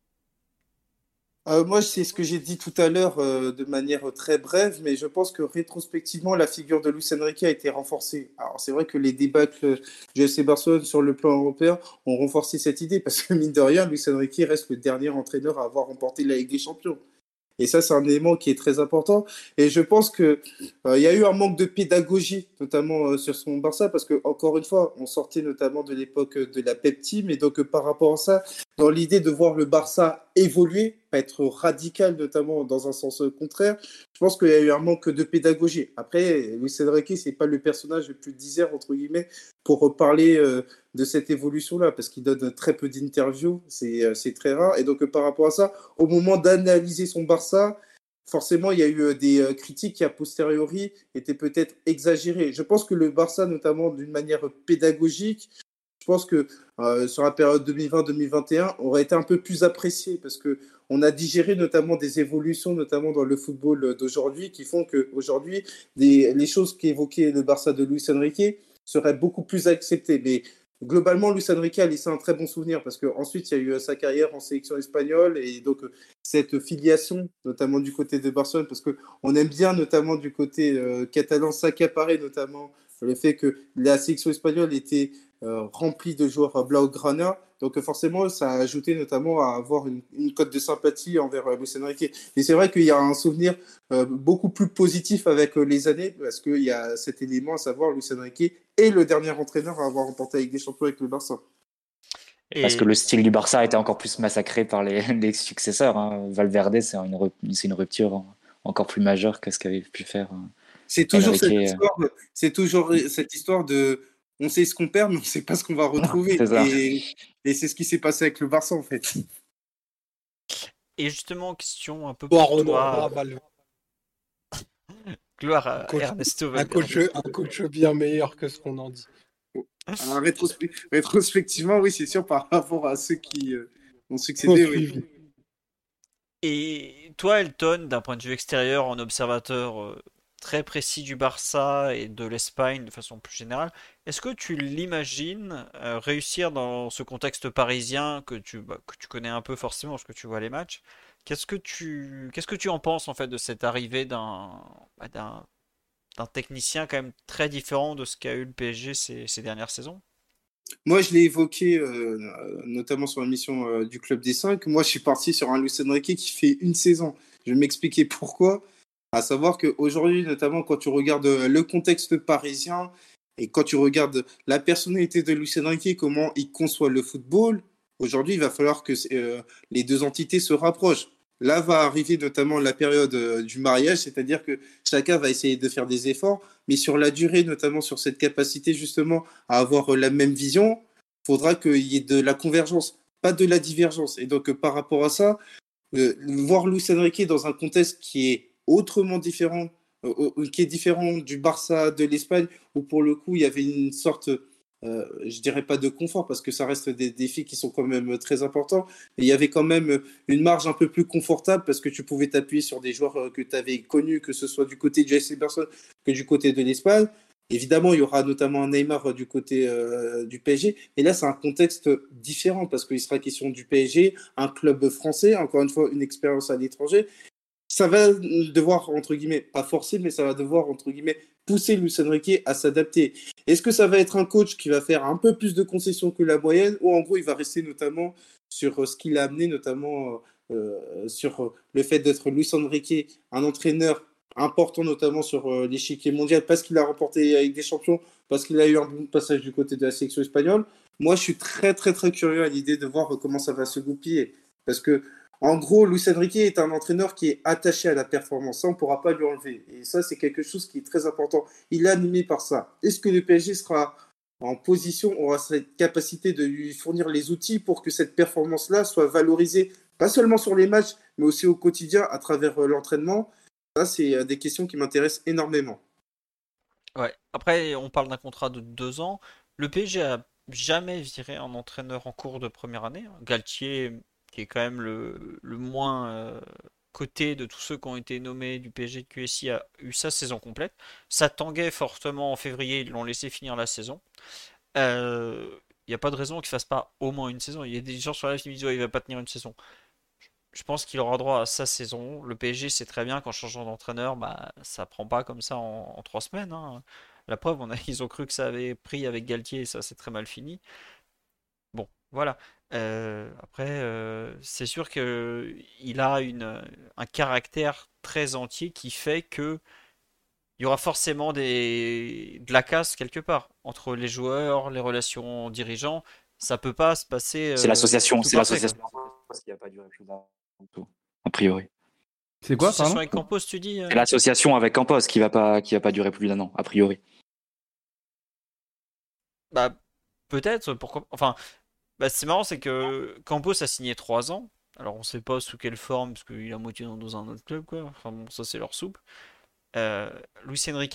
Moi, c'est ce que j'ai dit tout à l'heure de manière très brève, mais je pense que rétrospectivement, la figure de Luis Enrique a été renforcée. Alors, c'est vrai que les débâcles du FC Barcelone sur le plan européen ont renforcé cette idée, parce que mine de rien, Luis Enrique reste le dernier entraîneur à avoir remporté la Ligue des Champions. Et ça, c'est un élément qui est très important. Et je pense que il y a eu un manque de pédagogie, notamment sur son Barça, parce que encore une fois, on sortait notamment de l'époque de la Pep Team, et donc par rapport à ça, dans l'idée de voir le Barça évoluer, pas être radical, notamment dans un sens contraire. Je pense qu'il y a eu un manque de pédagogie. Après, Luis Enrique, c'est pas le personnage le plus disert, entre guillemets, pour parler de cette évolution-là, parce qu'il donne très peu d'interviews, c'est très rare. Et donc, par rapport à ça, au moment d'analyser son Barça, forcément, il y a eu des critiques qui, a posteriori, étaient peut-être exagérées. Je pense que le Barça, notamment d'une manière pédagogique, je pense que sur la période 2020-2021, aurait été un peu plus apprécié parce que on a digéré notamment des évolutions, notamment dans le football d'aujourd'hui, qui font qu'aujourd'hui, les choses qu'évoquait le Barça de Luis Enrique seraient beaucoup plus acceptées. Mais globalement, Luis Enrique a laissé un très bon souvenir parce qu'ensuite, il y a eu sa carrière en sélection espagnole et donc cette filiation, notamment du côté de Barcelone, parce qu'on aime bien, notamment du côté catalan, s'accaparer notamment le fait que la sélection espagnole était remplie de joueurs blaugrana. Donc forcément, ça a ajouté notamment à avoir une cote de sympathie envers Luis Enrique. Et c'est vrai qu'il y a un souvenir beaucoup plus positif avec les années, parce qu'il y a cet élément, à savoir Luis Enrique est le dernier entraîneur à avoir remporté la Ligue des Champions avec le Barça. Parce que le style du Barça a été encore plus massacré par les successeurs. Hein. Valverde, c'est une rupture encore plus majeure que ce qu'avait pu faire c'est toujours Enrique. cette histoire de on sait ce qu'on perd, mais on ne sait pas ce qu'on va retrouver. Et c'est ce qui s'est passé avec le Barça, en fait. Et justement, question un peu pour toi. Gloire à Ernesto Valverde. Un coach bien meilleur que ce qu'on en dit. Alors, rétrospectivement, oui, c'est sûr, par rapport à ceux qui ont succédé. Oui. Et toi, Elton, d'un point de vue extérieur, en observateur très précis du Barça et de l'Espagne de façon plus générale, est-ce que tu l'imagines réussir dans ce contexte parisien que tu connais un peu forcément parce que tu vois les matchs? Qu'est-ce que tu en penses en fait de cette arrivée d'un technicien quand même très différent de ce qu'a eu le PSG ces dernières saisons? Moi, je l'ai évoqué notamment sur l'émission du Club des 5. Moi, je suis parti sur un Luis Enrique qui fait une saison. Je vais m'expliquer pourquoi. À savoir qu'aujourd'hui, notamment quand tu regardes le contexte parisien et quand tu regardes la personnalité de Luis Enrique, comment il conçoit le football, aujourd'hui, il va falloir que les deux entités se rapprochent. Là va arriver notamment la période du mariage, c'est-à-dire que chacun va essayer de faire des efforts, mais sur la durée, notamment sur cette capacité justement à avoir la même vision, il faudra qu'il y ait de la convergence, pas de la divergence. Et donc par rapport à ça, voir Luis Enrique dans un contexte qui est autrement différent, qui est différent du Barça de l'Espagne, où pour le coup il y avait une sorte, je dirais pas de confort, parce que ça reste des défis qui sont quand même très importants, mais il y avait quand même une marge un peu plus confortable, parce que tu pouvais t'appuyer sur des joueurs que tu avais connus, que ce soit du côté du FC Barcelone que du côté de l'Espagne. Évidemment, il y aura notamment un Neymar du côté du PSG. Et là, c'est un contexte différent parce qu'il sera question du PSG, un club français, encore une fois, une expérience à l'étranger. Ça va devoir, entre guillemets, pas forcer, mais ça va devoir, entre guillemets, pousser Luis Enrique à s'adapter. Est-ce que ça va être un coach qui va faire un peu plus de concessions que la moyenne, ou en gros, il va rester notamment sur ce qu'il a amené, notamment sur le fait d'être Luis Enrique, un entraîneur important, notamment sur l'échiquier mondial, parce qu'il a remporté avec des champions, parce qu'il a eu un bon passage du côté de la sélection espagnole. Moi, je suis très, très, très curieux à l'idée de voir comment ça va se goupiller. Parce que en gros, Luis Enrique est un entraîneur qui est attaché à la performance. Ça, on ne pourra pas lui enlever. Et ça, c'est quelque chose qui est très important. Il est animé par ça. Est-ce que le PSG sera en position, aura cette capacité de lui fournir les outils pour que cette performance-là soit valorisée, pas seulement sur les matchs, mais aussi au quotidien à travers l'entraînement? Ça, c'est des questions qui m'intéressent énormément. Ouais. Après, on parle d'un contrat de 2 ans. Le PSG a jamais viré un entraîneur en cours de première année. Galtier, qui est quand même le moins coté de tous ceux qui ont été nommés du PSG de QSI, a eu sa saison complète. Ça tanguait fortement en février, ils l'ont laissé finir la saison. Il n'y a pas de raison qu'il ne fasse pas au moins une saison. Il y a des gens sur la live qui me disent ouais, il va pas tenir une saison. Je pense qu'il aura droit à sa saison. Le PSG sait très bien qu'en changeant d'entraîneur, bah, ça prend pas comme ça en 3 semaines. Hein. La preuve, ils ont cru que ça avait pris avec Galtier et ça s'est très mal fini. Bon, voilà. Après, c'est sûr que il a un caractère très entier qui fait que il y aura forcément de la casse quelque part entre les joueurs, les relations dirigeants ça peut pas se passer. C'est l'association, tout c'est parfait, l'association qui a pas duré plus d'un an, a priori. C'est quoi, L'association pardon? avec Campos, tu dis C'est l'association avec Campos qui va pas durer plus d'un an, a priori. Bah, peut-être, pourquoi. Enfin, bah, c'est marrant, c'est que Campos a signé 3 ans. Alors, on sait pas sous quelle forme, parce qu'il a moitié dans un autre club, quoi. Enfin, bon, ça, c'est leur souple. Luis Enrique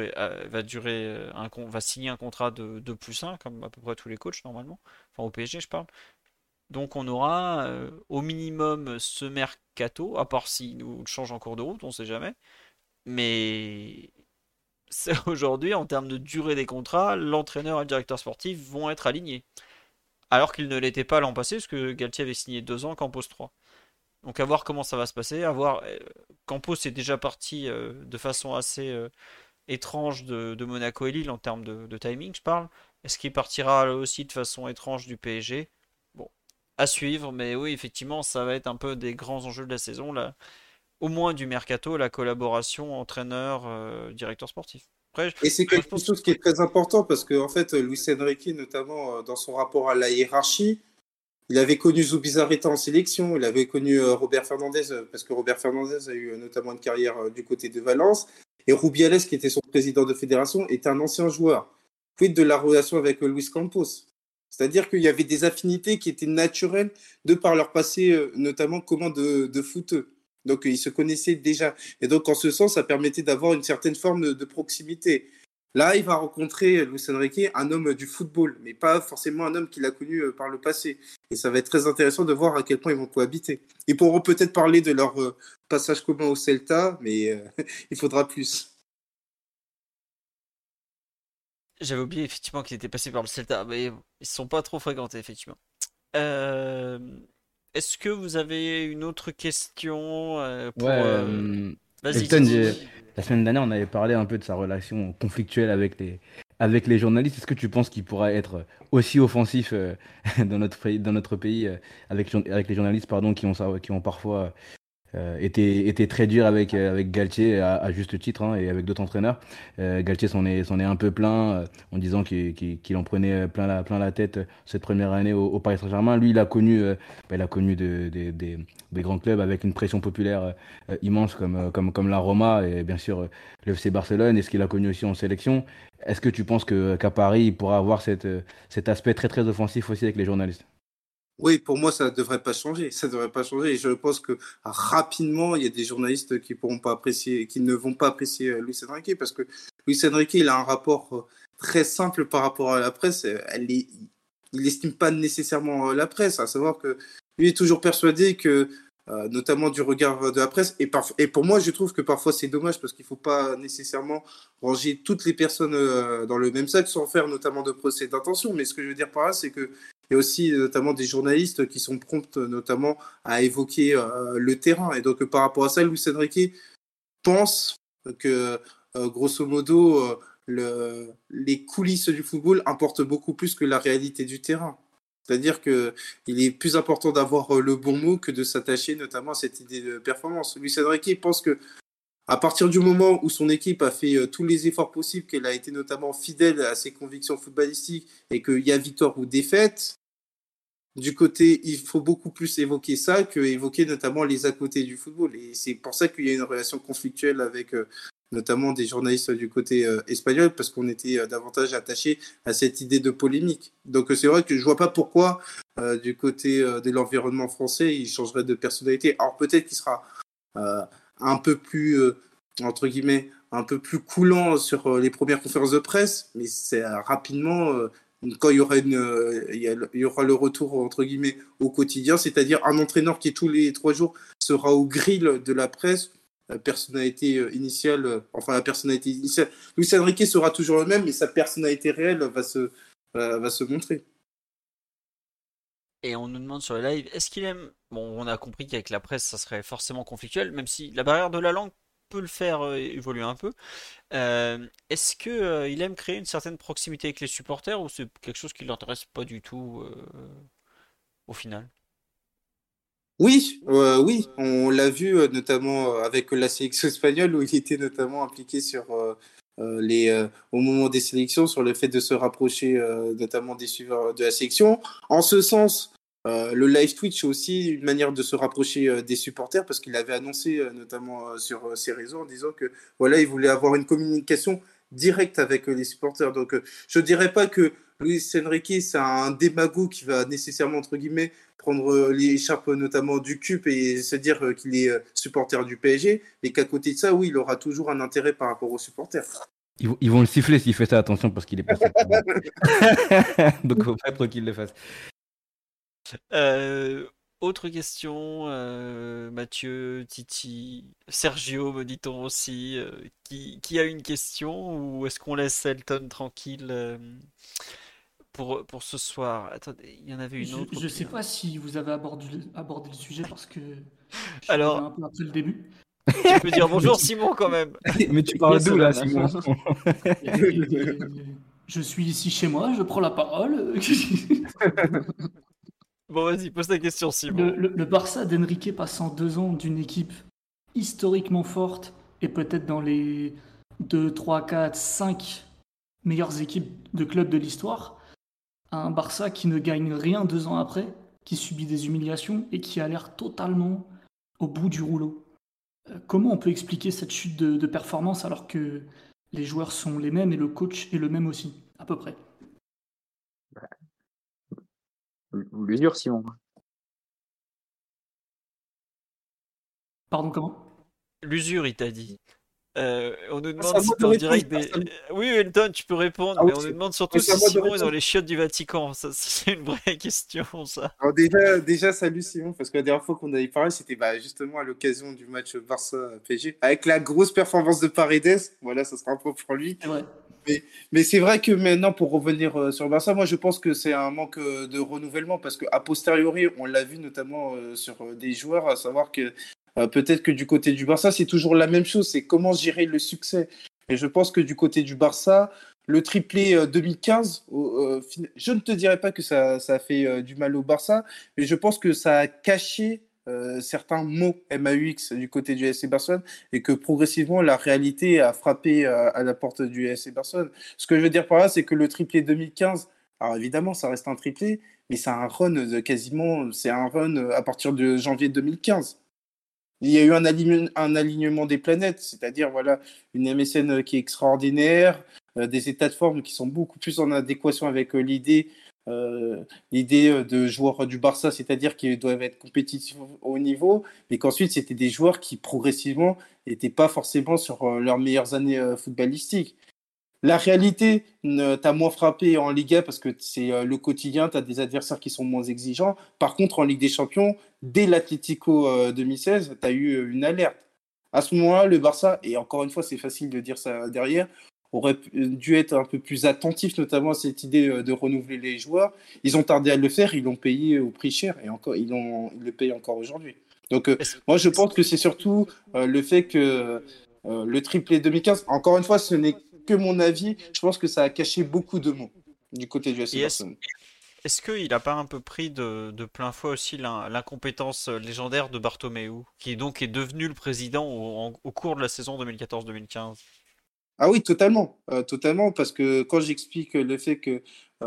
va signer un contrat de 2+1, comme à peu près tous les coachs, normalement. Enfin, au PSG, je parle. Donc, on aura au minimum ce mercato, à part s'il nous le change en cours de route, on sait jamais. Mais aujourd'hui, en termes de durée des contrats, l'entraîneur et le directeur sportif vont être alignés. Alors qu'ils ne l'étaient pas l'an passé, parce que Galtier avait signé 2 ans, Campos 3. Donc à voir comment ça va se passer. Campos est déjà parti de façon assez étrange de Monaco et Lille en termes de timing, je parle. Est-ce qu'il partira aussi de façon étrange du PSG? Bon, à suivre, mais oui, effectivement, ça va être un peu des grands enjeux de la saison, là. Au moins du mercato, la collaboration entraîneur-directeur sportif. Après, Et c'est moi je quelque pense. chose qui est très important parce que, en fait, Luis Enrique, notamment dans son rapport à la hiérarchie, il avait connu Zubizarreta en sélection, il avait connu Robert Fernandez, parce que Robert Fernandez a eu notamment une carrière du côté de Valence, et Rubiales, qui était son président de fédération, est un ancien joueur. Quid de la relation avec Luis Campos? C'est-à-dire qu'il y avait des affinités qui étaient naturelles de par leur passé, notamment commun de footeux. Donc ils se connaissaient déjà. Et donc en ce sens, ça permettait d'avoir une certaine forme de proximité. Là, il va rencontrer Luis Enrique, un homme du football, mais pas forcément un homme qu'il a connu par le passé. Et ça va être très intéressant de voir à quel point ils vont cohabiter. Ils pourront peut-être parler de leur passage commun au Celta, mais il faudra plus. J'avais oublié effectivement qu'il était passé par le Celta, mais ils sont pas trop fréquentés, effectivement. Euh, Est-ce que vous avez une autre question Ouais, pour... Vas-y, Elton, Titi. la semaine dernière, on avait parlé un peu de sa relation conflictuelle avec les journalistes. Est-ce que tu penses qu'il pourra être aussi offensif dans notre pays avec les journalistes pardon, qui ont parfois était très dur avec Galtier à juste titre hein, et avec d'autres entraîneurs. Galtier s'en est un peu plaint en disant qu'il en prenait plein la tête cette première année au Paris Saint-Germain. Lui, il a connu des grands clubs avec une pression populaire immense comme la Roma et bien sûr le FC Barcelone et ce qu'il a connu aussi en sélection. Est-ce que tu penses qu'à Paris, il pourra avoir cet aspect très très offensif aussi avec les journalistes? Oui, pour moi, ça ne devrait pas changer. Ça devrait pas changer. Et je pense que rapidement, il y a des journalistes qui pourront pas apprécier, qui ne vont pas apprécier Luis Enrique parce que Luis Enrique, il a un rapport très simple par rapport à la presse. Il n'estime pas nécessairement la presse. À savoir que lui est toujours persuadé que, notamment du regard de la presse, et pour moi, je trouve que parfois c'est dommage parce qu'il ne faut pas nécessairement ranger toutes les personnes dans le même sac sans faire notamment de procès d'intention. Mais ce que je veux dire par là, c'est que il y a aussi notamment des journalistes qui sont prompts notamment à évoquer le terrain. Et donc par rapport à ça, Luis Enrique pense que grosso modo les coulisses du football importent beaucoup plus que la réalité du terrain. C'est-à-dire qu'il est plus important d'avoir le bon mot que de s'attacher notamment à cette idée de performance. Luis Enrique pense que à partir du moment où son équipe a fait tous les efforts possibles, qu'elle a été notamment fidèle à ses convictions footballistiques et qu'il y a victoire ou défaite, du côté, il faut beaucoup plus évoquer ça que évoquer notamment les à côté du football. Et c'est pour ça qu'il y a une relation conflictuelle avec notamment des journalistes du côté espagnol, parce qu'on était davantage attaché à cette idée de polémique. Donc c'est vrai que je vois pas pourquoi du côté de l'environnement français, il changerait de personnalité. Alors peut-être qu'il sera un peu plus, entre guillemets, un peu plus coulant sur les premières conférences de presse, mais c'est rapidement, quand il y aura il y aura le retour, entre guillemets, au quotidien, c'est-à-dire un entraîneur qui, tous les 3 jours, sera au grill de la presse, la personnalité initiale, Luis Enrique sera toujours le même, mais sa personnalité réelle va se montrer. Et on nous demande sur le live, est-ce qu'il aime... Bon, on a compris qu'avec la presse, ça serait forcément conflictuel, même si la barrière de la langue peut le faire évoluer un peu. Est-ce que il aime créer une certaine proximité avec les supporters ou c'est quelque chose qui l'intéresse pas du tout au final? Oui, oui, on l'a vu notamment avec la sélection espagnole où il était notamment impliqué sur au moment des sélections sur le fait de se rapprocher notamment des suiveurs de la sélection. En ce sens, le live Twitch est aussi une manière de se rapprocher des supporters parce qu'il avait annoncé notamment sur ses réseaux en disant que voilà, il voulait avoir une communication directe avec les supporters. Donc je dirais pas que Luis Enrique c'est un démago qui va nécessairement entre guillemets prendre l'écharpe notamment du CUP et se dire qu'il est supporter du PSG, mais qu'à côté de ça, oui, il aura toujours un intérêt par rapport aux supporters. Ils vont le siffler s'il fait ça, attention, parce qu'il est passé. Donc, faut pas trop qu'il le fasse. Autre question, Mathieu, Titi, Sergio, me dit-on aussi, qui a une question ou est-ce qu'on laisse Elton tranquille pour ce soir? Attendez, il y en avait une autre. Je sais pas si vous avez abordé le sujet parce que je suis Alors, arrivé un peu après le début. tu peux dire bonjour Simon quand même. Mais tu parles d'où là, Simon? Je suis ici chez moi, je prends la parole. Bon, vas-y, pose ta question, Simon. Le Barça d'Enrique passe en 2 ans d'une équipe historiquement forte et peut-être dans les 2, 3, 4, 5 meilleures équipes de clubs de l'histoire à un Barça qui ne gagne rien 2 ans après, qui subit des humiliations et qui a l'air totalement au bout du rouleau. Comment on peut expliquer cette chute de performance alors que les joueurs sont les mêmes et le coach est le même aussi, à peu près? L'usure, Simon. Pardon, comment? L'usure, il t'a dit. On nous demande à si moi t'es de en répondre, direct personne. Oui, Elton, tu peux répondre, Ah mais oui, on nous demande mais surtout c'est à si moi de Simon est dans répondre. les chiottes du Vatican. Ça, c'est une vraie question, ça. Alors déjà, salut Simon, parce que la dernière fois qu'on avait parlé, c'était justement à l'occasion du match Barça-PSG, avec la grosse performance de Paredes. Voilà, ça sera un peu pour lui. C'est vrai. Mais c'est vrai que maintenant, pour revenir sur Barça, moi je pense que c'est un manque de renouvellement, parce qu'à posteriori, on l'a vu notamment sur des joueurs, à savoir que peut-être que du côté du Barça, c'est toujours la même chose, c'est comment gérer le succès. Et je pense que du côté du Barça, le triplé 2015, je ne te dirais pas que ça a fait du mal au Barça, mais je pense que ça a caché certains mots MAUX du côté du SC Barcelone et que progressivement la réalité a frappé à la porte du SC Barcelone. Ce que je veux dire par là, c'est que le triplé 2015, alors évidemment, ça reste un triplé, mais c'est un run c'est un run à partir de janvier 2015. Il y a eu un alignement des planètes, c'est-à-dire voilà, une MSN qui est extraordinaire, des états de forme qui sont beaucoup plus en adéquation avec l'idée de joueurs du Barça, c'est-à-dire qu'ils doivent être compétitifs au haut niveau, mais qu'ensuite c'était des joueurs qui progressivement n'étaient pas forcément sur leurs meilleures années footballistiques. La réalité t'a moins frappé en Liga parce que c'est le quotidien, tu as des adversaires qui sont moins exigeants. Par contre, en Ligue des Champions, dès l'Atlético 2016, tu as eu une alerte. À ce moment-là, le Barça, et encore une fois, c'est facile de dire ça derrière, aurait dû être un peu plus attentif, notamment à cette idée de renouveler les joueurs. Ils ont tardé à le faire, ils l'ont payé au prix cher et encore, ils le payent encore aujourd'hui. Donc, moi, je pense que c'est surtout le fait que le triplé 2015, encore une fois, ce n'est que mon avis, je pense que ça a caché beaucoup de mots du côté du FC Barcelone. Est-ce qu'il n'a pas un peu pris de plein fouet aussi l'incompétence légendaire de Bartomeu, qui donc est devenu le président au cours de la saison 2014-2015? Ah oui, totalement. Totalement, parce que quand j'explique le fait que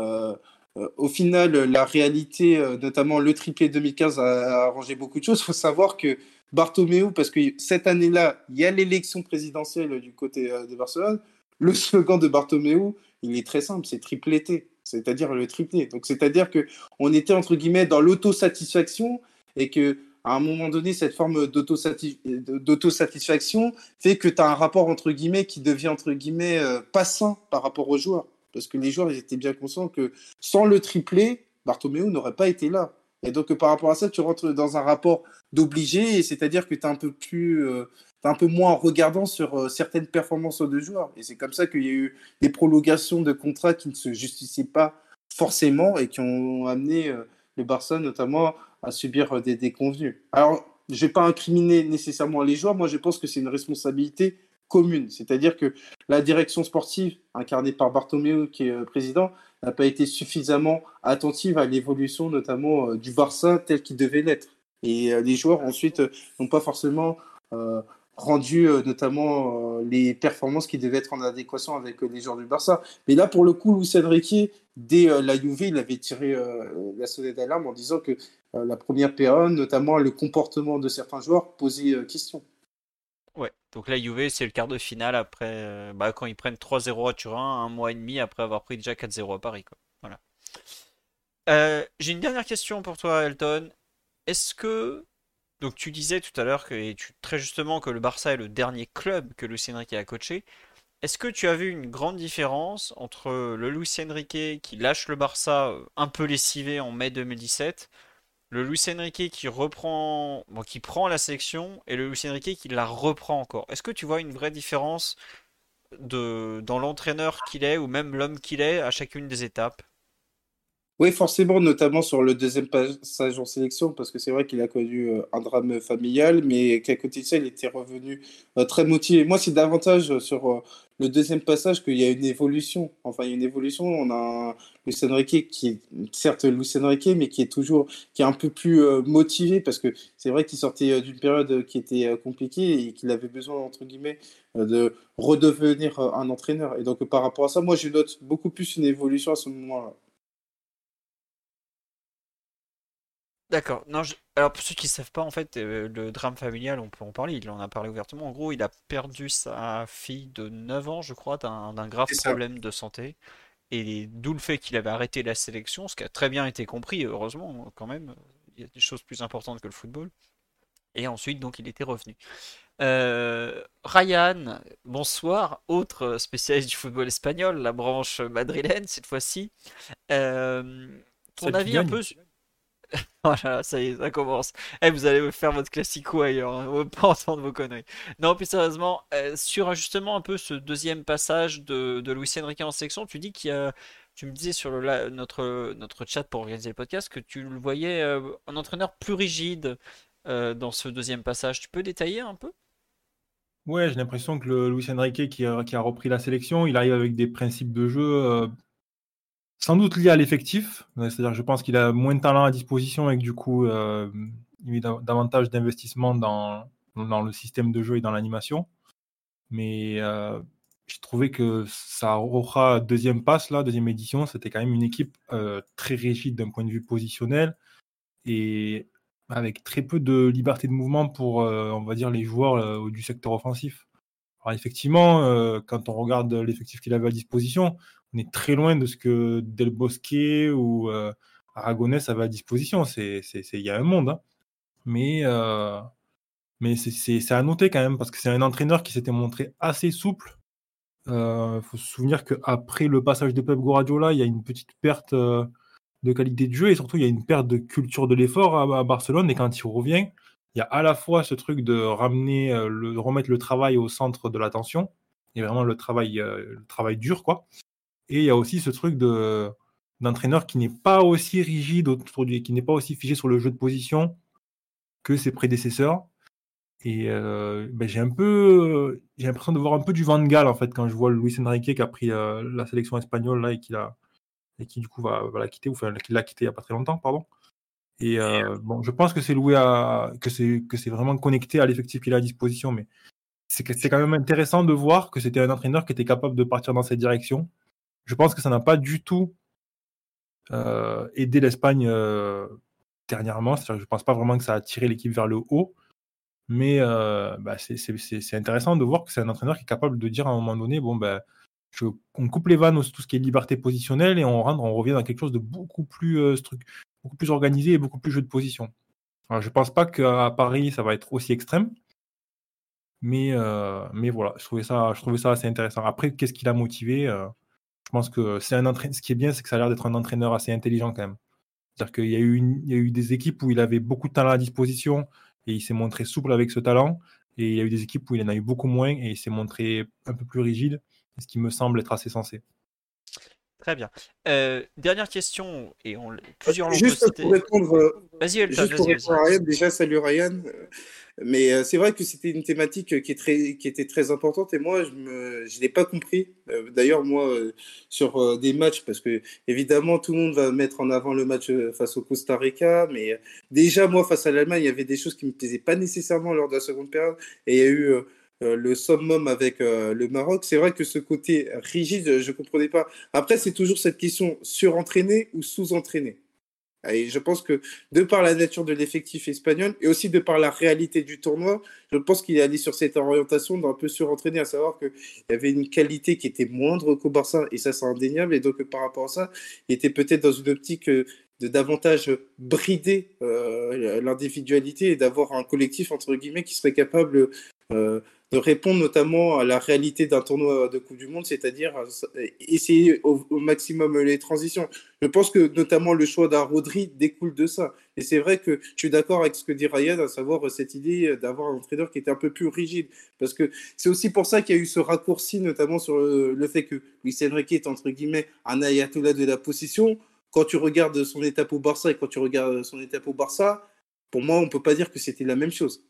au final, la réalité, notamment le triplé 2015 a arrangé beaucoup de choses, il faut savoir que Bartomeu, parce que cette année-là, il y a l'élection présidentielle du côté de Barcelone, le slogan de Bartomeu, il est très simple, c'est triplété, c'est-à-dire le triplé. Donc, c'est-à-dire qu'on était, entre guillemets, dans l'autosatisfaction et que à un moment donné, cette forme d'autosatisfaction fait que tu as un rapport, entre guillemets, qui devient, entre guillemets, pas sain par rapport aux joueurs. Parce que les joueurs, ils étaient bien conscients que sans le triplé, Bartomeu n'aurait pas été là. Et donc, par rapport à ça, tu rentres dans un rapport d'obligé, c'est-à-dire que tu es un peu plus... un peu moins regardant sur certaines performances de joueurs. Et c'est comme ça qu'il y a eu des prolongations de contrats qui ne se justifiaient pas forcément et qui ont amené le Barça notamment à subir des déconvenues. Alors, je ne vais pas incriminer nécessairement les joueurs, moi je pense que c'est une responsabilité commune. C'est-à-dire que la direction sportive, incarnée par Bartomeu, qui est président, n'a pas été suffisamment attentive à l'évolution notamment du Barça tel qu'il devait l'être. Et les joueurs ensuite n'ont pas forcément rendu notamment les performances qui devaient être en adéquation avec les joueurs du Barça. Mais là, pour le coup, Luis Enrique, dès la Juve, il avait tiré la sonnette d'alarme en disant que la première période, notamment le comportement de certains joueurs, posait question. Ouais, donc la Juve, c'est le quart de finale après, quand ils prennent 3-0 à Turin, un mois et demi après avoir pris déjà 4-0 à Paris, quoi. Voilà. J'ai une dernière question pour toi, Elton. Est-ce que Donc tu disais tout à l'heure très justement que le Barça est le dernier club que Luis Enrique a coaché. Est-ce que tu as vu une grande différence entre le Luis Enrique qui lâche le Barça un peu lessivé en mai 2017, le Luis Enrique qui prend la sélection et le Luis Enrique qui la reprend encore? Est-ce que tu vois une vraie différence dans l'entraîneur qu'il est ou même l'homme qu'il est à chacune des étapes? Oui, forcément, notamment sur le deuxième passage en sélection, parce que c'est vrai qu'il a connu un drame familial, mais qu'à côté de ça, il était revenu très motivé. Moi, c'est davantage sur le deuxième passage qu'il y a une évolution. Enfin, il y a une évolution. On a un Luis Enrique qui est certes Luis Enrique, mais qui est un peu plus motivé, parce que c'est vrai qu'il sortait d'une période qui était compliquée et qu'il avait besoin, entre guillemets, de redevenir un entraîneur. Et donc, par rapport à ça, moi, je note beaucoup plus une évolution à ce moment-là. D'accord. Non, alors pour ceux qui ne savent pas, en fait, le drame familial, on peut en parler, il en a parlé ouvertement. En gros, il a perdu sa fille de 9 ans, je crois, d'un grave C'est ça. problème de santé. Et d'où le fait qu'il avait arrêté la sélection, ce qui a très bien été compris, heureusement, quand même. Il y a des choses plus importantes que le football. Et ensuite, donc, il était revenu. Ryan, bonsoir, autre spécialiste du football espagnol, la branche madrilène cette fois-ci. Euh, Ton Celle qui avis un gagne. peu. Voilà, ça y est, ça commence. Eh, vous allez faire votre classico ailleurs, hein. On veut pas entendre vos conneries. Non, plus sérieusement, sur justement un peu ce deuxième passage de Luis Enrique en sélection, tu dis qu'il y a, tu me disais sur notre chat pour organiser le podcast que tu le voyais un entraîneur plus rigide dans ce deuxième passage. Tu peux détailler un peu? Ouais, j'ai l'impression que le Luis Enrique qui a repris la sélection, il arrive avec des principes de jeu sans doute liés à l'effectif. C'est-à-dire que je pense qu'il a moins de talent à disposition et que du coup, il met davantage d'investissement dans le système de jeu et dans l'animation. Mais j'ai trouvé que ça aura deuxième passe, là, deuxième édition, c'était quand même une équipe très rigide d'un point de vue positionnel et avec très peu de liberté de mouvement pour, on va dire, les joueurs du secteur offensif. Alors effectivement, quand on regarde l'effectif qu'il avait à disposition, on est très loin de ce que Del Bosque ou Aragonès avait à disposition. Il y a un monde, hein. Mais, c'est à noter quand même, parce que c'est un entraîneur qui s'était montré assez souple. Faut se souvenir qu'après le passage de Pep Guardiola, il y a une petite perte de qualité de jeu et surtout il y a une perte de culture de l'effort à Barcelone. Et quand il revient, il y a à la fois ce truc de ramener, remettre le travail au centre de l'attention et vraiment le travail dur, quoi. Et il y a aussi ce truc d'entraîneur qui n'est pas aussi rigide qui n'est pas aussi figé sur le jeu de position que ses prédécesseurs. Et j'ai l'impression de voir un peu du Van Gaal en fait quand je vois Luis Enrique qui a pris la sélection espagnole là et qui du coup va la quitter, ou enfin qui l'a quitté il y a pas très longtemps, pardon. Et bon, je pense que c'est que c'est vraiment connecté à l'effectif qu'il a à disposition, mais c'est quand même intéressant de voir que c'était un entraîneur qui était capable de partir dans cette direction. Je pense que ça n'a pas du tout aidé l'Espagne dernièrement. C'est-à-dire que je pense pas vraiment que ça a tiré l'équipe vers le haut. Mais c'est intéressant de voir que c'est un entraîneur qui est capable de dire à un moment donné, bon, on coupe les vannes tout ce qui est liberté positionnelle et on revient dans quelque chose de beaucoup plus beaucoup plus organisé et beaucoup plus jeu de position. Alors, je pense pas qu'à Paris ça va être aussi extrême, mais voilà, je trouvais ça assez intéressant. Après, qu'est-ce qui l'a motivé Je pense que c'est un entraîneur. Ce qui est bien, c'est que ça a l'air d'être un entraîneur assez intelligent quand même. C'est-à-dire qu'il y a eu des équipes où il avait beaucoup de talent à disposition et il s'est montré souple avec ce talent. Et il y a eu des équipes où il en a eu beaucoup moins et il s'est montré un peu plus rigide, ce qui me semble être assez sensé. Très bien. Dernière question, et plusieurs l'ont Juste posté. pour répondre, Vas-y, Elton, juste pour vas-y. répondre à Ryan, déjà, salut Ryan. Mais c'est vrai que c'était une thématique qui était très importante et moi, je l'ai pas compris. D'ailleurs, moi, sur des matchs, parce que évidemment, tout le monde va mettre en avant le match face au Costa Rica, mais déjà, moi, face à l'Allemagne, il y avait des choses qui me plaisaient pas nécessairement lors de la seconde période et il y a eu le summum avec le Maroc. C'est vrai que ce côté rigide, je comprenais pas. Après, c'est toujours cette question surentraîné ou sous-entraîné. Et je pense que de par la nature de l'effectif espagnol et aussi de par la réalité du tournoi, je pense qu'il est allé sur cette orientation d'un peu surentraîné, à savoir qu'il y avait une qualité qui était moindre qu'au Barça, et ça c'est indéniable, et donc par rapport à ça, il était peut-être dans une optique de davantage brider l'individualité et d'avoir un collectif, entre guillemets, qui serait capable de répondre notamment à la réalité d'un tournoi de Coupe du Monde, c'est-à-dire essayer au maximum les transitions. Je pense que notamment le choix d'un Rodri découle de ça. Et c'est vrai que je suis d'accord avec ce que dit Ryan, à savoir cette idée d'avoir un entraîneur qui était un peu plus rigide. Parce que c'est aussi pour ça qu'il y a eu ce raccourci, notamment sur le fait que Luis Enrique est entre guillemets un ayatollah de la possession. Quand tu regardes son étape au Barça et quand tu regardes son étape au Barça, pour moi, on ne peut pas dire que c'était la même chose.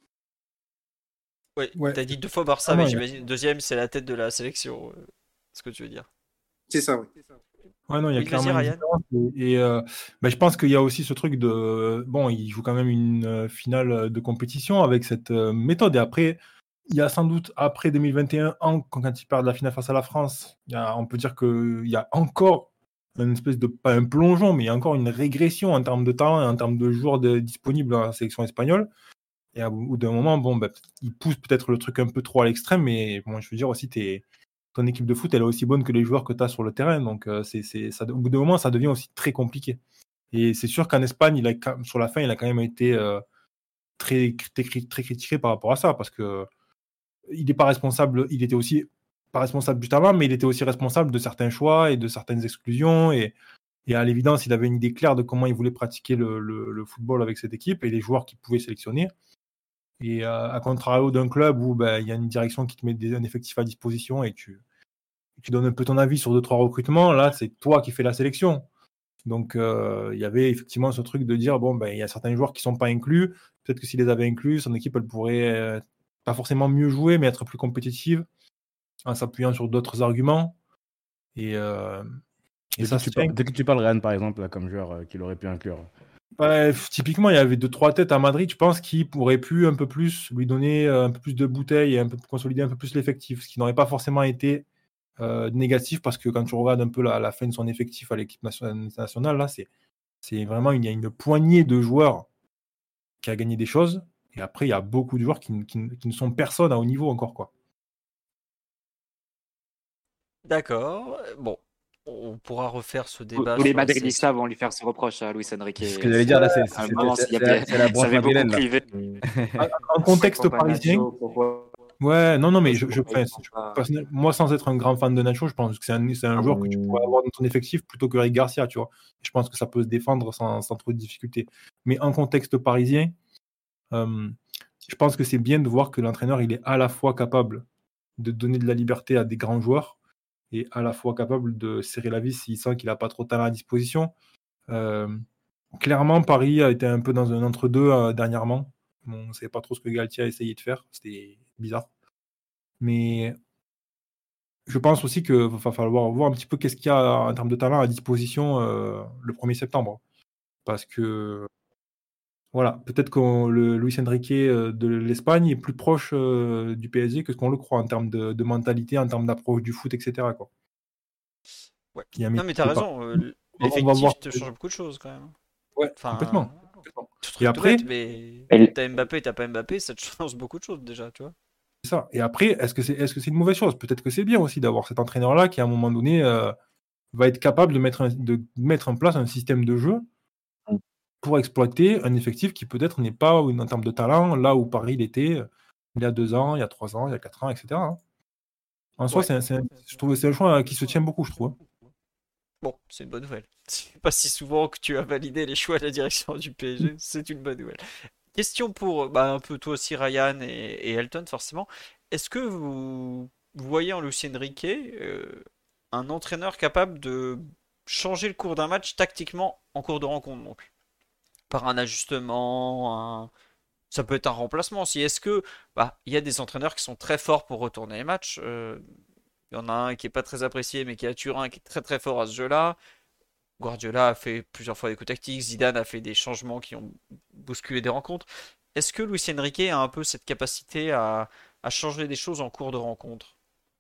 Ouais, t'as dit 2 fois Barça, mais j'imagine deuxième, c'est la tête de la sélection. Ce que tu veux dire. C'est ça, oui. Ouais, non, il y a clairement une différence. Et je pense qu'il y a aussi ce truc de. Bon, il joue quand même une finale de compétition avec cette méthode. Et après, il y a sans doute, après 2021, quand il perd la finale face à la France, on peut dire qu'il y a encore une espèce de. Pas un plongeon, mais il y a encore une régression en termes de talent et en termes de joueurs disponibles à la sélection espagnole. Et au bout d'un moment, il pousse peut-être le truc un peu trop à l'extrême, mais bon, je veux dire aussi, ton équipe de foot, elle est aussi bonne que les joueurs que tu as sur le terrain. Donc, ça, au bout d'un moment, ça devient aussi très compliqué. Et c'est sûr qu'en Espagne, sur la fin, il a quand même été très critiqué par rapport à ça, parce que il n'est pas responsable, il était aussi pas responsable du talent, mais il était aussi responsable de certains choix et de certaines exclusions. Et à l'évidence, il avait une idée claire de comment il voulait pratiquer le football avec cette équipe et les joueurs qu'il pouvait sélectionner. Et à contrario d'un club où il y a une direction qui te met un effectif à disposition et tu donnes un peu ton avis sur 2-3 recrutements, là, c'est toi qui fais la sélection. Donc, il y avait effectivement ce truc de dire, il y a certains joueurs qui ne sont pas inclus. Peut-être que s'ils les avaient inclus, son équipe, elle pourrait pas forcément mieux jouer, mais être plus compétitive en s'appuyant sur d'autres arguments. Et ça, dès que tu parles Ryan, par exemple, là, comme joueur qu'il aurait pu inclure. Typiquement, il y avait 2-3 têtes à Madrid, je pense, qui pourraient pu un peu plus lui donner un peu plus de bouteilles et consolider un peu plus l'effectif, ce qui n'aurait pas forcément été négatif, parce que quand tu regardes un peu la fin de son effectif à l'équipe nationale, là, c'est vraiment, il y a une poignée de joueurs qui a gagné des choses, et après, il y a beaucoup de joueurs qui ne sont personne à haut niveau encore, quoi. D'accord, bon. On pourra refaire ce débat. Tous les madridistas vont lui faire ce reproche à Luis Enrique. Ce que j'allais dire là, c'est la branche madrilène. En contexte parisien. Ouais, non, mais moi, sans être un grand fan de Nacho, je pense que c'est un joueur que tu pourrais avoir dans ton effectif plutôt que Eric Garcia, tu vois. Je pense que ça peut se défendre sans trop de difficultés. Mais en contexte parisien, je pense que c'est bien de voir que l'entraîneur, il est à la fois capable de donner de la liberté à des grands joueurs et à la fois capable de serrer la vis s'il sent qu'il n'a pas trop de talent à disposition. Clairement, Paris a été un peu dans un entre-deux dernièrement. On ne savait pas trop ce que Galtier a essayé de faire. C'était bizarre. Mais je pense aussi qu'il va falloir voir un petit peu qu'est-ce qu'il y a en termes de talent à disposition le 1er septembre. Parce que, voilà, peut-être que le Luis Enrique de l'Espagne est plus proche du PSG que ce qu'on le croit en termes de mentalité, en termes d'approche du foot, etc. Quoi. Ouais. Non, mais t'as raison. L'effectif te change beaucoup de choses quand même. Ouais, complètement. Et après, mais t'as Mbappé, t'as pas Mbappé, ça te change beaucoup de choses déjà, tu vois. C'est ça. Et après, est-ce que c'est une mauvaise chose? Peut-être que c'est bien aussi d'avoir cet entraîneur-là qui, à un moment donné, va être capable de mettre en place un système de jeu pour exploiter un effectif qui peut-être n'est pas, en termes de talent, là où Paris l'était il y a 2 ans, il y a 3 ans, il y a 4 ans, etc. En soi, je trouve que c'est un choix qui se tient beaucoup, je trouve. Bon, c'est une bonne nouvelle. C'est pas si souvent que tu as validé les choix de la direction du PSG, c'est une bonne nouvelle. Question pour un peu toi aussi, Ryan et Elton, forcément. Est-ce que vous voyez en Luis Enrique un entraîneur capable de changer le cours d'un match tactiquement en cours de rencontre, donc par un ajustement, ça peut être un remplacement aussi. Est-ce que il y a des entraîneurs qui sont très forts pour retourner les matchs. Il y en a un qui est pas très apprécié, mais qui est à Turin, qui est très très fort à ce jeu-là. Guardiola a fait plusieurs fois des coups tactiques. Zidane a fait des changements qui ont bousculé des rencontres. Est-ce que Luis Enrique a un peu cette capacité à changer des choses en cours de rencontre?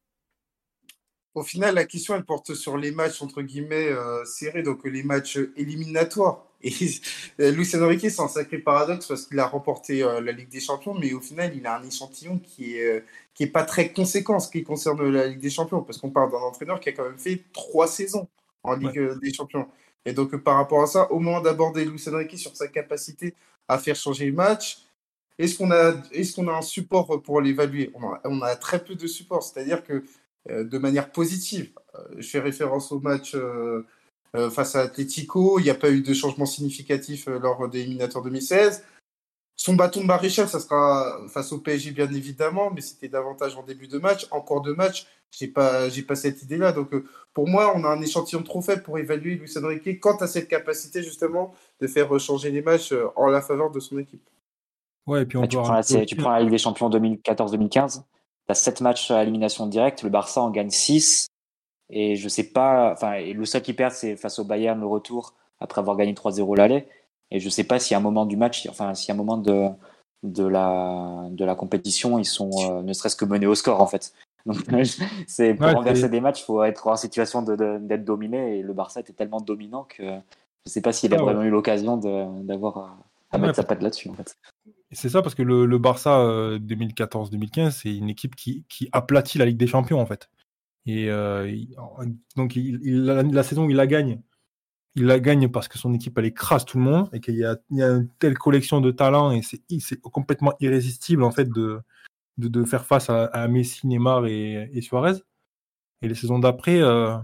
Au final, la question, elle porte sur les matchs, entre guillemets, serrés, donc les matchs éliminatoires. Et Luis Enrique, c'est un sacré paradoxe parce qu'il a remporté la Ligue des Champions, mais au final, il a un échantillon qui est pas très conséquent en ce qui concerne la Ligue des Champions, parce qu'on parle d'un entraîneur qui a quand même fait 3 saisons en Ligue des Champions. Et donc, par rapport à ça, au moment d'aborder Luis Enrique sur sa capacité à faire changer le match, est-ce qu'on a un support pour l'évaluer? On a très peu de support, c'est-à-dire que de manière positive. Je fais référence au match face à Atlético. Il n'y a pas eu de changement significatif lors des éliminatoires 2016. Son bâton de maréchal, ça sera face au PSG, bien évidemment, mais c'était davantage en début de match. En cours de match, j'ai pas cette idée-là. Donc, pour moi, on a un échantillon trop faible pour évaluer Luis Enrique quant à cette capacité, justement, de faire changer les matchs en la faveur de son équipe. Ouais, et puis tu prends la Ligue des Champions 2014-2015. Tu as 7 matchs à élimination directe, le Barça en gagne 6. Et je sais pas, et le seul qui perd, c'est face au Bayern, le retour, après avoir gagné 3-0 l'aller. Et je sais pas si à un moment du match, si à un moment de la compétition, ils sont ne serait-ce que menés au score, en fait. Donc, pour renverser des matchs, il faut être en situation d'être dominé. Et le Barça était tellement dominant que je sais pas s'il a vraiment eu l'occasion d'avoir à mettre sa patte là-dessus, en fait. C'est ça, parce que le Barça 2014-2015, c'est une équipe qui aplatit la Ligue des Champions, en fait. Et donc, la saison où il la gagne parce que son équipe, elle écrase tout le monde et qu'il y a une telle collection de talents et c'est complètement irrésistible, en fait, de faire face à Messi, Neymar et Suarez. Et les saisons d'après,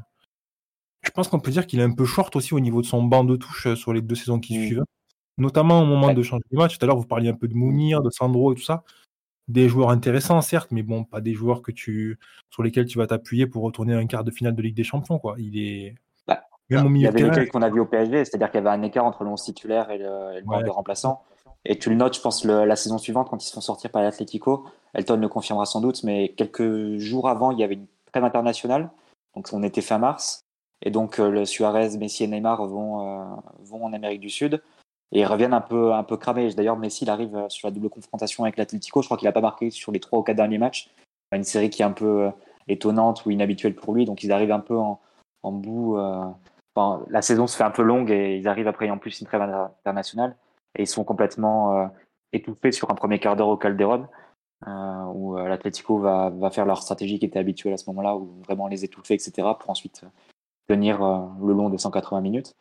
je pense qu'on peut dire qu'il est un peu short aussi au niveau de son banc de touche sur les 2 saisons qui suivent. Notamment au moment de changer de match. Tout à l'heure, vous parliez un peu de Mounir, de Sandro et tout ça. Des joueurs intéressants, certes, mais bon, pas des joueurs sur lesquels tu vas t'appuyer pour retourner à un quart de finale de Ligue des Champions, quoi. Il est même au milieu de terrain. Il y avait l'écueil qu'on a vu au PSG, c'est-à-dire qu'il y avait un écart entre le 11 titulaire et le banc des remplaçants. Et tu le notes, je pense, la saison suivante, quand ils se font sortir par l'Atlético. Elton le confirmera sans doute, mais quelques jours avant, il y avait une trêve internationale. Donc, on était fin mars. Et donc, le Suarez, Messi et Neymar vont en Amérique du Sud. Et ils reviennent un peu cramés. D'ailleurs, Messi, il arrive sur la double confrontation avec l'Atlético. Je crois qu'il n'a pas marqué sur les 3 ou 4 derniers matchs. Une série qui est un peu étonnante ou inhabituelle pour lui. Donc, ils arrivent un peu en bout. La saison se fait un peu longue et ils arrivent après en plus une trêve internationale. Et ils sont complètement étouffés sur un premier quart d'heure au Calderón, où l'Atlético va faire leur stratégie qui était habituelle à ce moment-là, où vraiment les étouffer, etc., pour ensuite tenir le long des 180 minutes.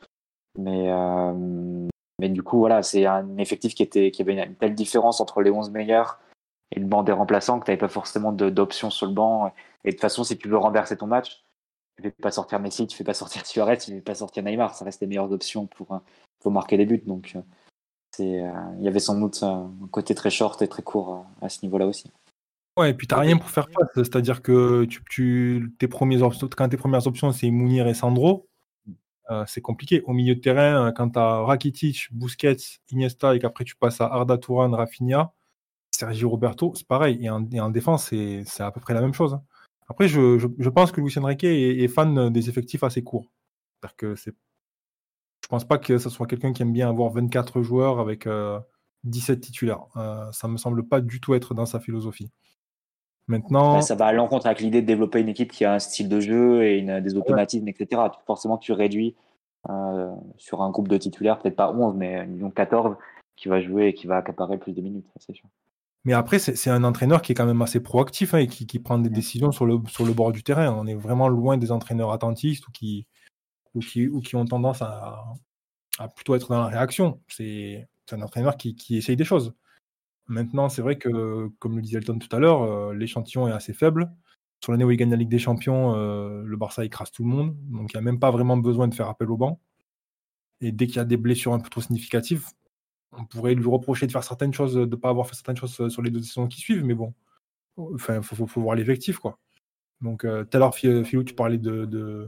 Mais du coup, voilà, c'est un effectif qui avait une telle différence entre les 11 meilleurs et le banc des remplaçants que tu n'avais pas forcément d'options sur le banc. Et de toute façon, si tu veux renverser ton match, tu ne fais pas sortir Messi, tu ne fais pas sortir Suarez, tu ne fais pas sortir Neymar. Ça reste les meilleures options pour marquer des buts. Donc, il y avait sans doute un côté très short et très court à ce niveau-là aussi. Ouais, et puis tu n'as rien pour faire face. C'est-à-dire que quand tes premières options, c'est Mounir et Sandro, c'est compliqué. Au milieu de terrain, quand tu as Rakitic, Busquets, Iniesta et qu'après tu passes à Arda Turan, Rafinha, Sergio Roberto, c'est pareil. Et en défense, c'est à peu près la même chose. Après, je pense que Luis Enrique est fan des effectifs assez courts. C'est-à-dire que je pense pas que ce soit quelqu'un qui aime bien avoir 24 joueurs avec 17 titulaires. Ça me semble pas du tout être dans sa philosophie. Maintenant, ça va à l'encontre avec l'idée de développer une équipe qui a un style de jeu et des automatismes, etc. Forcément, tu réduis sur un groupe de titulaires, peut-être pas 11, mais disons 14, qui va jouer et qui va accaparer plus de minutes, c'est sûr. Mais après, c'est un entraîneur qui est quand même assez proactif et qui prend des décisions sur le bord du terrain. On est vraiment loin des entraîneurs attentistes ou qui ont tendance à plutôt être dans la réaction. C'est un entraîneur qui essaye des choses. Maintenant, c'est vrai que, comme le disait Elton tout à l'heure, l'échantillon est assez faible. Sur l'année où il gagne la Ligue des Champions, le Barça écrase tout le monde. Donc, il n'y a même pas vraiment besoin de faire appel au banc. Et dès qu'il y a des blessures un peu trop significatives, on pourrait lui reprocher de faire certaines choses, de ne pas avoir fait certaines choses sur les 2 saisons qui suivent. Mais bon, il faut voir l'effectif, quoi. Donc, tout à l'heure, Philou, tu parlais de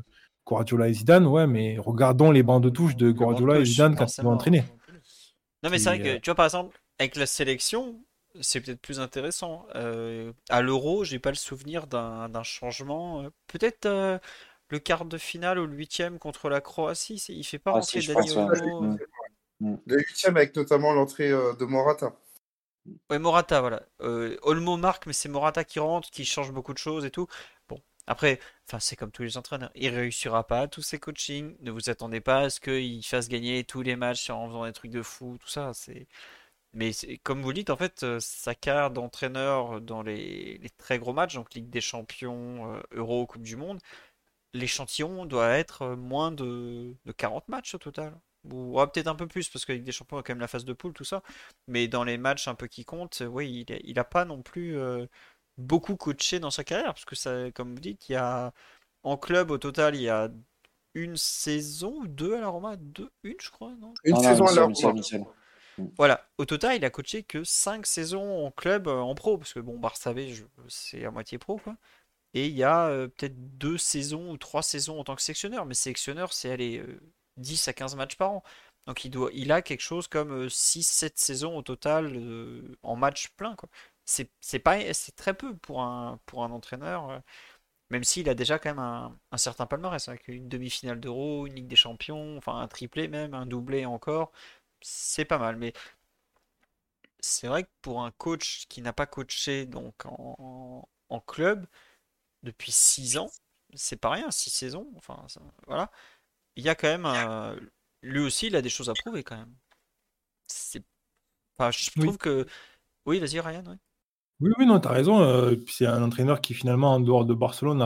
Guardiola et Zidane, ouais, mais regardons les bancs de touche de Le banc de Guardiola et touche, Zidane quand ils forcément. vont entraîner. Non, mais c'est vrai que, C'est, tu vois, par exemple, avec la sélection, c'est peut-être plus intéressant. À l'Euro, j'ai pas le souvenir d'un changement. Peut-être le quart de finale ou le huitième contre la Croatie, il fait pas Ah, si, rentrer je Dani pense, ouais. Olmo. Le huitième avec notamment l'entrée de Morata. Ouais, Morata, voilà. Olmo marque, mais c'est Morata qui rentre, qui change beaucoup de choses et tout. Bon, après, enfin, c'est comme tous les entraîneurs. Il réussira pas à tous ses coachings. Ne vous attendez pas à ce qu'il fasse gagner tous les matchs en faisant des trucs de fou, tout ça. Mais comme vous le dites, en fait, sa carrière d'entraîneur dans les très gros matchs, donc Ligue des Champions, Euro, Coupe du Monde, l'échantillon doit être moins de 40 matchs au total. Ou ouais, peut-être un peu plus, parce que Ligue des Champions a quand même la phase de poule, tout ça. Mais dans les matchs un peu qui comptent, oui, il a pas non plus beaucoup coaché dans sa carrière, parce que ça, comme vous dites, il y a en club au total, il y a une saison ou deux à la Roma, une je crois, non? Une Non, non, saison à la une Roma. seule. Voilà, au total, il a coaché que 5 saisons en club, en pro, parce que bon, Barça B, c'est à moitié pro, quoi. Et il y a peut-être 2 saisons ou 3 saisons en tant que sélectionneur, mais sélectionneur, c'est aller 10 à 15 matchs par an. Donc il a quelque chose comme 6-7 saisons au total en match plein, quoi. C'est pas, c'est très peu pour un entraîneur, même s'il a déjà quand même un certain palmarès, avec une demi-finale d'Euro, une Ligue des Champions, enfin un triplé même, un doublé encore. C'est pas mal, mais c'est vrai que pour un coach qui n'a pas coaché donc en club depuis 6 ans, c'est pas rien, 6 saisons, enfin voilà, il y a quand même lui aussi il a des choses à prouver quand même. C'est, enfin, je trouve Oui. que oui, vas-y Ryan, ouais. Oui, oui, non, t'as raison. Puis c'est un entraîneur qui, finalement, en dehors de Barcelone,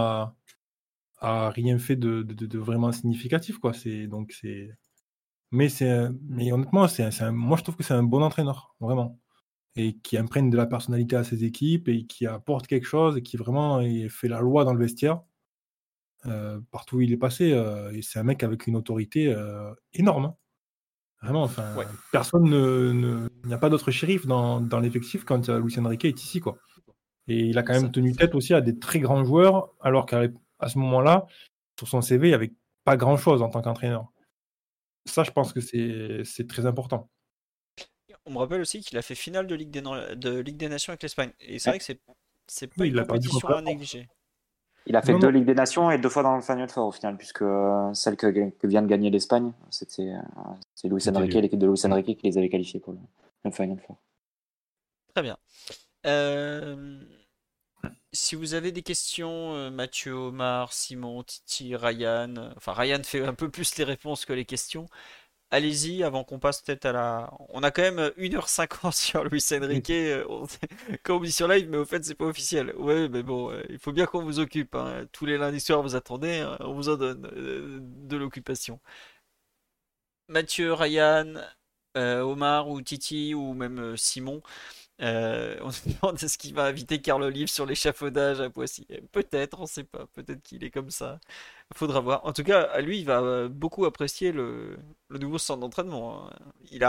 a rien fait de vraiment significatif, quoi. Mais honnêtement, moi, je trouve que c'est un bon entraîneur, vraiment. Et qui imprègne de la personnalité à ses équipes et qui apporte quelque chose et qui vraiment fait la loi dans le vestiaire, partout où il est passé. Et c'est un mec avec une autorité énorme, hein. Vraiment, enfin, Ouais. personne il n'y a pas d'autre shérif dans l'effectif quand Luis Enrique est ici, quoi. Et il a quand Ça. même tenu tête aussi à des très grands joueurs, alors qu'à ce moment-là, sur son CV, il n'y avait pas grand-chose en tant qu'entraîneur. Ça, je pense que c'est très important. On me rappelle aussi qu'il a fait finale de Ligue des Nations avec l'Espagne. Et c'est Ouais. vrai que c'est pas Oui, une il a perdu compétition contre la à France. négliger. Il a fait Non, 2 non. Ligues des Nations et 2 fois dans le Final Four au final, puisque celle que vient de gagner l'Espagne, c'est Luis C'était Enrique, lui. l'équipe de Luis Enrique qui les avait qualifiés pour le Final Four. Très bien. Euh, Si vous avez des questions, Mathieu, Omar, Simon, Titi, Ryan, enfin Ryan fait un peu plus les réponses que les questions. Allez-y avant qu'on passe peut-être à la. On a quand même 1h50 sur Luis Enrique, quand on dit sur live, mais au fait c'est pas officiel. Ouais, mais bon, il faut bien qu'on vous occupe, hein. Tous les lundis soirs vous attendez, on vous en donne de l'occupation. Mathieu, Ryan, Omar ou Titi ou même Simon. On se demande est-ce qu'il va inviter Carl Olive sur l'échafaudage à Poissy. Peut-être, on sait pas. Peut-être qu'il est comme ça. Faudra voir. En tout cas, à lui, il va beaucoup apprécier le nouveau centre d'entraînement, hein.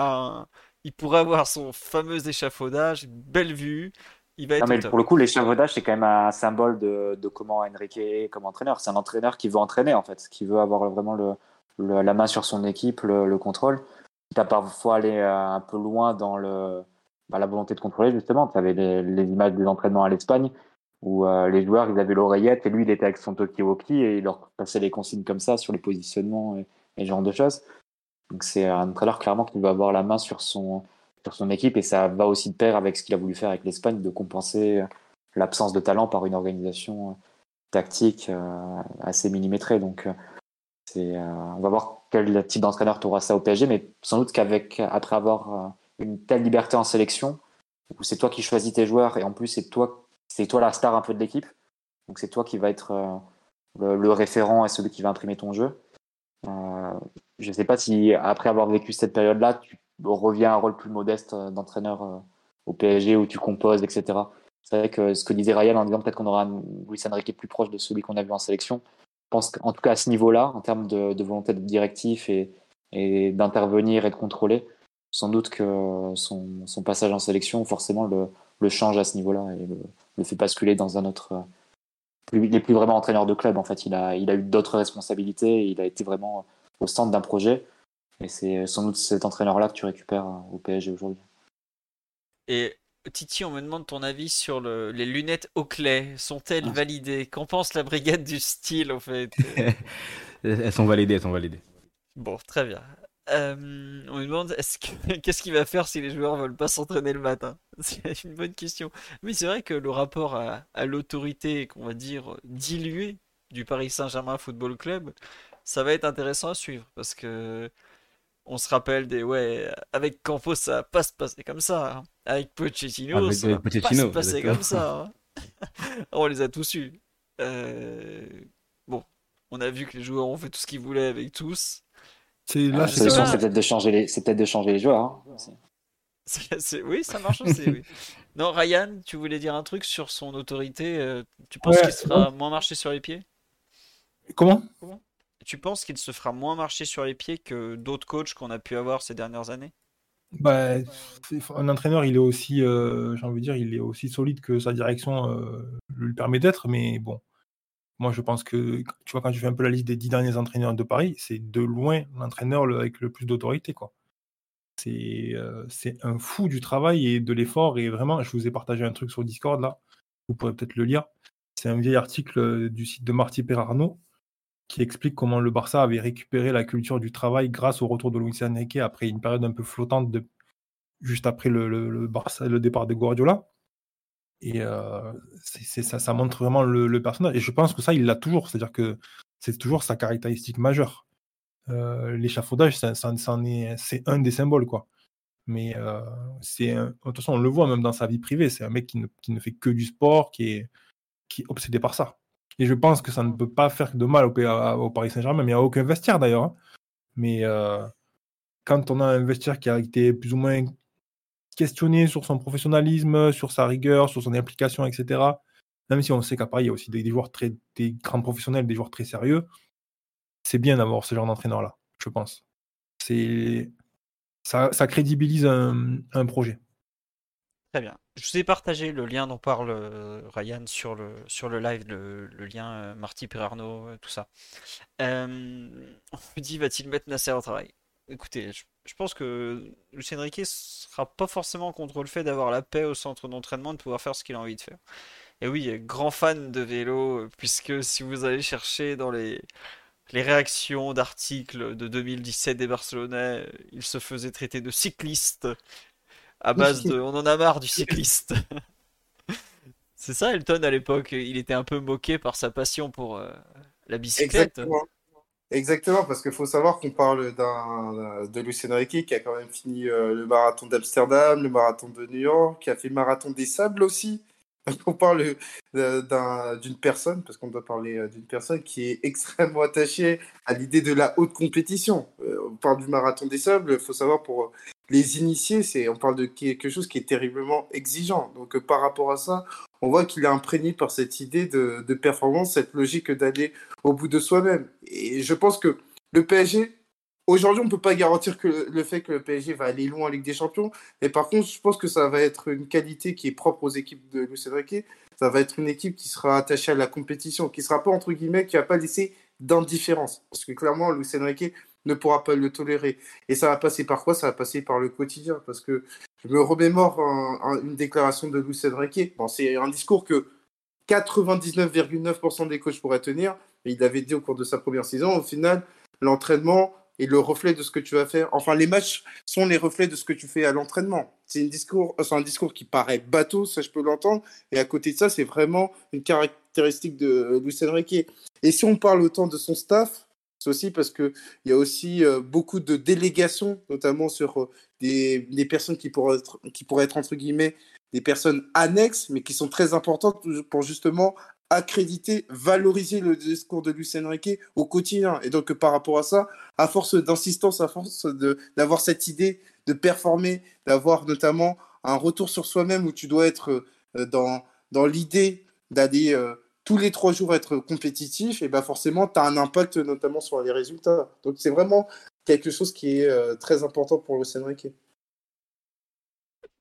Il pourrait avoir son fameux échafaudage, une belle vue. Il va Non, être au mais top. pour le coup, l'échafaudage, c'est quand même un symbole de comment Enrique est comme entraîneur. C'est un entraîneur qui veut entraîner, en fait, qui veut avoir vraiment la main sur son équipe, le contrôle. Quitte à parfois aller un peu loin dans la volonté de contrôler, justement. Tu avais les images des entraînements à l'Espagne où les joueurs, ils avaient l'oreillette et lui, il était avec son talkie-walkie et il leur passait les consignes comme ça sur les positionnements et ce genre de choses. Donc c'est un entraîneur clairement qui veut avoir la main sur son équipe et ça va aussi de pair avec ce qu'il a voulu faire avec l'Espagne, de compenser l'absence de talent par une organisation tactique assez millimétrée. Donc on va voir quel type d'entraîneur tu auras ça au PSG, mais sans doute après avoir une telle liberté en sélection, où c'est toi qui choisis tes joueurs et en plus c'est toi la star un peu de l'équipe, donc c'est toi qui va être le référent et celui qui va imprimer ton jeu. Je ne sais pas si après avoir vécu cette période-là, tu reviens à un rôle plus modeste d'entraîneur au PSG où tu composes, etc. C'est vrai que ce que disait Ryan en disant peut-être qu'on aura un Luis Enrique plus proche de celui qu'on a vu en sélection. Je pense qu'en tout cas à ce niveau-là, en termes de volonté d'être directif et d'intervenir et de contrôler, sans doute que son passage en sélection forcément le change à ce niveau-là et le fait basculer dans un autre il est plus vraiment entraîneur de club en fait. Il a eu d'autres responsabilités. Il a été vraiment au centre d'un projet. Et c'est sans doute cet entraîneur-là que tu récupères au PSG aujourd'hui. Et Titi, on me demande ton avis sur les lunettes Oakley. Sont-elles validées? Qu'en pense la brigade du style, en fait? Elles sont validées, elles sont validées. Bon, très bien. On me demande qu'est-ce qu'il va faire si les joueurs veulent pas s'entraîner le matin? C'est une bonne question. Mais c'est vrai que le rapport à l'autorité, qu'on va dire, diluée du Paris Saint-Germain Football Club, ça va être intéressant à suivre. Parce que on se rappelle ouais, avec Campos, ça va pas se passer comme ça, hein. Avec Pochettino, ça Avec va pas se Pochettino, passer exactement. comme ça, hein. On les a tous eus. Euh, Bon, on a vu que les joueurs ont fait tout ce qu'ils voulaient avec tous. Là, La c'est solution, ça. c'est peut-être de changer les joueurs. Hein. Oui, ça marche aussi, oui. Non, Ryan, tu voulais dire un truc sur son autorité. Tu penses qu'il se fera moins marcher sur les pieds? Comment? Tu penses qu'il se fera moins marcher sur les pieds que d'autres coachs qu'on a pu avoir ces dernières années? Bah, un entraîneur, il est aussi, j'ai envie de dire, il est aussi solide que sa direction lui permet d'être. Mais bon, moi, je pense que, tu vois, quand tu fais un peu la liste des 10 derniers entraîneurs de Paris, c'est de loin l'entraîneur avec le plus d'autorité, quoi. C'est un fou du travail et de l'effort. Et vraiment, je vous ai partagé un truc sur Discord, là. Vous pourrez peut-être le lire. C'est un vieil article du site de Marty Perarno qui explique comment le Barça avait récupéré la culture du travail grâce au retour de Luis Enrique après une période un peu flottante juste après le Barça, le départ de Guardiola. Et ça montre vraiment le personnage. Et je pense que ça, il l'a toujours. C'est-à-dire que c'est toujours sa caractéristique majeure. L'échafaudage, c'est un des symboles, quoi. Mais de toute façon, on le voit même dans sa vie privée. C'est un mec qui ne fait que du sport, qui est obsédé par ça. Et je pense que ça ne peut pas faire de mal au Paris Saint-Germain, mais il n'y a aucun vestiaire d'ailleurs, hein. Mais quand on a un vestiaire qui a été plus ou moins questionné sur son professionnalisme, sur sa rigueur, sur son implication, etc., même si on sait qu'à Paris, il y a aussi des joueurs des grands professionnels, des joueurs très sérieux, c'est bien d'avoir ce genre d'entraîneur-là, je pense. Ça crédibilise un projet. Très bien. Je vous ai partagé le lien dont parle Ryan sur le live, le lien Marty Perarno, tout ça. On me dit, va-t-il mettre Nasser au travail? Écoutez, je pense que Luis Enrique sera pas forcément contre le fait d'avoir la paix au centre d'entraînement, de pouvoir faire ce qu'il a envie de faire. Et oui, grand fan de vélo, puisque si vous allez chercher dans les réactions d'articles de 2017 des Barcelonais, il se faisait traiter de cycliste à base de on en a marre du cycliste. C'est ça, Elton, à l'époque, il était un peu moqué par sa passion pour la bicyclette. Exactement, parce qu'il faut savoir qu'on parle de Luis Enrique qui a quand même fini le marathon d'Amsterdam, le marathon de New York, qui a fait le marathon des Sables aussi. Donc on parle d'une personne, parce qu'on doit parler d'une personne qui est extrêmement attachée à l'idée de la haute compétition. On parle du marathon des Sables, il faut savoir pour les initiés, on parle de quelque chose qui est terriblement exigeant. Donc par rapport à ça, on voit qu'il est imprégné par cette idée de performance, cette logique d'aller au bout de soi-même. Et je pense que le PSG, aujourd'hui, on ne peut pas garantir que le fait que le PSG va aller loin en Ligue des Champions, mais par contre, je pense que ça va être une qualité qui est propre aux équipes de Luis Enrique. Ça va être une équipe qui sera attachée à la compétition, qui ne sera pas, entre guillemets, qui ne va pas laisser d'indifférence. Parce que clairement, Luis Enrique ne pourra pas le tolérer. Et ça va passer par quoi? Ça va passer par le quotidien. Parce que je me remémore une déclaration de Luis Enrique. Bon, c'est un discours que 99,9% des coachs pourraient tenir. Et il avait dit au cours de sa première saison, au final, l'entraînement est le reflet de ce que tu vas faire. Enfin, les matchs sont les reflets de ce que tu fais à l'entraînement. C'est un discours qui paraît bateau, ça je peux l'entendre. Et à côté de ça, c'est vraiment une caractéristique de Luis Enrique. Et si on parle autant de son staff, c'est aussi parce qu'il y a aussi beaucoup de délégations, notamment sur des personnes qui pourraient être, entre guillemets, des personnes annexes, mais qui sont très importantes pour justement accréditer, valoriser le discours de Luis Enrique au quotidien. Et donc, par rapport à ça, à force d'insistance, à force d'avoir cette idée de performer, d'avoir notamment un retour sur soi-même où tu dois être dans l'idée d'aller tous les 3 jours être compétitif, et ben forcément, tu as un impact notamment sur les résultats. Donc, c'est vraiment quelque chose qui est très important pour Luis Enrique.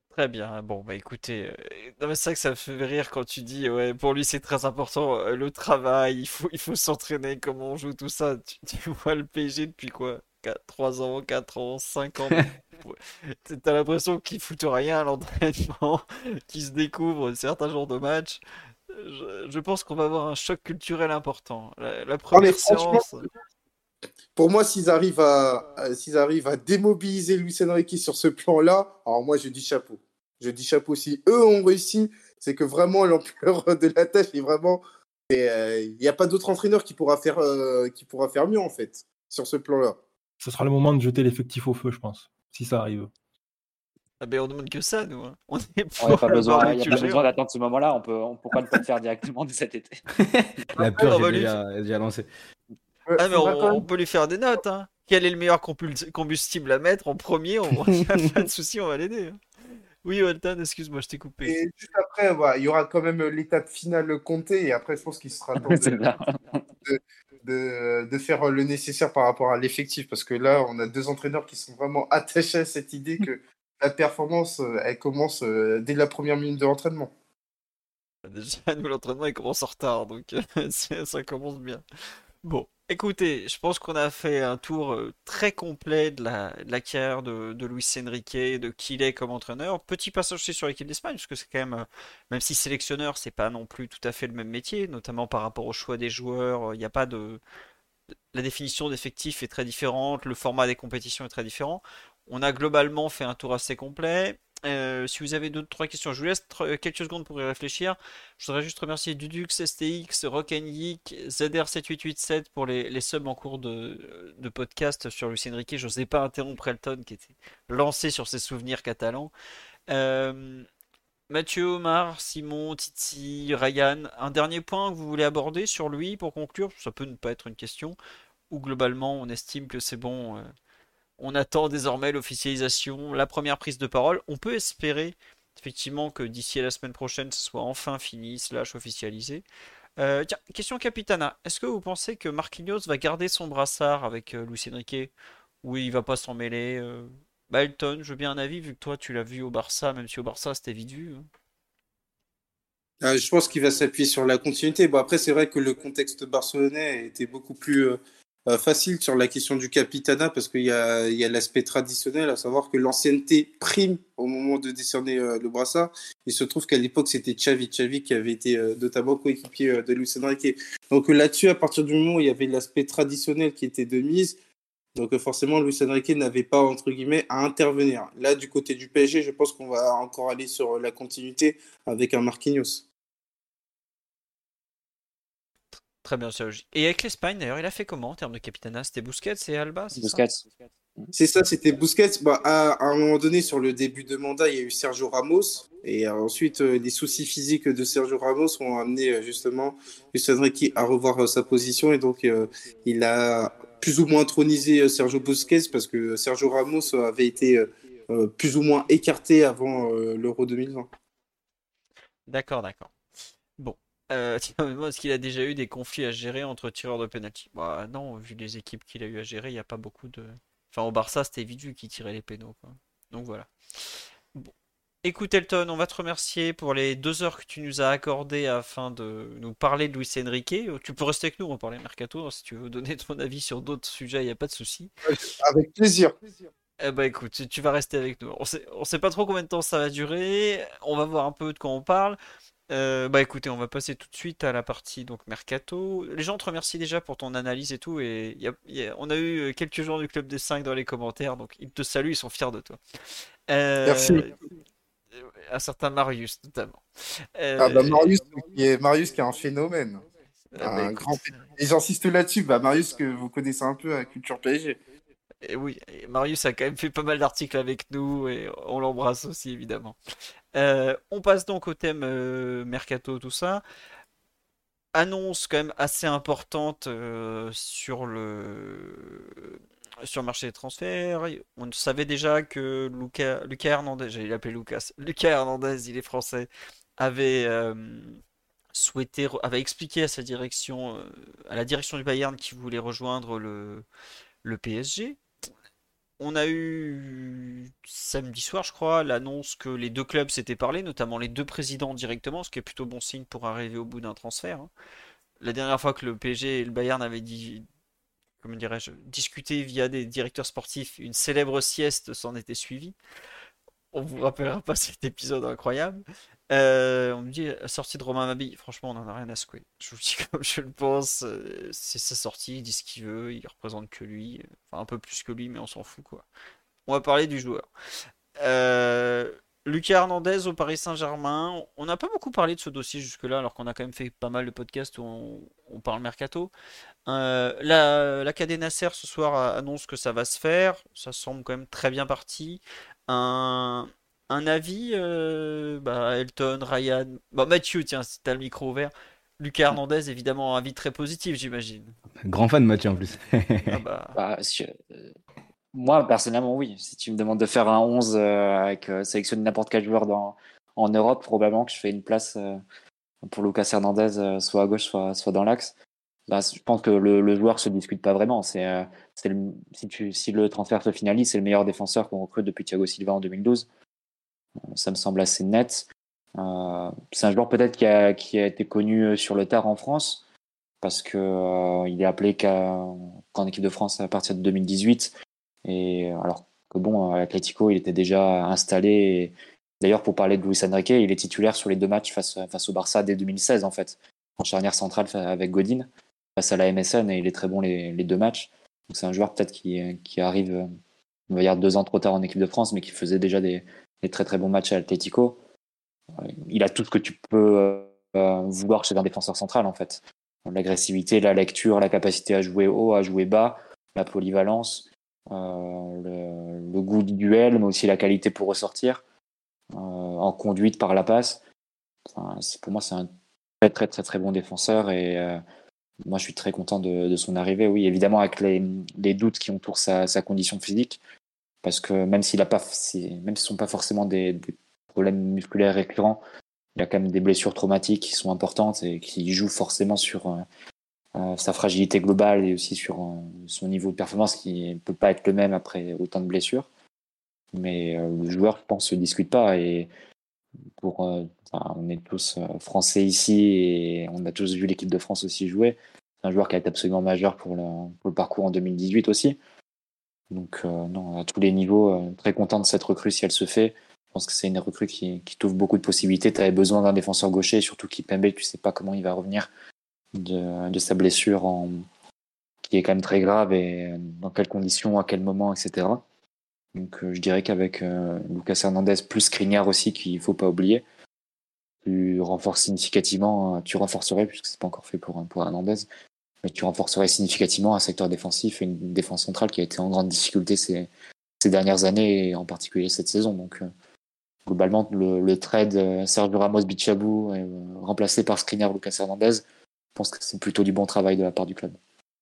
Très bien. Bon, bah écoutez, non, mais c'est vrai que ça me fait rire quand tu dis, ouais, pour lui c'est très important, le travail, il faut s'entraîner, comment on joue, tout ça. Tu vois le PSG depuis quoi? 3 ans, 4 ans, 5 ans. T'as l'impression qu'ils foutent rien à l'entraînement, qu'ils se découvrent certains jours de match. Je pense qu'on va avoir un choc culturel important. La Non, mais première franchement, séance. pour moi, s'ils arrivent à démobiliser Luis Enrique sur ce plan-là, alors moi, je dis chapeau. Je dis chapeau. Si eux ont réussi, c'est que vraiment l'ampleur de la tâche est vraiment. Il n'y a pas d'autre entraîneur qui pourra faire mieux, en fait, sur ce plan-là. Ce sera le moment de jeter l'effectif au feu, je pense, si ça arrive. Ah ben on demande que ça, nous, hein. On est Il n'y a pour pas le besoin, y a pas barbecue besoin géant. d'attendre ce moment-là. Pourquoi ne pas le faire directement dès cet été? La On purge va est lui... déjà lancée. Ah mais Faudra quand on même. peut lui faire des notes, hein. Quel est le meilleur combustible à mettre en premier? Y a pas de souci, on va l'aider, hein. Oui, Walton, excuse-moi, je t'ai coupé. Et juste après, voilà, il y aura quand même l'étape finale comptée. Et après, je pense qu'il sera temps C'est ça. de faire le nécessaire par rapport à l'effectif. Parce que là, on a deux entraîneurs qui sont vraiment attachés à cette idée que la performance, elle commence dès la première minute de l'entraînement. Déjà, nous, l'entraînement, il commence en retard, donc ça commence bien. Bon, écoutez, je pense qu'on a fait un tour très complet de la carrière de Luis Enrique, de qui il est comme entraîneur. Petit passage aussi sur l'équipe d'Espagne, parce que c'est quand même, même si sélectionneur, c'est pas non plus tout à fait le même métier, notamment par rapport au choix des joueurs. Il n'y a pas de, la définition d'effectif est très différente, le format des compétitions est très différent. On a globalement fait un tour assez complet. Si vous avez deux, trois questions, je vous laisse quelques secondes pour y réfléchir. Je voudrais juste remercier Dudux, STX, Rock'n'Geek, ZR7887 pour les subs en cours de podcast sur Luis Enrique. Je n'osais pas interrompre Elton qui était lancé sur ses souvenirs catalans. Euh, Mathieu, Omar, Simon, Titi, Ryan, un dernier point que vous voulez aborder sur lui pour conclure? Ça peut ne pas être une question. Ou globalement, on estime que c'est bon. On attend désormais l'officialisation, la première prise de parole. On peut espérer effectivement que d'ici à la semaine prochaine, ce soit enfin fini, slash officialisé. Tiens, question Capitana. Est-ce que vous pensez que Marquinhos va garder son brassard avec Luis Enrique ou il va pas s'en mêler Elton, je veux bien un avis vu que toi tu l'as vu au Barça, même si au Barça c'était vite vu, hein. Je pense qu'il va s'appuyer sur la continuité. Bon, après, c'est vrai que le contexte barcelonais était beaucoup plus facile sur la question du capitana parce qu'il y a l'aspect traditionnel, à savoir que l'ancienneté prime au moment de décerner le brassard. Il se trouve qu'à l'époque, c'était Xavi qui avait été notamment coéquipier de Luis Enrique. Donc là-dessus, à partir du moment où il y avait l'aspect traditionnel qui était de mise, donc forcément, Luis Enrique n'avait pas, entre guillemets, à intervenir. Là, du côté du PSG, je pense qu'on va encore aller sur la continuité avec un Marquinhos. Très bien, c'est logique. Et avec l'Espagne d'ailleurs, il a fait comment en termes de capitana? C'était Busquets et Alba, c'est ça? Busquets. C'est ça, c'était Busquets. Bah, à un moment donné, sur le début de mandat, il y a eu Sergio Ramos. Et ensuite, les soucis physiques de Sergio Ramos ont amené justement Luis Enrique à revoir sa position. Et donc, il a plus ou moins intronisé Sergio Busquets parce que Sergio Ramos avait été plus ou moins écarté avant l'Euro 2020. D'accord, d'accord. Bon. Tiens, moi, est-ce qu'il a déjà eu des conflits à gérer entre tireurs de penalty? Bah non, vu les équipes qu'il a eu à gérer, il n'y a pas beaucoup de. Enfin, au Barça, c'était vite vu qu'il tirait les pénaux, quoi. Donc voilà. Bon. Écoute, Elton, on va te remercier pour les 2 heures que tu nous as accordées afin de nous parler de Luis Enrique. Tu peux rester avec nous, on va parler Mercato, hein, si tu veux donner ton avis sur d'autres sujets, il n'y a pas de souci. Avec plaisir. Eh bah écoute, tu vas rester avec nous. On sait pas trop combien de temps ça va durer. On va voir un peu de quoi on parle. Bah écoutez, on va passer tout de suite à la partie donc Mercato. Les gens te remercient déjà pour ton analyse et tout. Et on a eu quelques gens du Club des 5 dans les commentaires, donc ils te saluent, ils sont fiers de toi. Merci. Un certain Marius notamment. Ah bah Euh, Marius qui est un phénomène. bah Un écoute. grand... Et j'insiste là-dessus, bah Marius que vous connaissez un peu à Culture PSG. Et oui, et Marius a quand même fait pas mal d'articles avec nous et on l'embrasse aussi évidemment. On passe donc au thème Mercato, tout ça. Annonce quand même assez importante sur le marché des transferts. On savait déjà que Lucas Hernandez, j'allais l'appeler Lucas, Lucas Hernandez, il est français, avait avait expliqué à sa direction, à la direction du Bayern qu'il voulait rejoindre le PSG. On a eu samedi soir, je crois, l'annonce que les deux clubs s'étaient parlé, notamment les deux présidents directement, ce qui est plutôt bon signe pour arriver au bout d'un transfert, hein. La dernière fois que le PSG et le Bayern avaient dit, comment dirais-je, discuté via des directeurs sportifs, une célèbre sieste s'en était suivie. On vous rappellera pas cet épisode incroyable. On me dit, la sortie de Romain Mabille, franchement, on en a rien à secouer. Je vous le dis comme je le pense. C'est sa sortie, il dit ce qu'il veut, il représente que lui. Enfin, un peu plus que lui, mais on s'en fout, quoi. On va parler du joueur. Euh, Lucas Hernandez au Paris Saint-Germain. On n'a pas beaucoup parlé de ce dossier jusque-là, alors qu'on a quand même fait pas mal de podcasts où on parle mercato. La Cadet Nasser ce soir annonce que ça va se faire. Ça semble quand même très bien parti. Un, un avis, Elton, Ryan. Bon, Mathieu, tiens, si t'as le micro ouvert. Lucas Hernandez, évidemment, un avis très positif, j'imagine. Grand fan de Mathieu en plus. Ah bah, Bah, moi, personnellement, oui. Si tu me demandes de faire un 11 avec sélectionner n'importe quel joueur en Europe, probablement que je fais une place pour Lucas Hernandez, soit à gauche, soit dans l'axe. Bah, je pense que le joueur se discute pas vraiment. Si le transfert se finalise, c'est le meilleur défenseur qu'on recrute depuis Thiago Silva en 2012. Ça me semble assez net. C'est un joueur peut-être qui a été connu sur le tard en France parce que il est appelé qu'en équipe de France à partir de 2018. Et alors que bon, à l'Atlético, il était déjà installé. Et d'ailleurs, pour parler de Luis Enrique, il est titulaire sur les 2 matchs face au Barça dès 2016 en fait, en charnière centrale avec Godin face à la MSN, et il est très bon les 2 matchs. Donc c'est un joueur peut-être qui arrive, on va dire 2 ans trop tard en équipe de France, mais qui faisait déjà des très très bons matchs à l'Atlético. Il a tout ce que tu peux vouloir chez un défenseur central en fait. L'agressivité, la lecture, la capacité à jouer haut, à jouer bas, la polyvalence, le goût du duel, mais aussi la qualité pour ressortir, en conduite par la passe. Enfin, pour moi, c'est un très très très très bon défenseur, et moi je suis très content de son arrivée. Oui, évidemment avec les doutes qui entourent sa condition physique, parce que même s'il a pas, même ce sont pas forcément des problèmes musculaires récurrents, il y a quand même des blessures traumatiques qui sont importantes et qui jouent forcément sur sa fragilité globale et aussi sur son niveau de performance qui ne peut pas être le même après autant de blessures. Mais le joueur, je pense, se discute pas, et on est tous français ici et on a tous vu l'équipe de France aussi jouer. C'est un joueur qui a été absolument majeur pour le parcours en 2018 aussi. Donc non, à tous les niveaux, très content de cette recrue si elle se fait. Je pense que c'est une recrue qui t'ouvre beaucoup de possibilités. Tu avais besoin d'un défenseur gaucher, surtout Kimpembe, tu sais pas comment il va revenir de sa blessure qui est quand même très grave, et dans quelles conditions, à quel moment, etc. Donc je dirais qu'avec Lucas Hernandez plus Skriniar aussi, qu'il faut pas oublier, tu renforces significativement, tu renforcerais, puisque c'est pas encore fait pour Hernandez, mais tu renforcerais significativement un secteur défensif et une défense centrale qui a été en grande difficulté ces dernières années, et en particulier cette saison. Donc globalement, le trade Sergio Ramos-Bichabou remplacé par Skriniar, Lucas Hernandez, je pense que c'est plutôt du bon travail de la part du club.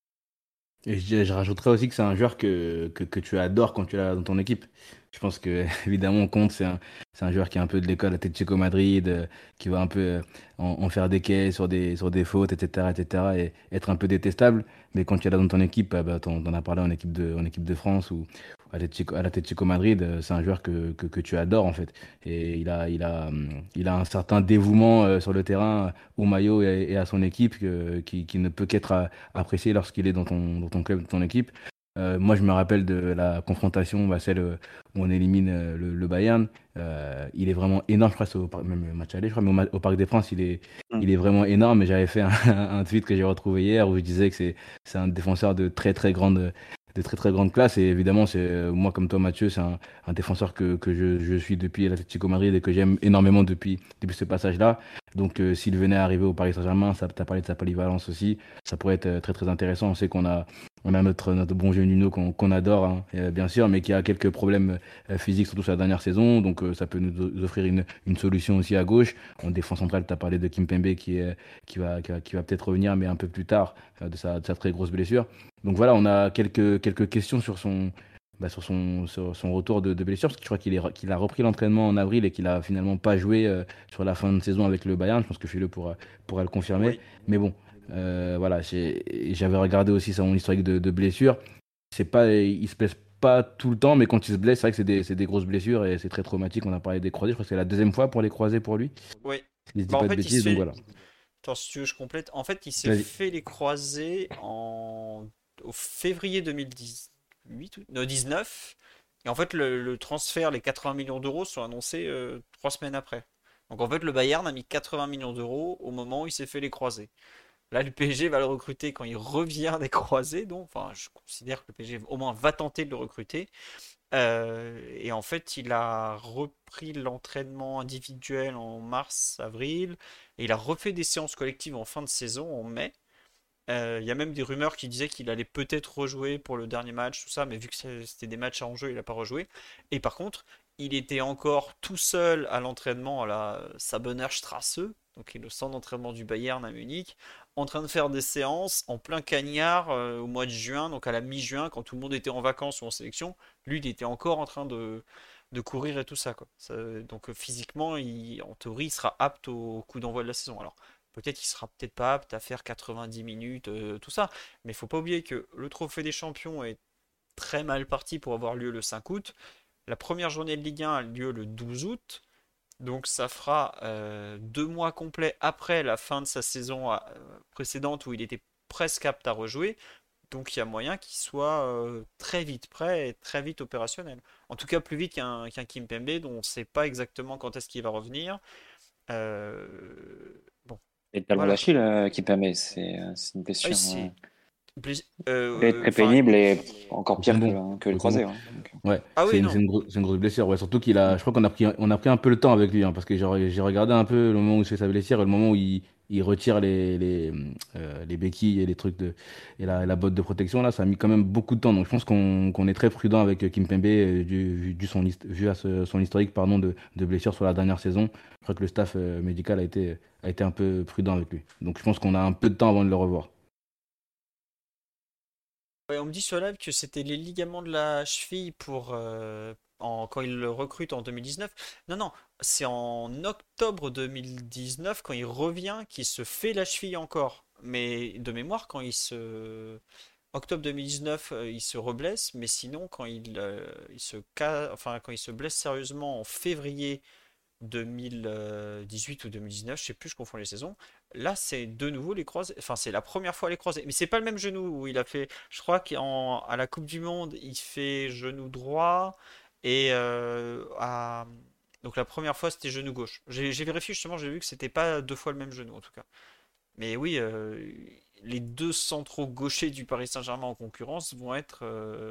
Et je rajouterais aussi que c'est un joueur que tu adores quand tu l'as dans ton équipe. Je pense que évidemment Conte, c'est un joueur qui est un peu de l'école Atlético Madrid, qui va un peu en faire des quais sur des fautes, etc., et être un peu détestable. Mais quand tu l'as dans ton équipe, t'en as parlé en équipe de France ou à l'Atlético Madrid, c'est un joueur que tu adores en fait. Et il a un certain dévouement sur le terrain au maillot et à son équipe qui ne peut qu'être apprécié lorsqu'il est dans ton club, dans ton équipe. Moi, je me rappelle de la confrontation, celle où on élimine le Bayern. Il est vraiment énorme, je crois, c'est même le match aller, je crois, mais au Parc des Princes, il est vraiment énorme. Et j'avais fait un tweet que j'ai retrouvé hier où je disais que c'est un défenseur de très très grande classe. Et évidemment, moi comme toi, Mathieu, c'est un défenseur que je suis depuis l'Atlético Madrid et que j'aime énormément depuis ce passage-là. Donc s'il venait à arriver au Paris Saint-Germain, tu as parlé de sa polyvalence aussi, ça pourrait être très très intéressant. On sait qu'on a notre bon jeu Nuno qu'on adore, hein, bien sûr, mais qui a quelques problèmes physiques, surtout sur la dernière saison. Donc ça peut nous offrir une solution aussi à gauche. En défense centrale, tu as parlé de Kimpembe qui va peut-être revenir, mais un peu plus tard, de sa très grosse blessure. Donc voilà, on a quelques questions sur son retour de blessure, parce que je crois qu'il a repris l'entraînement en avril et qu'il a finalement pas joué sur la fin de saison avec le Bayern. Je pense que Philo pourra le confirmer. Oui. Mais bon, voilà, j'avais regardé aussi son historique de blessure. Il se blesse pas tout le temps, mais quand il se blesse, c'est vrai que c'est des grosses blessures et c'est très traumatique. On a parlé des croisés, je crois que c'est la deuxième fois pour les croisés pour lui. Oui. Si je dis Bah, en pas de fait, il se bêtises, donc fait. voilà. Attends, si tu veux, je complète. En fait, il s'est Vas-y. fait les croisés au février 2018 non, 19. Et en fait, le transfert, les 80 millions d'euros sont annoncés 3 semaines après. Donc en fait, le Bayern a mis 80 millions d'euros au moment où il s'est fait les croisés. Là, le PSG va le recruter quand il revient des croisés. Donc, enfin, je considère que le PSG au moins va tenter de le recruter. Et en fait, il a repris l'entraînement individuel en mars, avril, et il a refait des séances collectives en fin de saison, en mai. Il y a même des rumeurs qui disaient qu'il allait peut-être rejouer pour le dernier match, tout ça, mais vu que c'était des matchs à enjeu, il n'a pas rejoué. Et par contre, il était encore tout seul à l'entraînement à la Sabener Straße, donc qui est le centre d'entraînement du Bayern à Munich, en train de faire des séances en plein cagnard au mois de juin, donc à la mi-juin, quand tout le monde était en vacances ou en sélection. Lui, il était encore en train de courir et tout ça, quoi. Donc physiquement, en théorie, il sera apte au coup d'envoi de la saison. Alors, peut-être qu'il sera peut-être pas apte à faire 90 minutes, tout ça. Mais il faut pas oublier que le Trophée des Champions est très mal parti pour avoir lieu le 5 août. La première journée de Ligue 1 a lieu le 12 août. Donc ça fera 2 mois complets après la fin de sa saison précédente où il était presque apte à rejouer. Donc il y a moyen qu'il soit très vite prêt et très vite opérationnel. En tout cas plus vite qu'un Kimpembe dont on ne sait pas exactement quand est-ce qu'il va revenir. Euh, Bon, Et le talon voilà quoi. d'Achille qui permet, c'est une Ah oui, blessure c'est très enfin, pénible et encore Faut qu'il pire tienne que, bon. que le Faut qu'il tienne croisé. bon. Ouais. Donc, Ouais, ah c'est oui une, c'est non. une, c'est une grosse blessure. Ouais, surtout je crois qu'on a pris un peu le temps avec lui, hein, parce que j'ai regardé un peu le moment où il se fait sa blessure et le moment où il retire les béquilles et les trucs et la botte de protection, là, ça a mis quand même beaucoup de temps. Donc je pense qu'on est très prudent avec Kimpembe, vu à son historique pardon, de blessures sur la dernière saison. Je crois que le staff médical a été un peu prudent avec lui. Donc je pense qu'on a un peu de temps avant de le revoir. Ouais, on me dit sur live que c'était les ligaments de la cheville quand il le recrute en 2019. Non, non, c'est en octobre 2019, quand il revient, qu'il se fait la cheville encore. Mais de mémoire, Octobre 2019, il se reblesse, mais sinon, quand il se blesse sérieusement en février 2018 ou 2019, je sais plus, je confonds les saisons. Là, c'est de nouveau les croisés. Enfin, c'est la première fois les croisés. Mais c'est pas le même genou où il a fait. Je crois qu'à la Coupe du Monde, il fait genou droit. Et donc la première fois, c'était genou gauche. J'ai vérifié justement, j'ai vu que c'était pas 2 fois le même genou en tout cas. Mais oui, les deux centraux gauchers du Paris Saint-Germain en concurrence vont être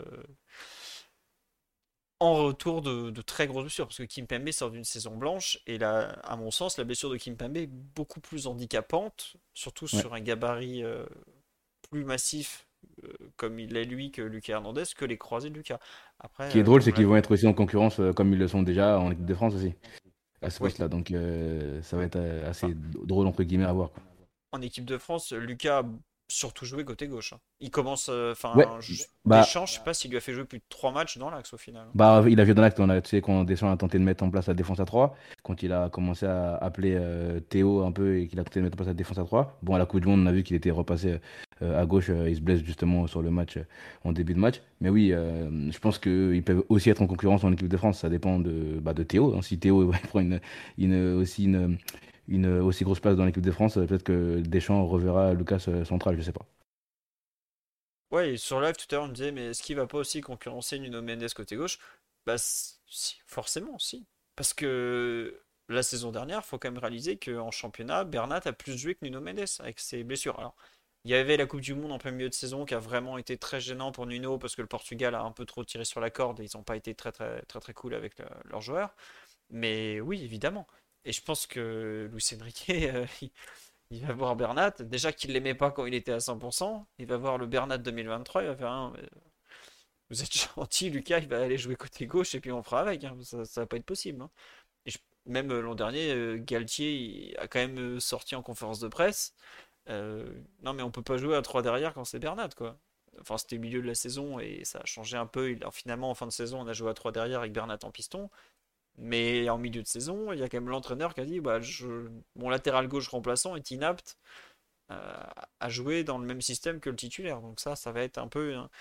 en retour de très grosses blessures, parce que Kimpembe sort d'une saison blanche, et là, à mon sens, la blessure de Kimpembe est beaucoup plus handicapante, surtout Ouais. sur un gabarit plus massif, comme il est lui que Lucas Hernandez, que les croisés de Lucas. Ce Après, qui est drôle, c'est comme qu'ils là. vont être aussi en concurrence, comme ils le sont déjà en équipe de France aussi, à ce Oui, poste-là. Donc ça va être enfin, assez drôle, entre guillemets, à voir, quoi. en équipe de France, Lucas a surtout joué côté gauche, hein. Il commence, Ouais, bah, Deschamps, je sais pas s'il lui a fait jouer plus de 3 matchs dans l'axe au final, hein. il a joué dans l'acte, tu sais, quand Deschamps a tenté de mettre en place la défense à 3, quand il a commencé à appeler Théo un peu et qu'il a tenté de mettre en place la défense à 3. Bon, à la Coupe du Monde, on a vu qu'il était repassé à gauche, il se blesse justement sur le match, en début de match. Mais oui, je pense qu'ils peuvent aussi être en concurrence en équipe de France, ça dépend de Théo, hein. Si Théo il prend aussi une aussi grosse place dans l'équipe de France, peut-être que Deschamps reverra Lucas central, je sais pas. Ouais, et sur live tout à l'heure, on me disait, mais est-ce qu'il va pas aussi concurrencer Nuno Mendes côté gauche? Bah, si, forcément, si. Parce que la saison dernière, faut quand même réaliser qu'en championnat, Bernat a plus joué que Nuno Mendes avec ses blessures. Alors, il y avait la Coupe du Monde en plein milieu de saison qui a vraiment été très gênant pour Nuno parce que le Portugal a un peu trop tiré sur la corde et ils n'ont pas été très très très très cool avec leurs joueurs. Mais oui, évidemment. Et je pense que Luis Enrique, il va voir Bernat. Déjà qu'il l'aimait pas quand il était à 100%. Il va voir le Bernat 2023. Il va faire un. Vous êtes gentil, Lucas. Il va aller jouer côté gauche et puis on fera avec, hein. Ça va pas être possible, hein. Même l'an dernier, Galtier a quand même sorti en conférence de presse. Non, mais on peut pas jouer à 3 derrière quand c'est Bernat, quoi. Enfin, c'était au milieu de la saison et ça a changé un peu. Finalement, en fin de saison, on a joué à 3 derrière avec Bernat en piston. Mais en milieu de saison, il y a quand même l'entraîneur qui a dit bah, mon latéral gauche remplaçant est inapte à jouer dans le même système que le titulaire. Donc ça va être un peu, hein.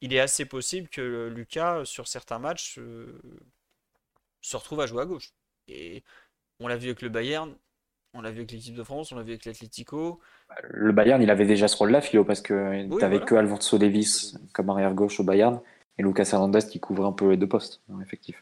il est assez possible que Lucas, sur certains matchs, se retrouve à jouer à gauche. Et on l'a vu avec le Bayern, on l'a vu avec l'équipe de France, on l'a vu avec l'Atlético. Le Bayern, il avait déjà ce rôle-là, Philo, parce que Oui, t'avais voilà. que Alphonso Davies comme arrière gauche au Bayern et Lucas Hernandez qui couvrait un peu les deux postes, effectif.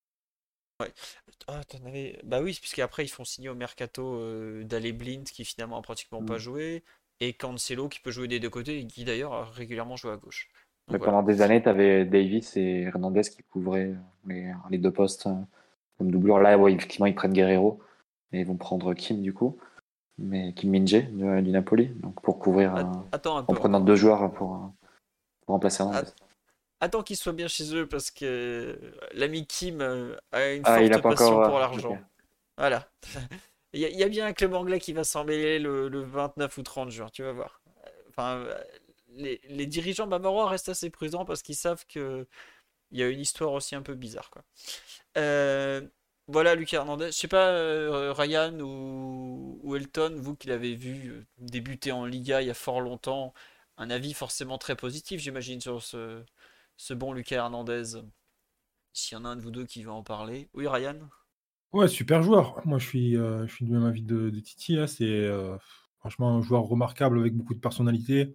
Ah, bah oui, puisqu'après ils font signer au mercato Daley Blind qui finalement a pratiquement pas joué, et Cancelo qui peut jouer des deux côtés et qui d'ailleurs a régulièrement joué à gauche. Donc Mais voilà. pendant des années, t'avais Davies et Hernandez qui couvraient les deux postes comme doublure. Là, ouais, effectivement, ils prennent Guerrero et ils vont prendre Kim du coup, mais Kim Min-jae du Napoli, donc pour couvrir Attends un en peu prenant encore. deux joueurs pour remplacer Hernandez. Attends qu'ils soient bien chez eux parce que l'ami Kim a une Ah, il a forte pas passion encore. pour Ok. l'argent. Voilà. Il y a bien un club anglais qui va s'en mêler le 29 ou 30 juin, tu vas voir. Enfin, les dirigeants bavarois restent assez prudents parce qu'ils savent que il y a une histoire aussi un peu bizarre, quoi. Euh, voilà, Lucas Hernandez. Je sais pas, Ryan ou Elton, vous qui l'avez vu débuter en Liga il y a fort longtemps, un avis forcément très positif, j'imagine, sur ce bon Lucas Hernandez. S'il y en a un de vous deux qui va en parler. Oui, Ryan? Ouais, super joueur. Moi, je suis du même avis de Titi, là. C'est franchement un joueur remarquable avec beaucoup de personnalité.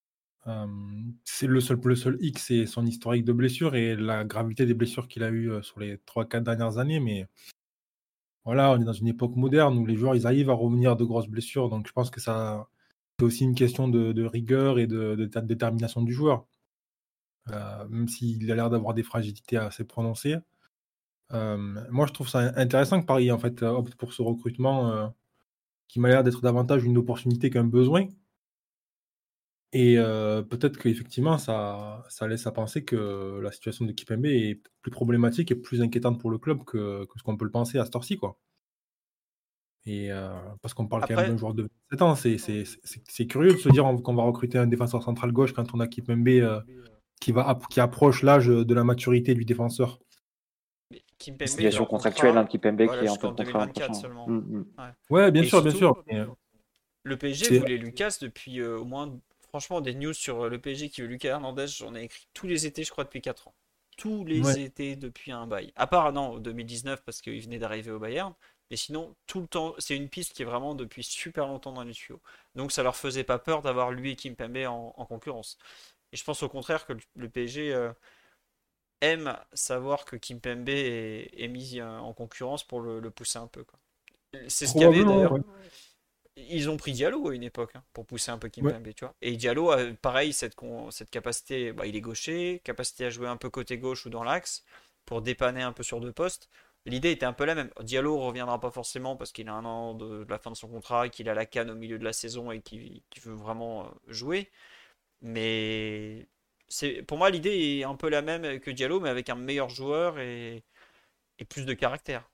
C'est le seul X, c'est son historique de blessures et la gravité des blessures qu'il a eues sur les 3-4 dernières années. Mais voilà, on est dans une époque moderne où les joueurs, ils arrivent à revenir de grosses blessures. Donc, je pense que ça, c'est aussi une question de rigueur et de détermination du joueur. Même s'il a l'air d'avoir des fragilités assez prononcées. Moi, je trouve ça intéressant que Paris, en fait, opte pour ce recrutement qui m'a l'air d'être davantage une opportunité qu'un besoin. Et peut-être qu'effectivement, ça laisse à penser que la situation de Kipembe est plus problématique et plus inquiétante pour le club que ce qu'on peut le penser à cette heure-ci, quoi. Et parce qu'on parle quand même d'un Après, joueur de 27 ans. C'est curieux de se dire qu'on va recruter un défenseur central gauche quand on a Kipembe qui approche l'âge de la maturité du défenseur. mais Une Kimpembe qui est situation en contractuelle, contrat, Kipembe voilà, qui est en fin jusqu'en de contrat l'an 2024 prochain. seulement. Ouais. Ouais, bien Et sûr, bien surtout, sûr. Mais, le PSG c'est voulait Lucas depuis au moins, franchement, des news sur le PSG qui veut Lucas Hernandez, j'en ai écrit tous les étés, je crois, depuis 4 ans. Tous ouais. les étés depuis un bail. À part, non, 2019 parce qu'il venait d'arriver au Bayern. Mais sinon, tout le temps, c'est une piste qui est vraiment depuis super longtemps dans les tuyaux. Donc ça leur faisait pas peur d'avoir lui et Kimpembe en concurrence. Et je pense au contraire que le PSG aime savoir que Kimpembe est mis en concurrence pour le pousser un peu, quoi. C'est ce qu'il y avait Probablement, d'ailleurs. ouais. Ils ont pris Diallo à une époque, hein, pour pousser un peu Ouais. Kimpembe, tu vois. Et Diallo a pareil cette capacité, bah, il est gaucher, capacité à jouer un peu côté gauche ou dans l'axe pour dépanner un peu sur deux postes. L'idée était un peu la même. Diallo reviendra pas forcément parce qu'il a un an de la fin de son contrat et qu'il a la canne au milieu de la saison et qu'il veut vraiment jouer. Mais pour moi l'idée est un peu la même que Diallo, mais avec un meilleur joueur et plus de caractère.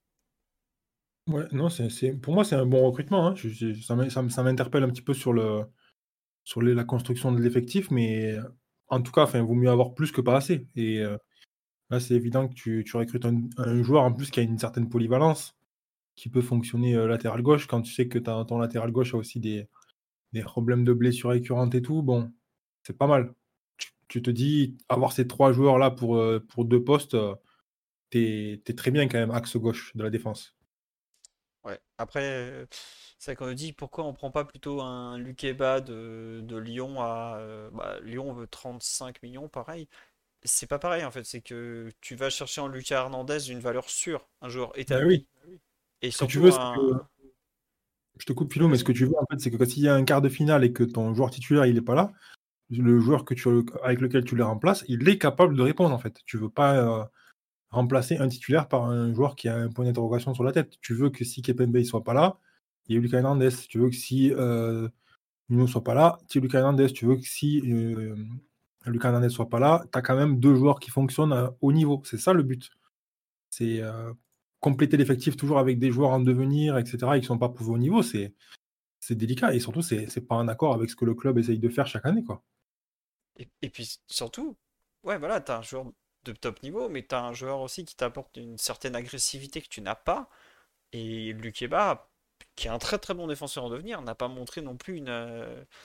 Ouais, non, pour moi, c'est un bon recrutement, hein. Ça m'interpelle un petit peu sur la construction de l'effectif, mais en tout cas, enfin, vaut mieux avoir plus que pas assez. Et là, c'est évident que tu recrutes un joueur en plus qui a une certaine polyvalence, qui peut fonctionner latéral gauche quand tu sais que ton latéral gauche a aussi des problèmes de blessures récurrentes et tout. Bon, c'est pas mal. Tu te dis, avoir ces trois joueurs-là pour deux postes, t'es très bien quand même, axe gauche de la défense. Ouais. Après, c'est vrai qu'on nous dit pourquoi on prend pas plutôt un Lukeba de Lyon à. Bah, Lyon veut 35 millions, pareil. C'est pas pareil en fait, c'est que tu vas chercher en Lucas Hernandez une valeur sûre, un joueur Ben oui, établi. Et ce que tu surtout veux, c'est que un. je te coupe Oui, Philo, mais ce vas-y. que tu veux, en fait, c'est que s'il y a un quart de finale et que ton joueur titulaire, il est pas là, le joueur avec lequel tu les remplaces, il est capable de répondre, en fait. Tu veux pas remplacer un titulaire par un joueur qui a un point d'interrogation sur la tête. Tu veux que si Kepembe ne soit pas là, il y ait Lucas Hernandez. Tu veux que si Nuno soit pas là, tu aies Lucas Hernandez. Tu veux que si Lucas Hernandez soit pas là, tu as quand même deux joueurs qui fonctionnent à haut niveau. C'est ça le but. C'est compléter l'effectif toujours avec des joueurs en devenir, etc., et qui sont pas prouvés au niveau. C'est délicat et surtout, c'est pas en accord avec ce que le club essaye de faire chaque année, quoi. Et puis surtout, ouais, voilà, t'as un joueur de top niveau, mais t'as un joueur aussi qui t'apporte une certaine agressivité que tu n'as pas. Et Lukeba, qui est un très très bon défenseur en devenir, n'a pas montré non plus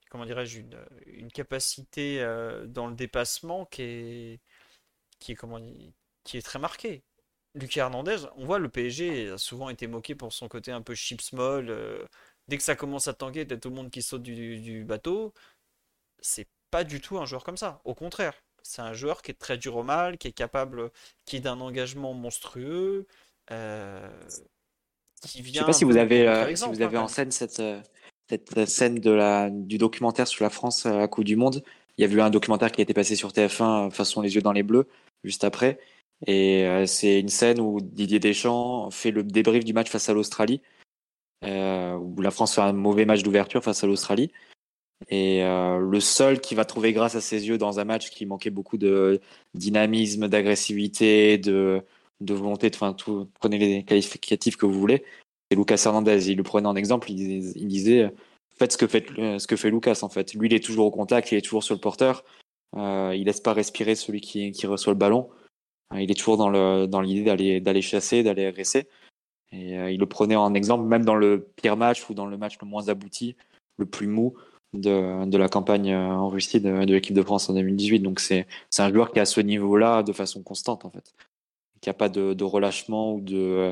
comment dirais-je, une capacité dans le dépassement qui est, comment, qui est très marquée. Lucas Hernandez, on voit le PSG a souvent été moqué pour son côté un peu chip small. Dès que ça commence à tanguer, t'as tout le monde qui saute du bateau. C'est pas du tout un joueur comme ça. Au contraire, c'est un joueur qui est très dur au mal, qui est capable, qui est d'un engagement monstrueux, euh, qui Je sais vient pas un si peu vous en avez, si vous contre-exemple, hein, avez quand en même. scène cette scène du documentaire sur la France à la Coupe du Monde. Il y a eu un documentaire qui a été passé sur TF1, façon Les Yeux dans les Bleus, juste après. Et c'est une scène où Didier Deschamps fait le débrief du match face à l'Australie, où la France fait un mauvais match d'ouverture face à l'Australie. Et le seul qui va trouver grâce à ses yeux dans un match qui manquait beaucoup de dynamisme, d'agressivité, de volonté, enfin, tout, prenez les qualificatifs que vous voulez, c'est Lucas Hernandez. Il le prenait en exemple, il disait faites ce que fait Lucas en fait. Lui, il est toujours au contact, il est toujours sur le porteur, il laisse pas respirer celui qui reçoit le ballon. Il est toujours dans l'idée d'aller chasser, d'aller agresser. Et il le prenait en exemple, même dans le pire match ou dans le match le moins abouti, le plus mou de la campagne en Russie de l'équipe de France en 2018. Donc c'est un joueur qui est à ce niveau-là de façon constante en fait. Il n'y a pas de relâchement ou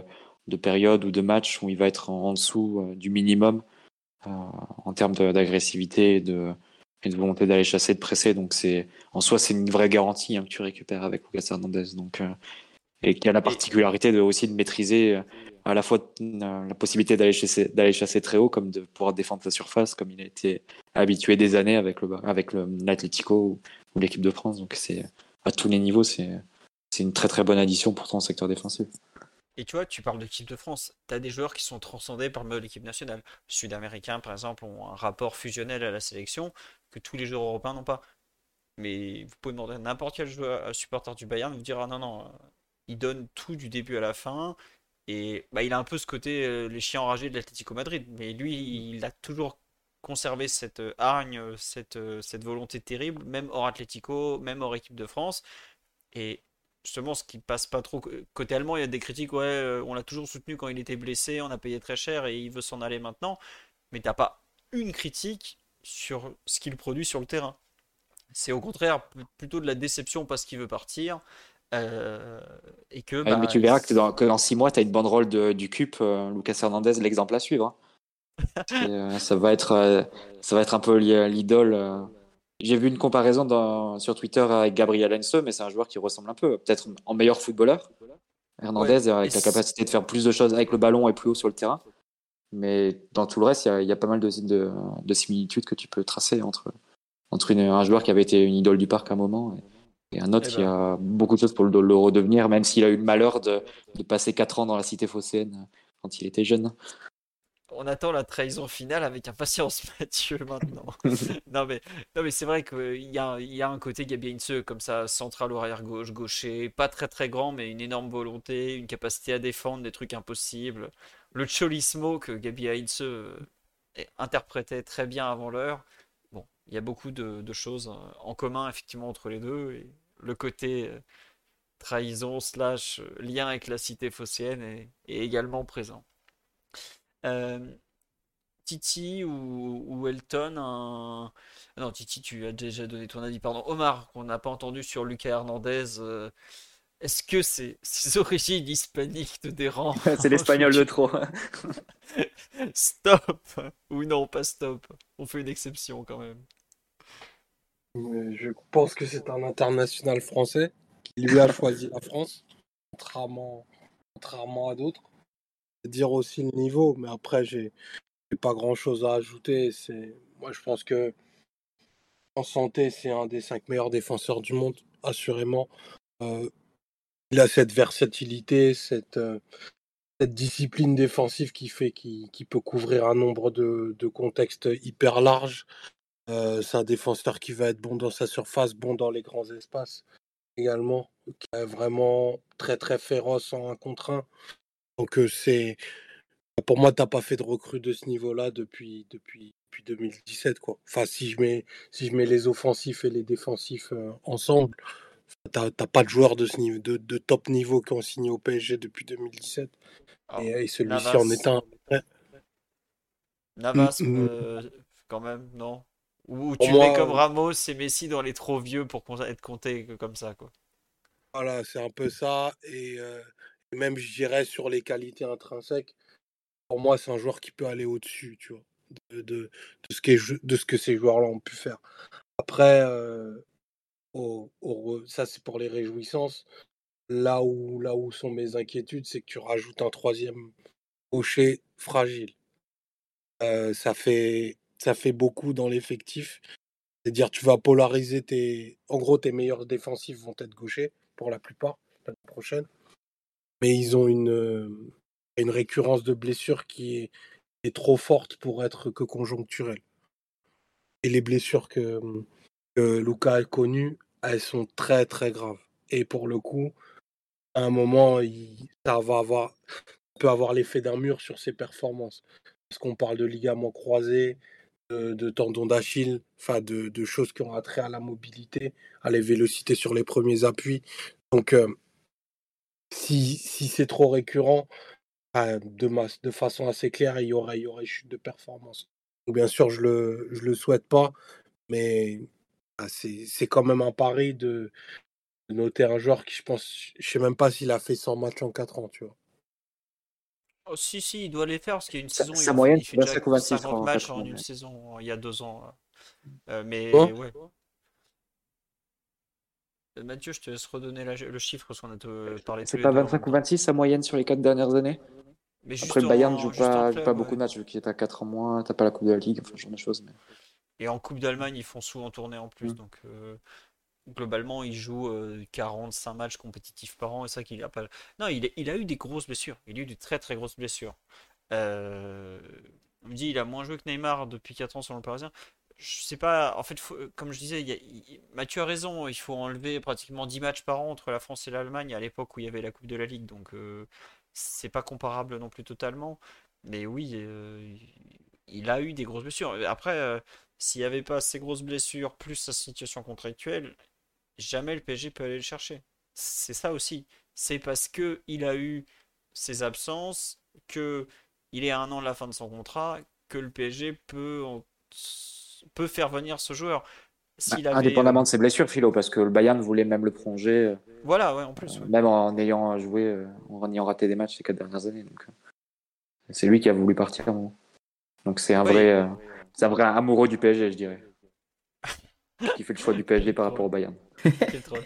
de période ou de match où il va être en dessous du minimum euh, en termes d'agressivité et de volonté d'aller chasser, de presser. Donc en soi c'est une vraie garantie hein, que tu récupères avec Lucas Hernandez. Donc et qui a la Et, particularité aussi de maîtriser à la fois la possibilité d'aller chasser très haut, comme de pouvoir défendre sa surface, comme il a été habitué des années avec l'Atlético ou l'équipe de France. Donc c'est à tous les niveaux, c'est une très très bonne addition pour ton secteur défensif. et tu vois, tu parles de l'équipe de France. Tu as des joueurs qui sont transcendés par le mode équipe nationale. Les Sud-Américains, par exemple, ont un rapport fusionnel à la sélection que tous les joueurs européens n'ont pas. Mais vous pouvez demander à n'importe quel joueur, supporter du Bayern, il vous dira non, non, il donne tout du début à la fin. Et bah, il a un peu ce côté les chiens enragés de l'Atlético Madrid. Mais lui, il a toujours conservé cette hargne, cette volonté terrible, même hors Atlético, même hors équipe de France. Et justement, ce qui passe pas trop. Côté allemand, il y a des critiques, ouais, on l'a toujours soutenu quand il était blessé, on a payé très cher et il veut s'en aller maintenant. Mais t'as pas une critique sur ce qu'il produit sur le terrain. C'est au contraire plutôt de la déception parce qu'il veut partir. euh, et que Ouais, mais bah tu verras que dans 6 mois, tu as une banderole du CUP, Lucas Hernandez, l'exemple à suivre. Hein. Ça va être un peu l'idole. J'ai vu une comparaison sur Twitter avec Gabriel Heinze, mais c'est un joueur qui ressemble un peu, peut-être en meilleur footballeur. ouais. Hernandez, avec la capacité de faire plus de choses avec le ballon et plus haut sur le terrain. Mais dans tout le reste, il y a pas mal de similitudes que tu peux tracer entre un joueur qui avait été une idole du parc à un moment et un autre Eh qui ben, a beaucoup de choses pour le redevenir, même s'il a eu le malheur de passer 4 ans dans la cité phocéenne quand il était jeune. on attend la trahison finale avec impatience, Mathieu, maintenant. Non mais, non mais c'est vrai qu'il y a un côté Gabi Heinze comme ça, central au arrière gauche, gaucher, pas très très grand, mais une énorme volonté, une capacité à défendre des trucs impossibles. Le cholismo que Gabi Heinze interprétait très bien avant l'heure. Bon, il y a beaucoup de choses en commun effectivement entre les deux. Et le côté trahison slash lien avec la cité phocéenne est également présent. Euh, Titi ou Elton, non, Titi, tu as déjà donné ton avis, pardon. Omar, qu'on n'a pas entendu sur Lucas Hernandez. Est-ce que ses origines hispaniques te C'est dérangent ou l'espagnol de trop. Stop! Ou non, pas stop. On fait une exception quand même. Mais je pense que c'est un international français qui lui a choisi la France, contrairement, contrairement à d'autres. C'est dire aussi le niveau, mais après, j'ai pas grand-chose à ajouter. Moi, je pense que en santé, c'est un des 5 meilleurs défenseurs du monde, assurément. Euh, il a cette versatilité, cette discipline défensive qui fait qu'il peut couvrir un nombre de contextes hyper larges. C'est un défenseur qui va être bon dans sa surface, bon dans les grands espaces également, qui est vraiment très très féroce en 1 contre 1. Donc pour moi, t'as pas fait de recrue de ce niveau-là depuis 2017, quoi. Enfin, si je mets les offensifs et les défensifs ensemble, t'as pas de joueurs de ce niveau, de top niveau qui ont signé au PSG depuis 2017. Alors, Et celui-ci en est Navas. un. Ouais. Navas, Mm, quand même, non. Ou Pour tu mets moi, comme Ramos et Messi dans les trop vieux pour être compté comme ça, quoi. voilà, c'est un peu ça. Et même, je dirais, sur les qualités intrinsèques, pour moi, c'est un joueur qui peut aller au-dessus, tu vois, de de ce que ces joueurs-là ont pu faire. Après, ça, c'est pour les réjouissances. Là où sont mes inquiétudes, c'est que tu rajoutes un troisième gaucher fragile. Ça fait beaucoup dans l'effectif. C'est-à-dire, tu vas polariser en gros, tes meilleurs défensifs vont être gauchers, pour la plupart, l'année prochaine. Mais ils ont une récurrence de blessures qui est trop forte pour être que conjoncturelle. Et les blessures que Luka a connues, elles sont très, très graves. Et pour le coup, à un moment, ça peut avoir l'effet d'un mur sur ses performances. Parce qu'on parle de ligaments croisés, de tendons d'Achille, enfin de choses qui ont attrait à la mobilité, à la vélocité sur les premiers appuis. Donc, si c'est trop récurrent, de façon assez claire, il y aurait chute de performance. Donc, bien sûr, je le souhaite pas, mais c'est quand même un pari de noter un joueur qui, je sais même pas s'il a fait 100 matchs en 4 ans, tu vois. Oh, si, si, il doit les faire parce qu'il y a une saison, Sa moyenne, il c'est fait déjà 25 ou 26 50 en matchs 4 en ans. une saison il y a 2 ans. Quoi Mais ouais. Mathieu, je te laisse redonner le chiffre parce qu'on a parlé tous C'est les pas deux en même 25 ou temps. 26 sa moyenne sur les 4 dernières années? Mais Après, juste le Bayern joue juste en pas, joue pas club, beaucoup ouais. de matchs, vu qu'il est à 4 en moins, t'as pas la Coupe de la Ligue, enfin, ce genre de choses. Mais... Et en Coupe d'Allemagne, ils font souvent tourner en plus. Mm. Donc, globalement, il joue 45 matchs compétitifs par an. Et c'est ça qu'il a pas. Non, il a eu des grosses blessures. Il a eu de très très grosses blessures. Euh, On me dit il a moins joué que Neymar depuis 4 ans selon le Parisien. Je sais pas, en fait, comme je disais, Mathieu a raison, il faut enlever pratiquement 10 matchs par an entre la France et l'Allemagne à l'époque où il y avait la Coupe de la Ligue, donc c'est pas comparable non plus totalement. Mais oui, il a eu des grosses blessures. Après, s'il n'y avait pas ces grosses blessures plus sa situation contractuelle, jamais le PSG peut aller le chercher. C'est ça aussi. C'est parce que il a eu ses absences, que il est à 1 an de la fin de son contrat, que le PSG peut faire venir ce joueur. S'il avait. Indépendamment de ses blessures, Philo, parce que le Bayern voulait même le prolonger, Voilà, ouais, en plus, ouais. même en ayant joué, en ayant raté des matchs ces 4 dernières années. Donc, c'est lui qui a voulu partir. Donc c'est un Ouais, vrai amoureux du PSG, je dirais. Qui fait le choix du PSG par rapport au Bayern. quel troll.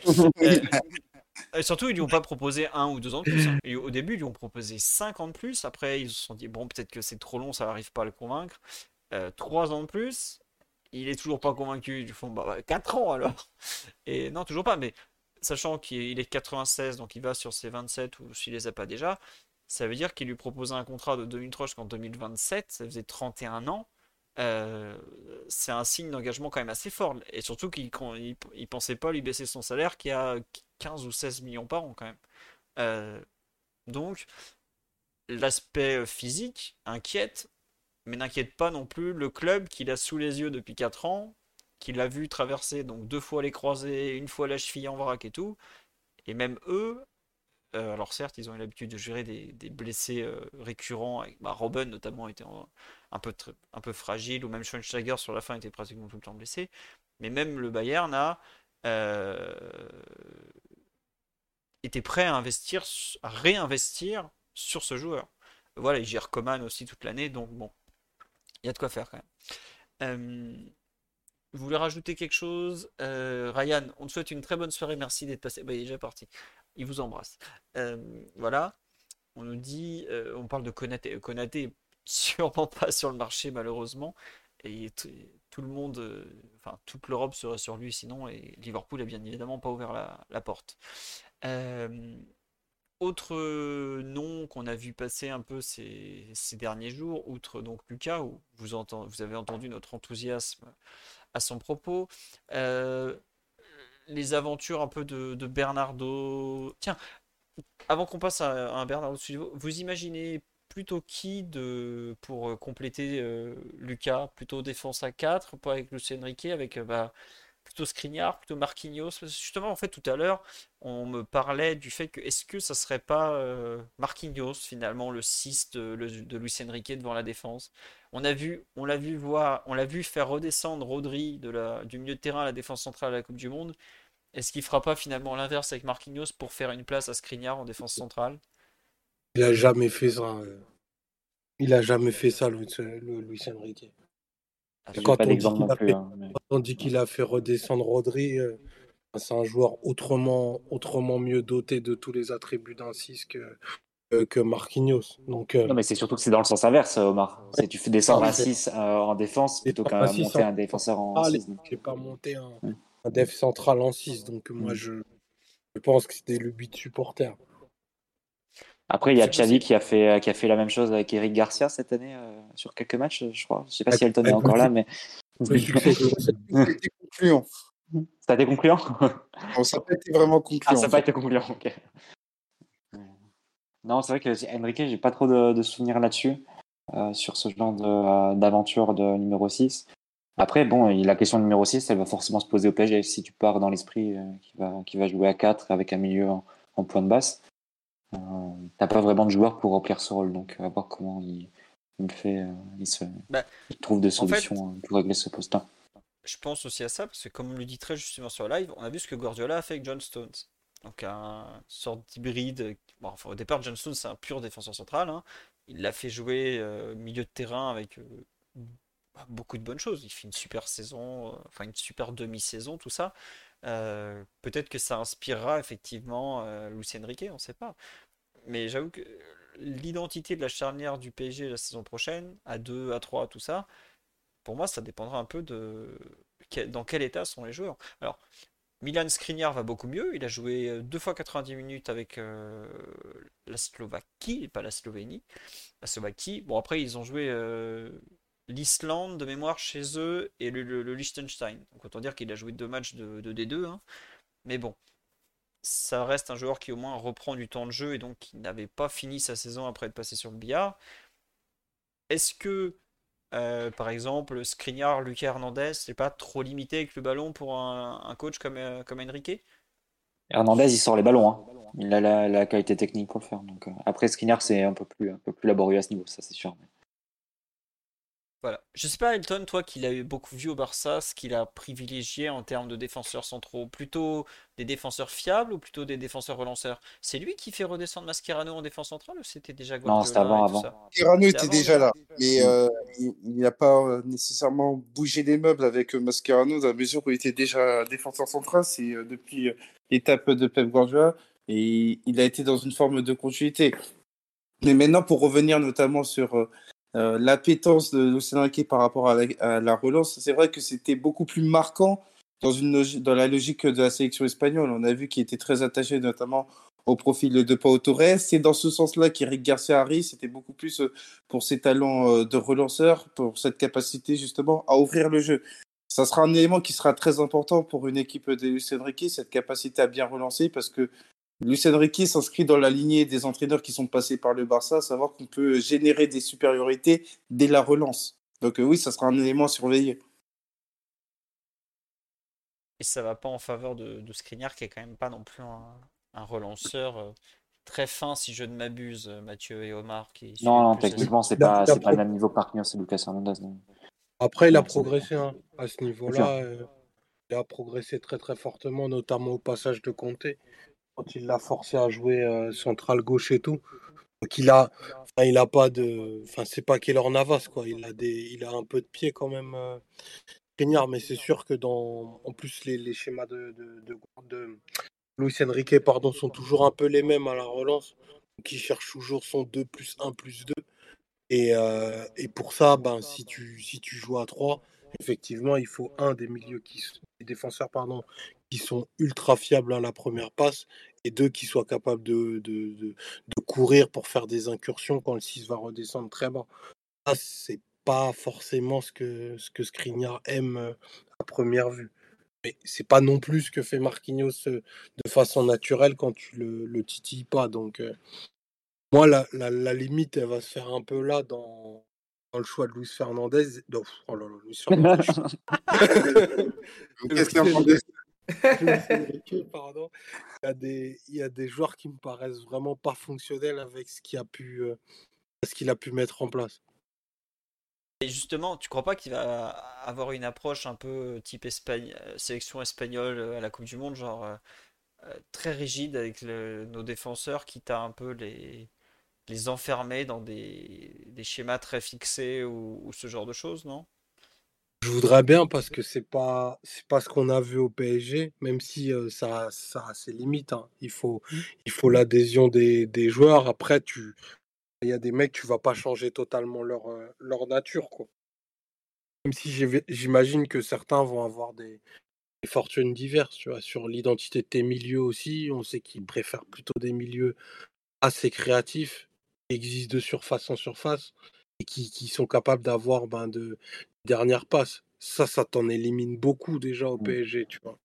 Et surtout, ils lui ont pas proposé 1 ou 2 ans de plus, hein. Au début, ils lui ont proposé 5 ans de plus. Après, ils se sont dit, bon, peut-être que c'est trop long, ça n'arrive pas à le convaincre. 3 ans de plus, il est toujours pas convaincu. Ils font, bah, 4 ans alors. Et non, toujours pas. Mais sachant qu'il est 96, donc il va sur ses 27 ou s'il les a pas déjà, ça veut dire qu'il lui proposait un contrat de 2003 jusqu'en 2027. Ça faisait 31 ans. Euh, c'est un signe d'engagement quand même assez fort. Et surtout qu'il pensait pas lui baisser son salaire qui a 15 ou 16 millions par an quand même. Euh, donc, l'aspect physique inquiète, mais n'inquiète pas non plus le club qu'il a sous les yeux depuis 4 ans, qu'il a vu traverser donc 2 fois les croisés, une fois la cheville en vrac et tout. Et même eux, alors certes, ils ont eu l'habitude de gérer des blessés récurrents. Robben notamment était un peu fragile, ou même Schweinsteiger sur la fin était pratiquement tout le temps blessé. Mais même le Bayern a euh, été prêt à réinvestir sur ce joueur. Voilà, il gère Coman aussi toute l'année, donc bon, il y a de quoi faire quand même. Vous voulez rajouter quelque chose? Ryan, on te souhaite une très bonne soirée, merci d'être passé. Bah, il est déjà parti. Il vous embrasse. Voilà. On nous dit, on parle de Konaté. Konaté est sûrement pas sur le marché malheureusement. Et tout le monde, enfin toute l'Europe serait sur lui sinon. Et Liverpool a bien évidemment pas ouvert la porte. Autre nom qu'on a vu passer un peu ces derniers jours, outre donc Lucas, où vous avez entendu notre enthousiasme à son propos. Les aventures un peu de Bernardo. Tiens, avant qu'on passe à un Bernardo Silva, vous imaginez plutôt qui pour compléter Lucas? Plutôt défense à 4, pas avec Luis Enrique, avec plutôt Skriniar, plutôt Marquinhos? Parce que justement, en fait, tout à l'heure, on me parlait du fait que est-ce que ça serait pas Marquinhos finalement le 6 de Luis Enrique devant la défense? On l'a vu faire redescendre Rodri du milieu de terrain à la défense centrale à la Coupe du Monde. Est-ce qu'il fera pas finalement l'inverse avec Marquinhos pour faire une place à Skriniar en défense centrale? Il a jamais fait ça. Il a jamais fait ça, Luis Enrique. Ah, J'ai Quand pas on dit d'exemple qu'il non a plus. fait, Hein, mais- quand on dit qu'il a fait redescendre Rodri, c'est un joueur autrement mieux doté de tous les attributs d'un 6 que Marquinhos. Donc, Non, mais c'est surtout que c'est dans le sens inverse, Omar. C'est tu fais descendre un 6 en défense plutôt descendre un qu'à 6 monter en un défenseur en central, 6. Donc, j'ai pas monté ouais. un def central en 6. Donc, moi, Mm. je pense que c'était le but supporter. Après, il y a C'est Xavi possible. qui a fait la même chose avec Eric Garcia cette année sur quelques matchs, je crois. Je sais pas si Elton est Avec encore là, mais le succès que C'était concluant. ça a été concluant. Bon, ça n'a pas été vraiment Ah, concluant. ça n'a en pas fait. été concluant. Ok. Non, c'est vrai que Enrique, j'ai pas trop de souvenirs là-dessus, sur ce genre d'aventure de numéro 6. Après, bon, la question de numéro 6, elle va forcément se poser au PSG. Si tu pars dans l'esprit qui va jouer à 4 avec un milieu en point de basse, t'as pas vraiment de joueur pour remplir ce rôle. Donc, à voir comment il fait, Bah, il trouve des en fait, solutions pour régler ce poste-là. je pense aussi à ça parce que comme on le dit très justement sur live, on a vu ce que Guardiola a fait avec John Stones. Donc un sorte d'hybride. Bon, enfin, au départ, John Stones c'est un pur défenseur central, hein. Il l'a fait jouer milieu de terrain avec beaucoup de bonnes choses. Il fait une super saison, enfin une super demi-saison, tout ça. Peut-être que ça inspirera effectivement Luis Enrique, on ne sait pas. Mais j'avoue que l'identité de la charnière du PSG la saison prochaine, à 2, à 3, tout ça, pour moi, ça dépendra un peu de dans quel état sont les joueurs. Alors, Milan Skriniar va beaucoup mieux. Il a joué 2 fois 90 minutes avec la Slovaquie, et pas la Slovénie. La Slovaquie. Bon, après, ils ont joué l'Islande de mémoire chez eux et le Liechtenstein. Donc, autant dire qu'il a joué 2 matchs de D2, hein. Mais bon, ça reste un joueur qui au moins reprend du temps de jeu et donc qui n'avait pas fini sa saison après être passé sur le billard. Est-ce que par exemple, Skriniar, Lucas Hernandez, c'est pas trop limité avec le ballon pour un coach comme Enrique? Hernandez, il sort les ballons. Hein. Il a la qualité technique pour le faire. Donc, après, Skriniar, c'est un peu plus laborieux à ce niveau, ça c'est sûr. Voilà. Je sais pas, Elton, toi qui l'as beaucoup vu au Barça, ce qu'il a privilégié en termes de défenseurs centraux, plutôt des défenseurs fiables ou plutôt des défenseurs relanceurs? C'est lui qui fait redescendre Mascherano en défense centrale ou c'était déjà Non, c'était Guardiola et tout avant. ça? Tirano C'était était avant déjà déjà? là, mais il n'a pas nécessairement bougé les meubles avec Mascherano dans la mesure où il était déjà défenseur central. C'est depuis l'étape de Pep Guardiola et il a été dans une forme de continuité. Mais maintenant, pour revenir notamment sur l'appétence de Luis Enrique par rapport à la relance, c'est vrai que c'était beaucoup plus marquant dans la logique de la sélection espagnole. On a vu qu'il était très attaché notamment au profil de Pau Torres. C'est dans ce sens-là qu'Eric Garcia Harry, c'était beaucoup plus pour ses talents de relanceur, pour cette capacité justement à ouvrir le jeu. Ça sera un élément qui sera très important pour une équipe de Luis Enrique, cette capacité à bien relancer, parce que Luis Enrique s'inscrit dans la lignée des entraîneurs qui sont passés par le Barça, à savoir qu'on peut générer des supériorités dès la relance. Donc oui, ça sera un élément à surveiller. Et ça va pas en faveur de Skriniar qui est quand même pas non plus un relanceur très fin si je ne m'abuse, Mathieu et Omar qui suivez Non, plus la techniquement, c'est Il a, pas, il a c'est pas le pro- même niveau que Marquinhos et Lucas Hernandez. Non. Après, il a Non, c'est progressé hein, à ce bien sûr. niveau-là. Il a progressé très très fortement, notamment au passage de Conte, quand il l'a forcé à jouer central gauche et tout. Donc il a pas de, enfin c'est pas Keylor Navas quoi. Il a un peu de pied quand même, Skriniar, mais c'est sûr que en plus les schémas de Luis Enrique pardon sont toujours un peu les mêmes à la relance. Donc il cherche toujours son 2+1+2. Et pour ça, ben, si tu joues à 3, effectivement, il faut un des défenseurs qui sont ultra fiables à la première passe et deux qui soient capables de courir pour faire des incursions quand le 6 va redescendre très bas. Ça, c'est pas forcément ce que Skriniar aime à première vue. Mais c'est pas non plus ce que fait Marquinhos de façon naturelle quand tu le titilles pas. Donc, moi, la limite, elle va se faire un peu là dans le choix de Luis Fernandez. Non, oh là là, Luis Fernandez. Lucas Hernandez. Luis Enrique, pardon. Il y a des joueurs qui me paraissent vraiment pas fonctionnels avec ce qu'il a pu mettre en place. Et justement, tu crois pas qu'il va avoir une approche un peu type sélection espagnole à la Coupe du Monde, genre très rigide avec nos défenseurs, quitte à un peu les enfermer dans des schémas très fixés ou ce genre de choses, non? Je voudrais bien parce que c'est pas ce qu'on a vu au PSG, même si ça a ses limites, hein. Il faut l'adhésion des joueurs. Après, il y a des mecs, tu vas pas changer totalement leur nature, quoi. Même si j'imagine que certains vont avoir des fortunes diverses, tu vois, sur l'identité de tes milieux aussi. On sait qu'ils préfèrent plutôt des milieux assez créatifs, qui existent de surface en surface et qui sont capables d'avoir de dernières passes. Ça t'en élimine beaucoup déjà au PSG, tu vois.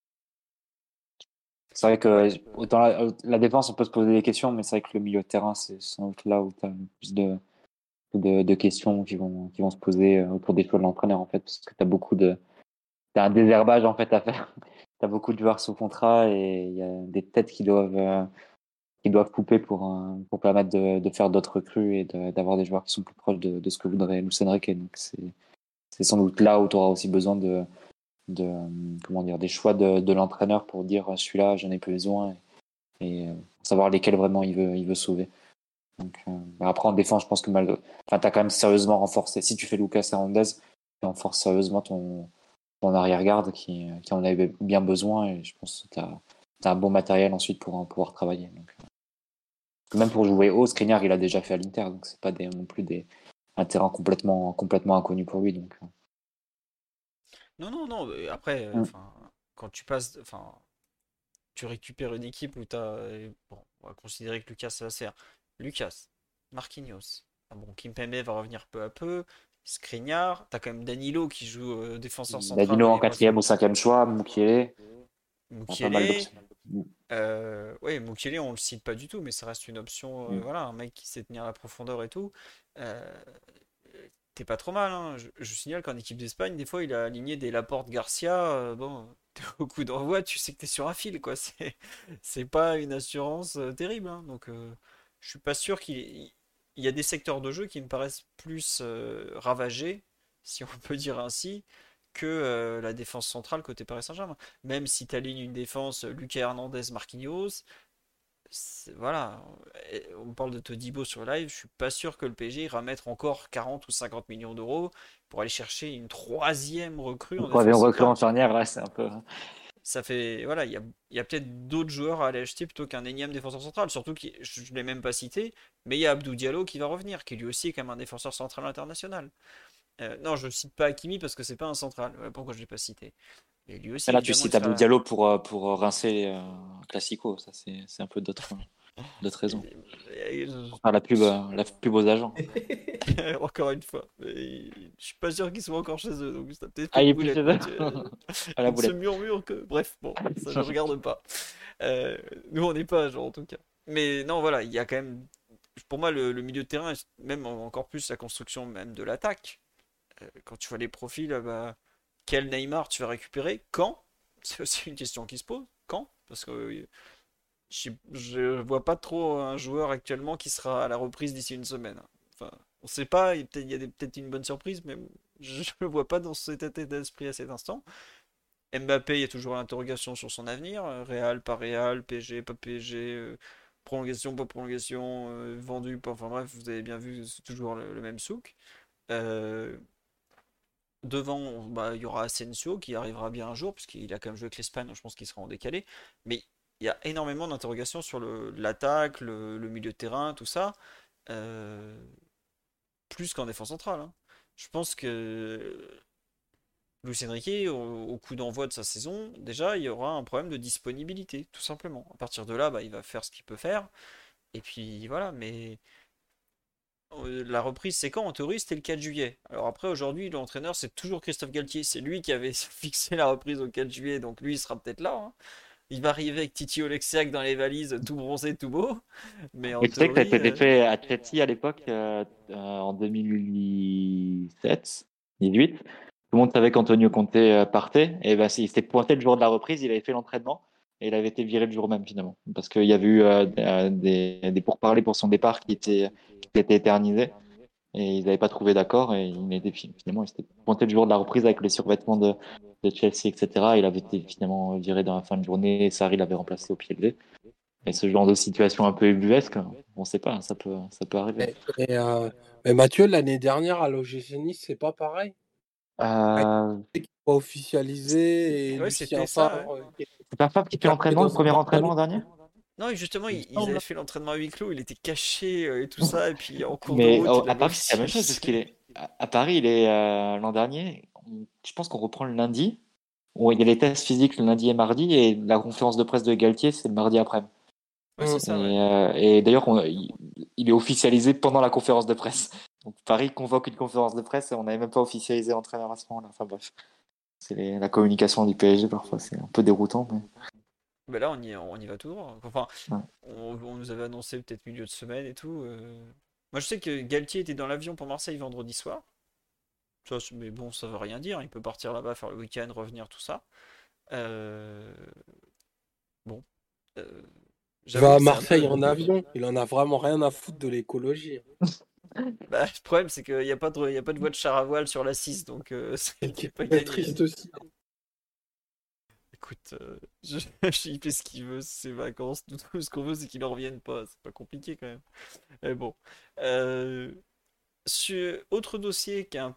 C'est vrai que autant la défense, on peut se poser des questions, mais c'est vrai que le milieu de terrain, c'est sans doute là où tu as le plus de questions qui vont se poser autour des choix de l'entraîneur, en fait, parce que t'as un désherbage en fait à faire. T'as beaucoup de joueurs sous contrat et il y a des têtes qui doivent couper pour permettre de faire d'autres recrues et d'avoir des joueurs qui sont plus proches de ce que voudrait Luis Enrique. Donc c'est sans doute là où tu auras aussi besoin comment dire, des choix de l'entraîneur pour dire celui-là j'en ai plus besoin et savoir lesquels vraiment il veut sauver. Donc après en défense, je pense que t'as quand même sérieusement renforcé. Si tu fais Lucas Hernandez, tu renforces sérieusement ton arrière-garde qui en avait bien besoin et je pense que t'as un bon matériel ensuite pour pouvoir travailler. Donc, même pour jouer haut, Skriniar il a déjà fait à l'Inter, donc c'est pas non plus un terrain complètement inconnu pour lui. Donc. Non. Après, quand tu passes, tu récupères une équipe où tu as. Bon, on va considérer que Lucas ça va se faire. Lucas, Marquinhos. Ah bon, Kimpembe va revenir peu à peu. Skriniar, t'as quand même Danilo qui joue défenseur central. Danilo en 4e ou 5e choix, Mukiele. Mukiele. Oui, Mukiele, on le cite pas du tout, mais ça reste une option. Voilà, un mec qui sait tenir la profondeur et tout. T'es pas trop mal, hein. Je signale qu'en équipe d'Espagne, des fois, il a aligné des Laporte Garcia. Bon, t'es au coup d'envoi, tu sais que t'es sur un fil, quoi. C'est pas une assurance terrible, hein. Donc, je suis pas sûr il y a des secteurs de jeu qui me paraissent plus ravagés, si on peut dire ainsi, que la défense centrale côté Paris Saint-Germain. Même si tu alignes une défense Lucas Hernandez, Marquinhos, voilà, on parle de Todibo sur live, je suis pas sûr que le PSG ira mettre encore 40 ou 50 millions d'euros pour aller chercher une troisième recrue en troisième défense recrue en centrale. charnière, là, c'est un peu. Ça fait, voilà, il y a peut-être d'autres joueurs à aller acheter plutôt qu'un énième défenseur central, surtout que je ne l'ai même pas cité, mais il y a Abdou Diallo qui va revenir, qui lui aussi est quand même un défenseur central international. Non, je ne cite pas Hakimi parce que c'est pas un central. Voilà pourquoi je ne l'ai pas cité. Et lui aussi, Là, tu évidemment, il cites Abdou sera. Diallo pour rincer Classico. Ça, c'est un peu d'autres raisons. Pour faire la pub aux agents. Encore une fois. Mais je suis pas sûr qu'ils soient encore chez eux. Donc ça peut-être Ah, fait il est une plus chez boulette. eux. À la Il se boulette. murmure que. Bref, bon, ça ne regarde pas. Nous, on n'est pas, genre, en tout cas. Mais non, voilà, il y a quand même. Pour moi, le milieu de terrain, même encore plus la construction même de l'attaque. Quand tu vois les profils, bah, quel Neymar tu vas récupérer? Quand? C'est aussi une question qui se pose. Quand? Parce que je vois pas trop un joueur actuellement qui sera à la reprise d'ici une semaine. Enfin, on sait pas, il y a peut-être une bonne surprise, mais je ne le vois pas dans cet état d'esprit à cet instant. Mbappé, il y a toujours l'interrogation sur son avenir. Real, pas Real, PSG, pas PSG, prolongation, pas prolongation, vendu, pas. Enfin bref, vous avez bien vu, c'est toujours le même souk. Euh, Devant, bah, il y aura Asensio qui arrivera bien un jour, puisqu'il a quand même joué avec l'Espagne, donc je pense qu'il sera en décalé. Mais il y a énormément d'interrogations sur l'attaque, le milieu de terrain, tout ça, euh, plus qu'en défense centrale, hein. Je pense que Luis Enrique, au coup d'envoi de sa saison, déjà, il y aura un problème de disponibilité, tout simplement. À partir de là, bah, il va faire ce qu'il peut faire. Et puis voilà, mais la reprise, c'est quand? En théorie, c'était le 4 juillet. Alors après, aujourd'hui, l'entraîneur, c'est toujours Christophe Galtier. C'est lui qui avait fixé la reprise au 4 juillet, donc lui, il sera peut-être là, hein. il va arriver avec Titi Oleksiak dans les valises, tout bronzé, tout beau. Mais en Et tu sais que ça a théorie, été fait à Chelsea à l'époque, en 2017, 18. Tout le monde savait qu'Antonio Conte partait. Et ben, il s'était pointé le jour de la reprise, il avait fait l'entraînement et il avait été viré le jour même finalement. Parce qu'il y avait eu des pourparlers pour son départ qui étaient éternisés. Et ils n'avaient pas trouvé d'accord et finalement il s'était pointé le jour de la reprise avec les survêtements de Chelsea, etc. Il avait été finalement viré dans la fin de journée et Sarri l'avait remplacé au pied levé. Et ce genre de situation un peu ubuesque, on ne sait pas, ça peut arriver. Mais Mathieu, l'année dernière à l'OGC Nice, c'est pas pareil. Euh, L'équipe pas officialisée et ouais, Lucien c'était ça. Favre C'est pas Fab qui fait l'entraînement, le premier entraînement dernier? Non, et justement, il me ils semble. avaient fait l'entraînement à huis clos, il était caché et tout ça, et puis en cours de Mais route, il à avait Paris, c'est la même chose, parce qu'il est à Paris, il est l'an dernier. Je pense qu'on reprend le lundi, où il y a les tests physiques le lundi et mardi, et la conférence de presse de Galtier, c'est le mardi après-midi. Ouais, c'est ça, ouais. Et d'ailleurs, il est officialisé pendant la conférence de presse. Donc Paris convoque une conférence de presse et on n'avait même pas officialisé l'entraîneur à ce moment-là. Enfin bref, c'est la communication du PSG parfois, c'est un peu déroutant. Mais... Mais là, on y va toujours. Enfin, Ouais. on nous avait annoncé peut-être milieu de semaine et tout. Moi, je sais que Galtier était dans l'avion pour Marseille vendredi soir. Ça, mais bon, ça veut rien dire. Il peut partir là-bas, faire le week-end, revenir, tout ça. Euh, Bon. Euh, Il J'avoue va à que c'est un peu. Marseille en avion. Il en a vraiment rien à foutre de l'écologie. Bah, le problème, c'est qu'il n'y a pas y a pas de voie de char à voile sur la 6, donc c'est pas C'est gagné. triste aussi. Écoute, il fait ce qu'il veut, c'est ses vacances. Tout ce qu'on veut, c'est qu'il en revienne pas. C'est pas compliqué quand même. Mais bon. Euh, Autre dossier qui est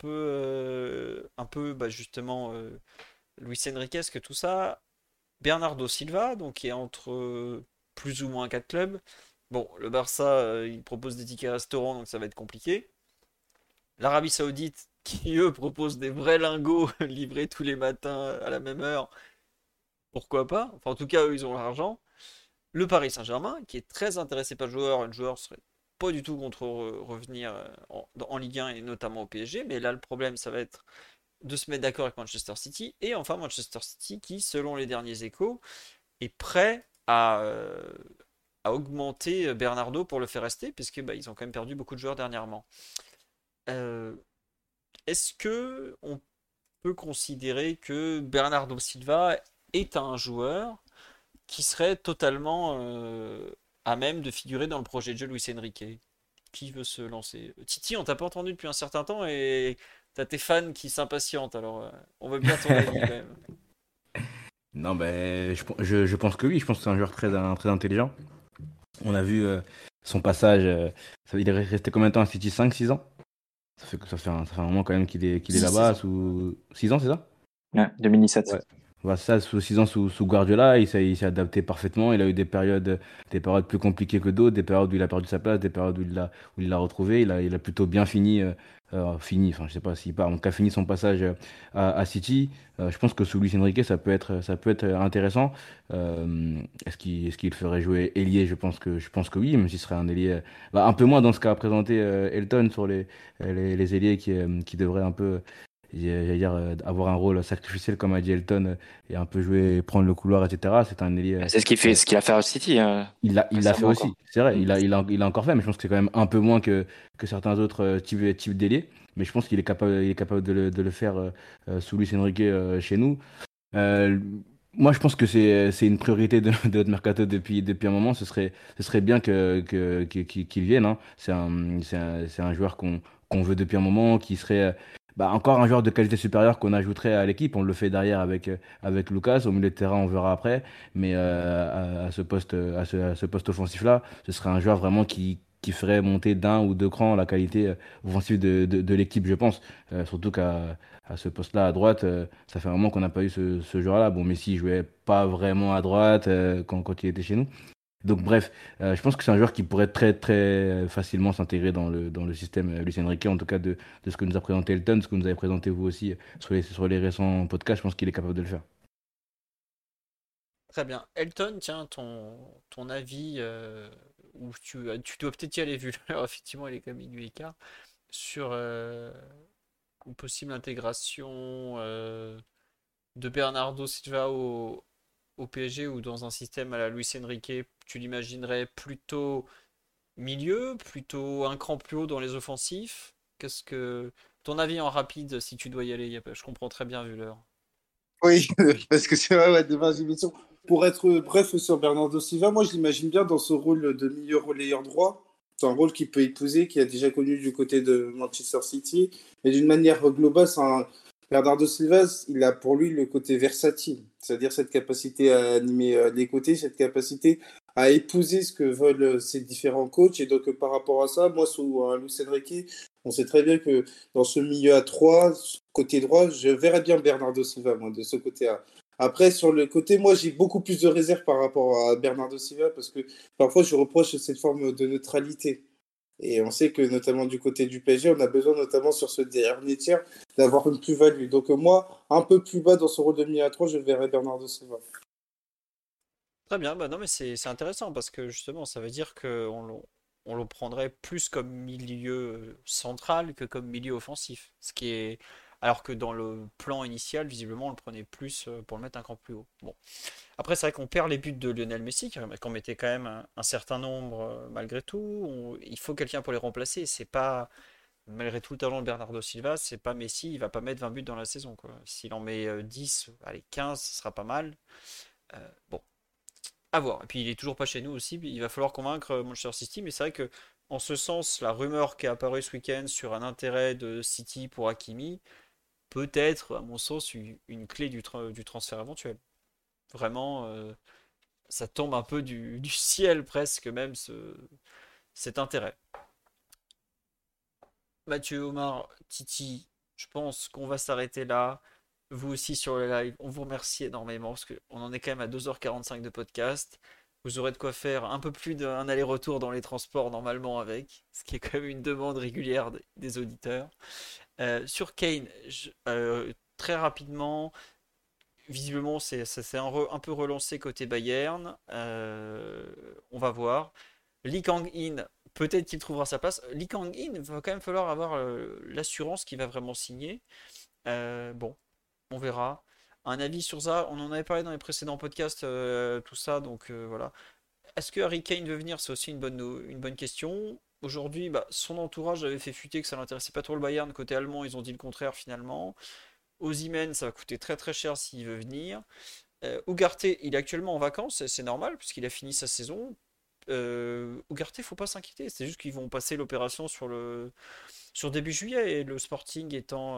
un peu bah, justement Luis Enriquez, tout ça. Bernardo Silva, donc qui est entre plus ou moins 4 clubs. Bon, le Barça, il propose des tickets restaurants, donc ça va être compliqué. L'Arabie Saoudite, qui eux proposent des vrais lingots livrés tous les matins à la même heure, pourquoi pas? Enfin, en tout cas, eux, ils ont l'argent. Le Paris Saint-Germain, qui est très intéressé par le joueur, le joueur serait pas du tout contre revenir en Ligue 1 et notamment au PSG, mais là, le problème, ça va être de se mettre d'accord avec Manchester City, et enfin Manchester City qui, selon les derniers échos, est prêt à augmenter Bernardo pour le faire rester, puisque bah, ils ont quand même perdu beaucoup de joueurs dernièrement. Euh, Est-ce que on peut considérer que Bernardo Silva est un joueur qui serait totalement à même de figurer dans le projet de jeu Luis Enrique? Qui veut se lancer? Titi, on t'a pas entendu depuis un certain temps et t'as tes fans qui s'impatientent, alors on veut bien ton avis quand même. Non, ben, je pense que oui, je pense que c'est un joueur très intelligent. On a vu son passage, il est resté combien de temps à City? 5-6 ans? Ça fait un moment quand même qu'il est là-bas, sous 6 ans, c'est ça? Ouais, 2017. Ouais. Voilà, ça, sous 6 ans sous Guardiola, il s'est adapté parfaitement. Il a eu des périodes plus compliquées que d'autres, des périodes où il a perdu sa place, des périodes où il l'a retrouvé. Il a plutôt bien enfin, je sais pas s'il part, en tout cas, fini son passage à City. Je pense que sous Luis Enrique, ça peut être intéressant. Est-ce qu'il ferait jouer ailier? Je pense que oui, même s'il serait un ailier, bah, un peu moins dans ce qu'a présenté Elton sur les ailiers qui devraient un peu. J'allais dire, avoir un rôle sacrificiel comme a dit Elton, et un peu jouer, prendre le couloir, etc. C'est un ailier. C'est ce qu'il a fait à City. Il l'a fait Récemment aussi, encore. c'est vrai. Il a encore fait, mais je pense que c'est quand même un peu moins que certains autres types d'ailiers. Mais je pense qu'il est capable de le faire sous Luis Enrique chez nous. Euh, Moi, je pense que c'est une priorité de notre mercato depuis un moment. Ce serait bien qu'il vienne, hein. C'est un joueur qu'on veut depuis un moment, qui serait bah, encore un joueur de qualité supérieure qu'on ajouterait à l'équipe. On le fait derrière avec Lucas. Au milieu de terrain, on verra après. Mais à ce poste offensif-là, ce serait un joueur vraiment qui ferait monter d'un ou deux crans la qualité offensive de l'équipe, je pense. Surtout qu'à ce poste-là à droite, ça fait un moment qu'on n'a pas eu ce joueur-là. Bon, Messi jouait pas vraiment à droite quand il était chez nous. Donc bref, je pense que c'est un joueur qui pourrait très très facilement s'intégrer dans le système Luis Enrique, en tout cas de ce que nous a présenté Elton, ce que nous avez présenté vous aussi sur les récents podcasts. Je pense qu'il est capable de le faire. Très bien. Elton, tiens, ton avis, où tu dois peut-être y aller vu l'heure, effectivement, il est quand même minuit et quart, sur une possible intégration de Bernardo Silva au PSG ou dans un système à la Luis Enrique, tu l'imaginerais plutôt milieu, plutôt un cran plus haut dans les offensifs? Qu'est-ce que ton avis en rapide si tu dois y aller? Je comprends très bien vu l'heure. Oui, parce que c'est vrai, ouais, devant une émission. Pour être bref sur Bernardo Silva, moi je l'imagine bien dans ce rôle de milieu relayeur droit. C'est un rôle qu'il peut épouser, qu'il a déjà connu du côté de Manchester City. Et d'une manière globale, Bernardo Silva, il a pour lui le côté versatile. C'est-à-dire cette capacité à animer les côtés, cette capacité à épouser ce que veulent ces différents coachs. Et donc par rapport à ça, moi sous Luis Enrique, on sait très bien que dans ce milieu à 3, côté droit, je verrais bien Bernardo Silva, moi, de ce côté-là. Après, sur le côté, moi, j'ai beaucoup plus de réserves par rapport à Bernardo Silva parce que parfois, je reproche cette forme de neutralité. Et on sait que, notamment du côté du PSG, on a besoin, notamment sur ce dernier tiers, d'avoir une plus-value. Donc, moi, un peu plus bas dans ce rôle de milieu à 3, je verrais Bernardo Silva. Très bien, bah non mais c'est intéressant parce que justement ça veut dire on le prendrait plus comme milieu central que comme milieu offensif. Ce qui est alors que dans le plan initial, visiblement, on le prenait plus pour le mettre un cran plus haut. Bon. Après, c'est vrai qu'on perd les buts de Lionel Messi, qu'on mettait quand même un certain nombre malgré tout. Il faut quelqu'un pour les remplacer. C'est pas, malgré tout le talent de Bernardo Silva, c'est pas Messi, il va pas mettre 20 buts dans la saison, quoi. S'il en met 10, allez, 15, ce sera pas mal. Bon, à voir. Et puis il est toujours pas chez nous aussi. Il va falloir convaincre Manchester City. Mais c'est vrai que en ce sens, la rumeur qui est apparue ce week-end sur un intérêt de City pour Hakimi peut être, à mon sens, une clé du transfert éventuel. Vraiment, ça tombe un peu du ciel presque même cet intérêt. Mathieu, Omar, Titi, je pense qu'on va s'arrêter là. Vous aussi sur le live, on vous remercie énormément parce qu'on en est quand même à 2h45 de podcast. Vous aurez de quoi faire un peu plus d'un aller-retour dans les transports normalement avec, ce qui est quand même une demande régulière des auditeurs. Sur Kane, très rapidement, visiblement c'est un peu relancé côté Bayern. On va voir. Lee Kang-in, peut-être qu'il trouvera sa place. Lee Kang-in, il va quand même falloir avoir l'assurance qu'il va vraiment signer. Bon, on verra. Un avis sur ça, on en avait parlé dans les précédents podcasts, tout ça, donc voilà. Est-ce que Harry Kane veut venir? C'est aussi une bonne question. Aujourd'hui, bah, son entourage avait fait fuiter que ça l'intéressait pas trop le Bayern. Côté allemand, ils ont dit le contraire finalement. Osimhen, ça va coûter très très cher s'il veut venir. Ugarte, il est actuellement en vacances, c'est normal puisqu'il a fini sa saison. Ugarte, faut pas s'inquiéter, c'est juste qu'ils vont passer l'opération sur début juillet et le Sporting étant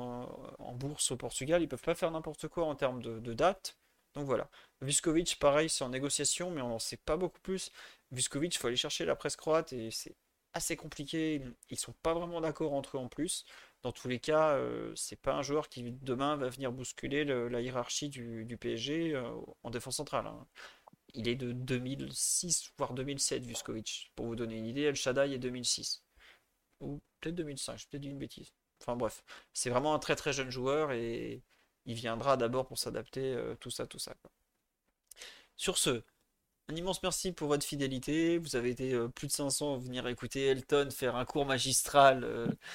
en bourse au Portugal, ils peuvent pas faire n'importe quoi en termes de date. Donc voilà. Vuskovic, pareil, c'est en négociation, mais on n'en sait pas beaucoup plus. Vuskovic, il faut aller chercher la presse croate et c'est assez compliqué. Ils sont pas vraiment d'accord entre eux en plus. Dans tous les cas, c'est pas un joueur qui demain va venir bousculer la hiérarchie du PSG en défense centrale, hein. Il est de 2006, voire 2007, Vuskovic. Pour vous donner une idée, El Shaddai est 2006. Ou peut-être 2005, j'ai peut-être dit une bêtise. Enfin bref, c'est vraiment un très très jeune joueur et il viendra d'abord pour s'adapter, tout ça, tout ça, quoi. Sur ce, un immense merci pour votre fidélité. Vous avez été plus de 500 à venir écouter Elton faire un cours magistral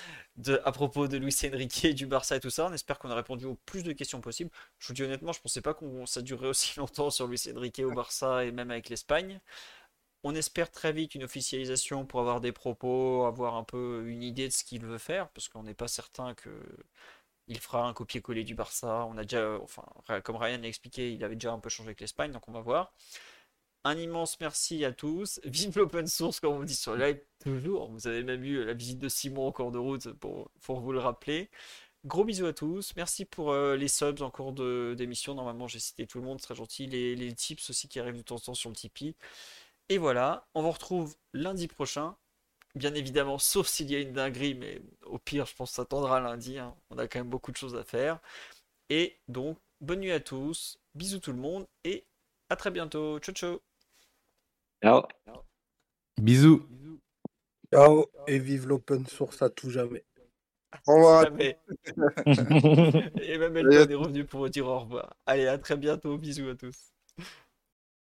à propos de Luis Enrique, du Barça et tout ça. On espère qu'on a répondu au plus de questions possibles. Je vous dis honnêtement, je pensais pas que ça durerait aussi longtemps sur Luis Enrique au Barça et même avec l'Espagne. On espère très vite une officialisation pour avoir des propos, avoir un peu une idée de ce qu'il veut faire, parce qu'on n'est pas certain que il fera un copier-coller du Barça. On a déjà, enfin, comme Ryan l'a expliqué, il avait déjà un peu changé avec l'Espagne, donc on va voir. Un immense merci à tous. Vive l'open source, comme on dit sur le live, toujours. Vous avez même eu la visite de Simon en cours de route pour vous le rappeler. Gros bisous à tous. Merci pour les subs en cours d'émission. Normalement, j'ai cité tout le monde, c'est très gentil. Les tips aussi qui arrivent de temps en temps sur le Tipeee. Et voilà, on vous retrouve lundi prochain. Bien évidemment, sauf s'il y a une dinguerie, mais au pire, je pense que ça attendra lundi, hein. On a quand même beaucoup de choses à faire. Et donc, bonne nuit à tous. Bisous tout le monde et à très bientôt. Ciao, ciao. Ciao. Bisous. Ciao et vive l'open source à tout jamais. Au revoir. Jamais. Et même Elton est revenu pour vous dire au revoir. Allez, à très bientôt. Bisous à tous.